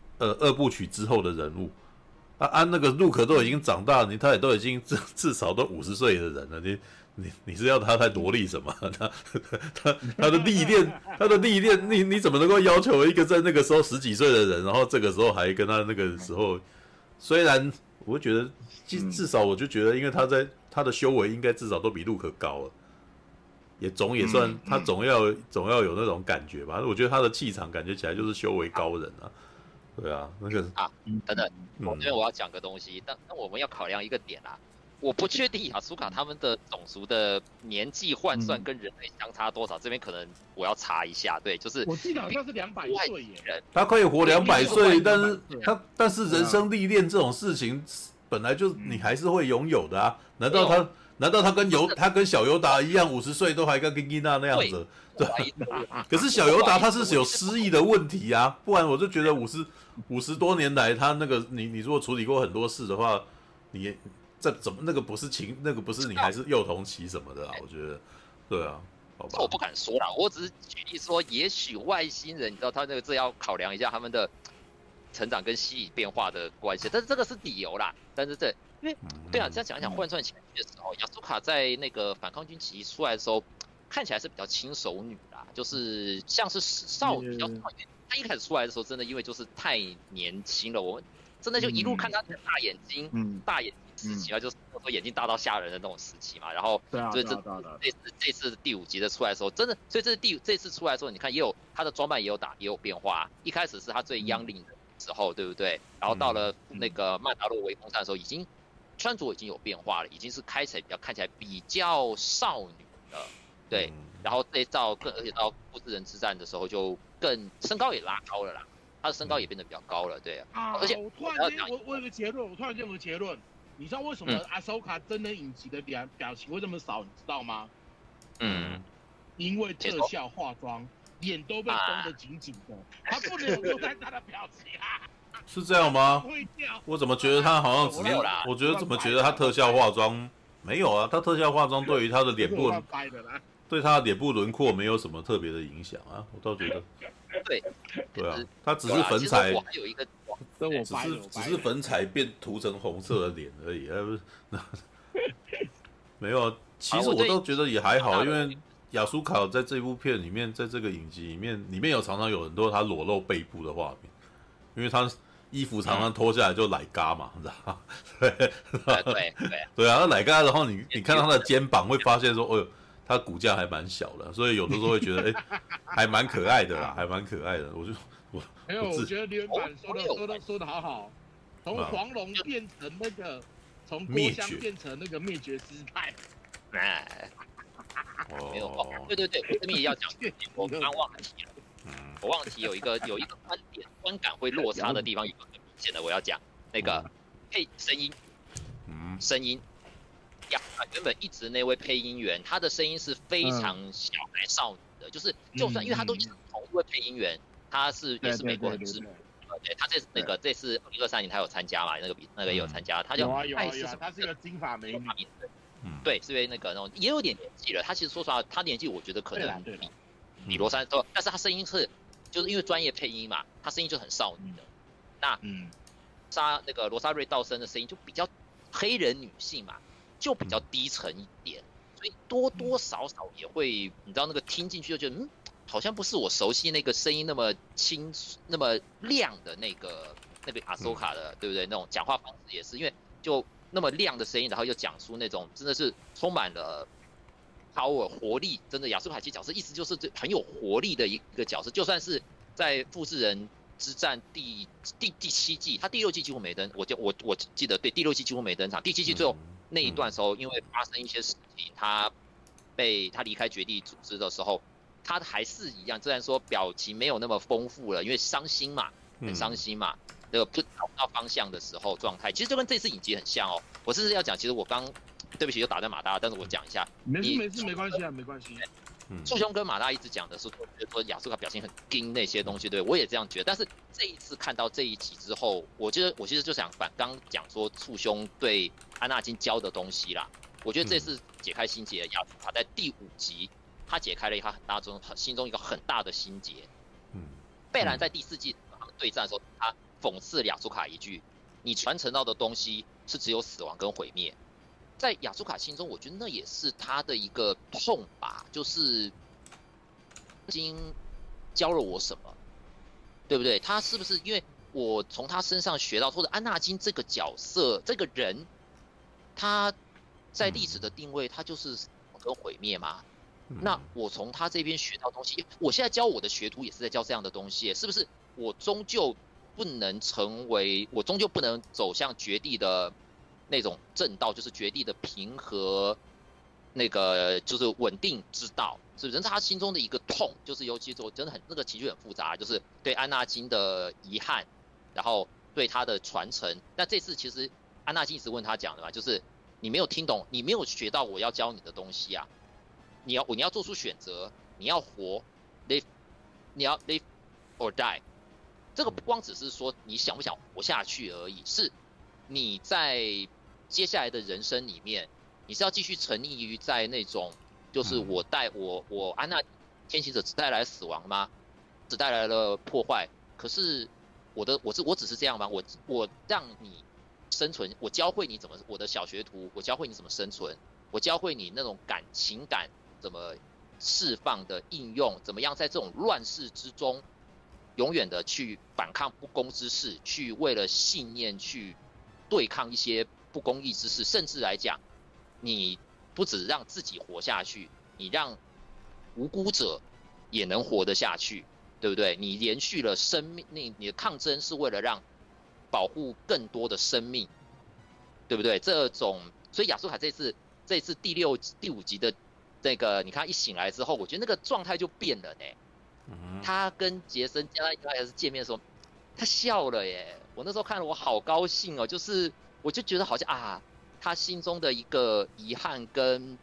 2部曲之后的人物啊，那个路可都已经长大了，他也都已经至少都50岁的人了，你是要他在萝莉什么？他的历练，你怎么能够要求一个在那个时候10几岁的人，然后这个时候还跟他那个时候，虽然我觉得至少我就觉得，因为他的修为应该至少都比路可高了，也算他总要有那种感觉吧。我觉得他的气场感觉起来就是修为高人啊，对啊，那个等等，我觉得我要讲个东西，但我们要考量一个点啊。我不确定亚苏卡他们的种族的年纪换算跟人类相差多少，这边可能我要查一下。对，就是我记得好像是200岁耶， 他可以活200岁，但是人生历练这种事情本来就你还是会拥有的啊。难道他跟小尤达一样50岁都还跟伊娜那样子？对。可是小尤达他是有失忆的问题啊，不然我就觉得50多年来他那个你如果处理过很多事的话，你。这怎么那个不是你还是幼童期什么的啊？我觉得，对啊，好吧。 我不敢说啦，我只是举例说，也许外星人，你知道他那个这要考量一下他们的成长跟心理变化的关系，但是这个是理由啦。但是因为对啊，这样讲一讲换算起来的时候，亚苏卡在那个反抗军起义出来的时候，看起来是比较轻熟女啦，就是像是少女比较少一点。她一开始出来的时候，真的因为就是太年轻了，我们真的就一路看她的大眼睛，大眼睛。时期啊，就是说眼睛大到吓人的那种时期嘛，然后就是这次第5集的出来的时候，真的，所以这次出来的时候，你看也有他的装扮也有变化。一开始是他最央领的时候，对不对？然后到了那个曼达洛围攻战的时候，已经穿着已经有变化了，已经是看起来比较少女了，对。然后而且到复制人之战的时候，就更身高也拉高了啦，他的身高也变得比较高了，对啊。而且我突然间我有个结论，你知道为什么阿苏卡真人影集的表情会这么少？你知道吗？因为特效化妆，眼都被封得紧紧的，他不能有他的表情啊。 是这样吗？我怎么觉得他好像只有啦？我怎么觉得他特效化妆没有啊？他特效化妆对于他的脸部，对他的脸部轮廓没有什么特别的影响啊。我倒觉得，对啊，他只是粉彩。只是粉彩变涂成红色的脸而已，没有。其实我都觉得也还好，因为亚苏卡在这部片里面，在这个影集里面有常常有很多他裸露背部的画面，因为他衣服常常脱下来就奶嘎嘛，你知道吗？对啊，那奶嘎的话，你看到他的肩膀会发现说，哦呦，他骨架还蛮小的，所以有的时候会觉得，还蛮可爱的啦，还蛮可爱的。 我觉得留言板说的好好，从黄龙变成那个从郭襄变成那个灭绝师太。 哎，没有错，对，我这边也要讲，我刚忘了提了，我忘记有一个观感会落差的地方，有个很明显的我要讲那个声音。原本一直那位配音员，他的声音是非常小孩少女的，就是就算因为他都一直同一位配音员，他也是美国很知名。对，他这次2023年他有参加嘛，那个也有参加，他叫艾斯， 他是个金发美女。 对，是因为那种也有点年纪了。他其实说实话，他年纪我觉得可能比罗珊都，但是他声音就是因为专业配音嘛，他声音就很少女的。那那个罗莎瑞道森的声音就比较黑人女性嘛，就比较低沉一点，所以多多少少也会，你知道那个听进去就觉得好像不是我熟悉那个声音那么清那么亮的那个阿索卡的，对不对？那种讲话方式也是，因为就那么亮的声音，然后又讲出那种真的是充满了 power 活力，真的亚苏卡其角色意思就是很有活力的一个角色，就算是在复制人之战第7季，他第6季几乎没登，我记得对，第6季几乎没登场，第7季最后那一段时候，因为发生一些事情，他离开绝地组织的时候，他还是一样，虽然说表情没有那么丰富了，因为伤心嘛，很伤心嘛。那个不找不到方向的时候状态，其实就跟这次影集很像哦。我是要讲，其实我对不起又打在马大，但是我讲一下， 没事，没关系啊，没关系。 树兄跟马大一直讲的是说亚苏卡表现很硬那些东西，对我也这样觉得。但是这一次看到这一集之后，我其实就想刚讲说树兄对安纳金教的东西啦，我觉得这次解开心结的亚苏卡在第5集，他解开了他心中一个很大的心结。贝兰在第4季他们对战的时候，他讽刺亚苏卡一句：“你传承到的东西是只有死亡跟毁灭。”在亚苏卡心中，我觉得那也是他的一个痛吧，就是金教了我什么，对不对？他是不是因为我从他身上学到，或者安纳金这个角色、这个人，他在历史的定位，他就是死亡跟毁灭嘛？那我从他这边学到东西，我现在教我的学徒也是在教这样的东西，是不是？我终究不能走向绝地的那种正道，就是绝地的平和，那个就是稳定之道，是不是？他心中的一个痛，就是尤其我真的那个情绪很复杂，就是对安纳金的遗憾，然后对他的传承。那这次其实安纳金一直问他讲的嘛，就是你没有听懂，你没有学到我要教你的东西啊，你要做出选择，你要活 ，live， 你要 live or die。这个不光只是说你想不想活下去而已，是你在接下来的人生里面，你是要继续沉溺于在那种，就是我安纳天行者只带来死亡吗？只带来了破坏？可是我只是这样吗？我让你生存，我教会你怎么，我的小学徒，我教会你怎么生存，我教会你那种情感怎么释放的应用，怎么样在这种乱世之中。永远的去反抗不公之事，去为了信念去对抗一些不公义之事，甚至来讲，你不只让自己活下去，你让无辜者也能活得下去，对不对？你延续了生命，你的抗争是为了让保护更多的生命，对不对？所以亚苏卡这次第5集的那个，你看一醒来之后，我觉得那个状态就变了呢。他跟杰森加拉还是见面的时候，他笑了耶！我那时候看了，我好高兴哦，就是我就觉得好像他心中的一个遗憾跟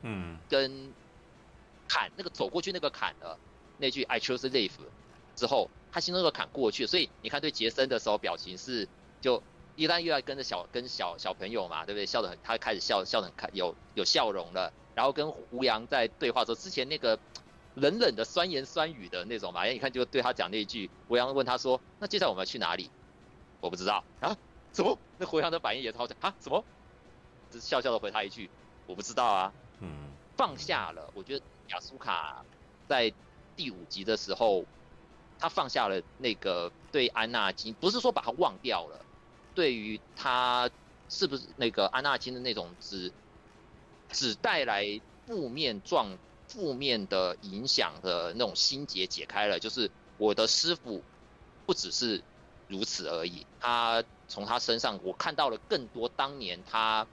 坎，那个走过去那个坎了，那句 I choose live 之后，他心中那个坎过去，所以你看对杰森的时候表情是就一旦又要跟小朋友嘛，对不对？笑得很，他开始笑得很开，有笑容了，然后跟胡杨在对话的时候，之前那个。冷冷的酸言酸语的那种嘛，你看就对他讲那一句，胡杨问他说：“那接下来我们要去哪里？”我不知道啊，什么？那胡杨的反应也超像啊，什么？只笑笑的回他一句：“我不知道啊。”放下了。我觉得亚苏卡在第5集的时候，他放下了那个对安纳金，不是说把他忘掉了，对于他是不是那个安纳金的那种只带来负面的影响的那种心结解开了，就是我的师父不只是如此而已，他从他身上我看到了更多当年他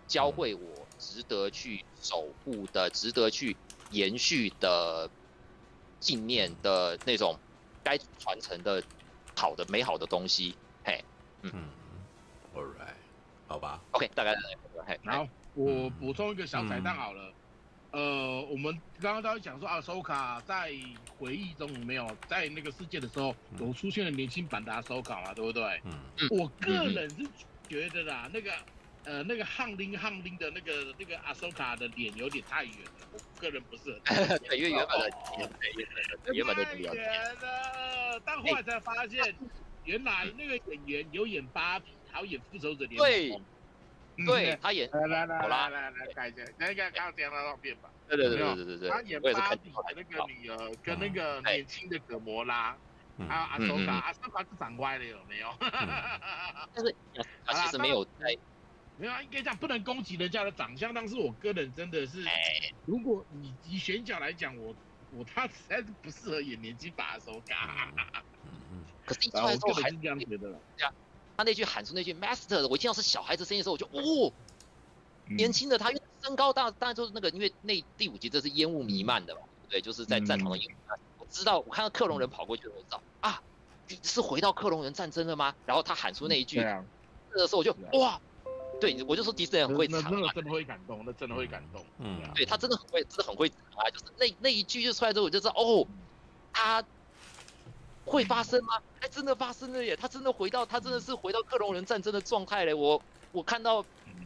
教会我值得去守护的、值得去延续的信念的那种该传承的好的、美好的东西。嘿 ，All right， 好吧 ，OK， 大概然后我补充一个小彩蛋好了。我们刚刚在讲说阿索卡在回忆中有没有在那个世界的时候有出现了年轻版的阿索卡嘛，对不对？我个人是觉得啦，那个汉林的那个阿索卡的脸有点太圆了，我个人不是很对，因为原本的太圆了，但后来才发现，原来那个演员有演芭比，还有演复仇者联盟。 对他演， 来改一下，那个刚刚讲的照片吧。 对， 他演芭比的那个女儿，跟那个年轻的葛摩拉，还有阿索卡，阿索卡是长歪了有没有？ 但是他其实没有在， 没有，应该讲不能攻击人家的长相，但是我个人真的是，如果你以选角来讲，他实在是不适合演年轻版阿索卡。 可是一出来之后还是这样觉得了。 他那句喊出那句 Master， 我一听到是小孩子声音的时候，我就年轻的他，因为身高当然就是那个，因为那第5集这是烟雾弥漫的嘛，对，就是在战场的烟雾弥漫。我知道，我看到克隆人跑过去，我知道啊，是回到克隆人战争了吗？然后他喊出那一句，这个时候我就哇，对我就说迪士尼很会藏啊， 那真的会感动，那真的会感动。 对他真的很会藏啊，就是那一句就出来之后，我就知道他会发生吗？哎，真的发生了耶！他真的是回到克隆人战争的状态了。我看到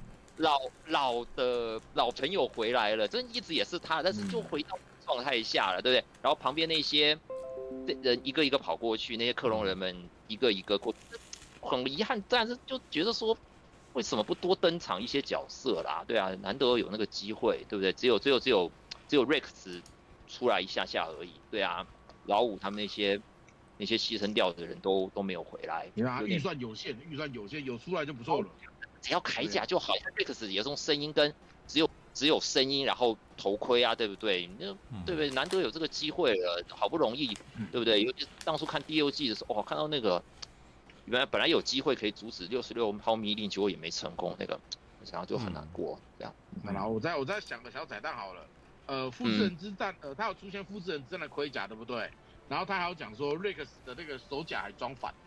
老朋友回来了，真一直也是他，但是就回到状态下了，对不对？然后旁边那些人一个一个跑过去，那些克隆人们一个一个过去，很遗憾，但是就觉得说，为什么不多登场一些角色啦？对啊，难得有那个机会，对不对？只有 Rex 出来一下下而已，对啊，老五他们那些牺牲掉的人都没有回来， 你看预算有限，有出来就不错了。 只要铠甲就好，像 Rex 也用声音跟只有声音，然后头盔啊，对不对？对不对？难得有这个机会了，好不容易，对不对？尤其是当初看第6季的时候，看到那个原来本来有机会可以阻止66号密令，结果也没成功，那个然后就很难过。这样， 然后我再想个小彩蛋好了。复制人之战，他有出现复制人之战的盔甲，对不对？然后他还有讲说 Rex 的那个手甲还装反。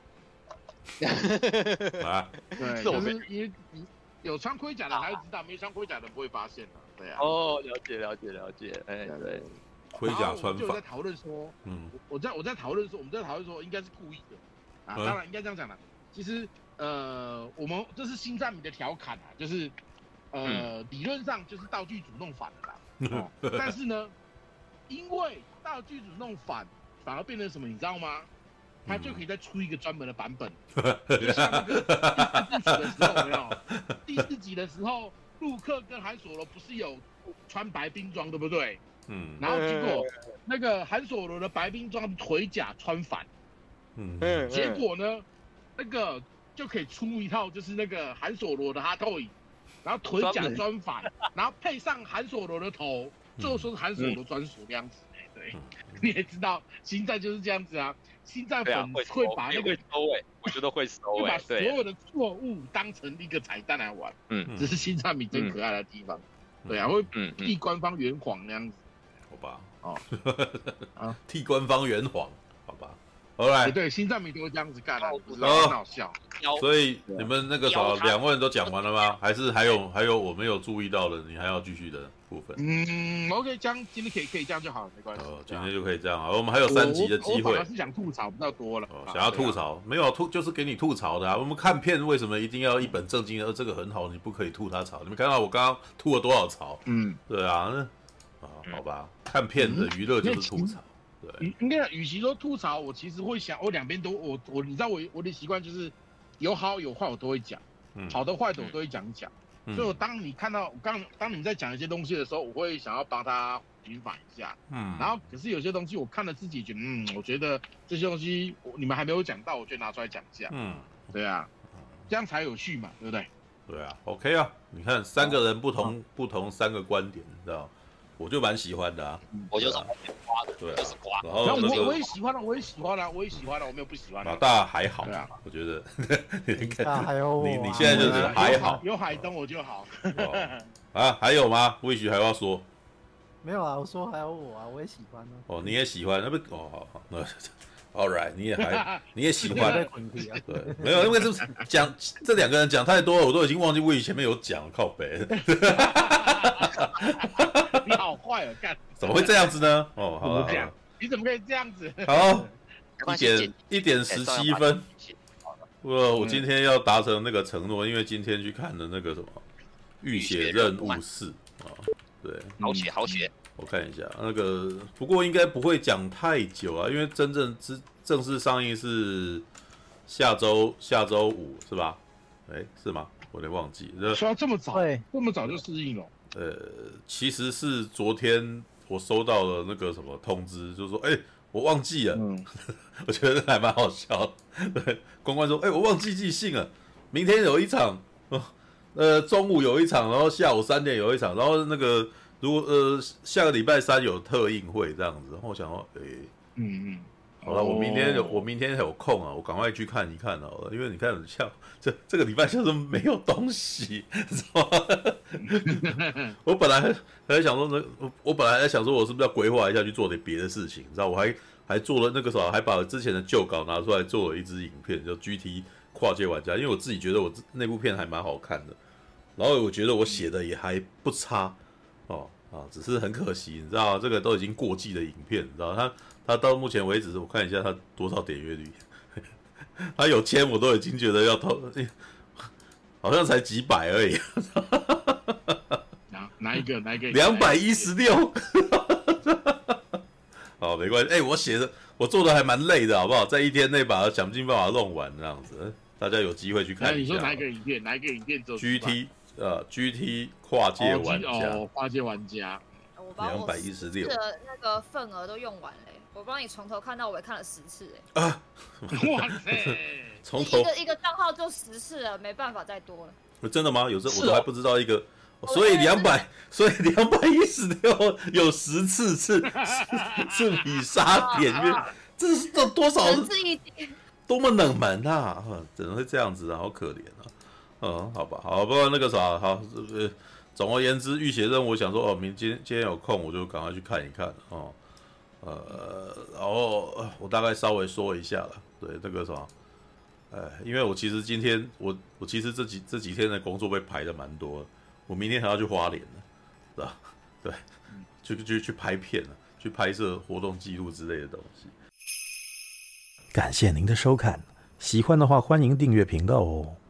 对，就是因为你有穿盔甲的还会知道，没穿盔甲的不会发现的，对啊。 了解，哎，对。 盔甲穿反。 就在讨论说，我在讨论说，应该是故意的啊，当然应该这样讲的。其实我们这是星战迷的调侃啊，就是理论上就是道具组弄反了啦，但是呢，因为道具组弄反而变成什么，你知道吗？他就可以再出一个专门的版本，就像那个第4集的时候，陆克跟韩索罗不是有穿白兵装，对不对？然后结果那个韩索罗的白兵装腿甲穿反，结果呢，那个就可以出一套，就是那个韩索罗的哈透影，然后腿甲穿反，然后配上韩索罗的头，最后说是韩索罗专属那样子。对，你也知道，星战就是这样子啊。星战粉会把那个我觉得会收会把所有的错误当成一个彩蛋来玩。只是星战迷真可爱的地方。对啊，会替官方圆谎那样子。 好吧。替官方圆谎，好吧。好来， 对，星战迷都会这样子干，不知道很好笑。 所以你们那个2位人都讲完了吗？还是还有我没有注意到的，你还要继续的部分 ？OK， 这样今天可以这样就好了，没关系。 今天就可以这样好，我们还有3集的机会。 我是想吐槽比较多了。 想要吐槽，没有就是给你吐槽的啊。我们看片为什么一定要一本正经的？这个很好，你不可以吐他槽。你们看到我刚刚吐了多少槽？对啊，好吧，看片的娱乐就是吐槽。 应该与其说吐槽，我其实会想，我两边都你知道我的习惯就是有好有坏我都会讲，好的坏的我都会讲。所以我当你看到当你们在讲一些东西的时候，我会想要帮他平反一下。然后可是有些东西我看了自己觉得，我觉得这些东西你们还没有讲到，我就拿出来讲一下。对啊，这样才有趣嘛，对不对？ 对啊，OK 啊。你看3个人不同3个观点，你知道？ 我就蛮喜欢的啊。 我就是刮的， 对， 就是刮。 然后我也喜欢了，我也喜欢了，我没有不喜欢。 老大还好， 对啊， 我觉得。 还有我， 你现在就是还好， 有海灯我就好。 啊，还有吗？Wish 还要说？ 没有啊，我说还有我啊，我也喜欢啊。 哦，你也喜欢？那不好，那 All right， 你也喜欢？对，没有，因为讲这两个人讲太多了，我都已经忘记 Wish 前面有讲靠北。 你好坏哦，干！ 怎么会这样子呢？哦，好了， 你怎么可以这样子？ 好，1点17分。我今天要达成那个承诺，因为今天去看的那个什么《浴血任务4》啊，对， 好血。 我看一下那个，不过应该不会讲太久啊，因为正式上映是下周5是吧？是吗？我有点忘记。 说到这么早，这么早就适应了。 其实是昨天我收到了那个什么通知，就是说，我忘记了。我觉得还蛮好笑的。对，公关说，我忘记寄信了，明天有一场，中午有一场，然后下午3点有一场，然后那个如果下个礼拜3有特映会这样子。然后我想说，好了，我明天有空啊，我赶快去看一看好了，因为你看像这个礼拜就是没有东西，知道吗？我本来还想说，我本来还想说我是不是要规划一下去做点别的事情，你知道，我还做了那个啥，还把之前的旧稿拿出来做了一支影片，叫 GT 跨界玩家，因为我自己觉得我那部片还蛮好看的，然后我觉得我写的也还不差只是很可惜，你知道这个都已经过季的影片，你知道他到目前为止，我看一下他多少点阅率，他有签我都已经觉得要投，好像才几百而已。 哪一个 ？216。好，没关系。我做的还蛮累的，好不好？在1天内把它想尽办法弄完，这样子，大家有机会去看一下。 你说哪一个影片 ？GT 跨界玩家。 跨界玩家。 我把我216的那个份额都用完了，我帮你从头看到尾看了10次， 哇塞！ 从头一个账号就10次了，没办法再多了。 真的吗？有时我都还不知道一个。所以216有10次是你杀点阅，这是多少？多么冷门啊！怎么会这样子啊？好可怜啊！好吧，好，不过那个啥，好，总而言之，浴血任务，我想说，今天有空，我就赶快去看一看哦。然后我大概稍微说一下了，对那个啥，因为我其实今天我其实这几天的工作被排的蛮多的。我明天还要去花莲呢，是吧？对，去拍片了，去拍摄活动记录之类的东西。 感谢您的收看，喜欢的话欢迎订阅频道哦。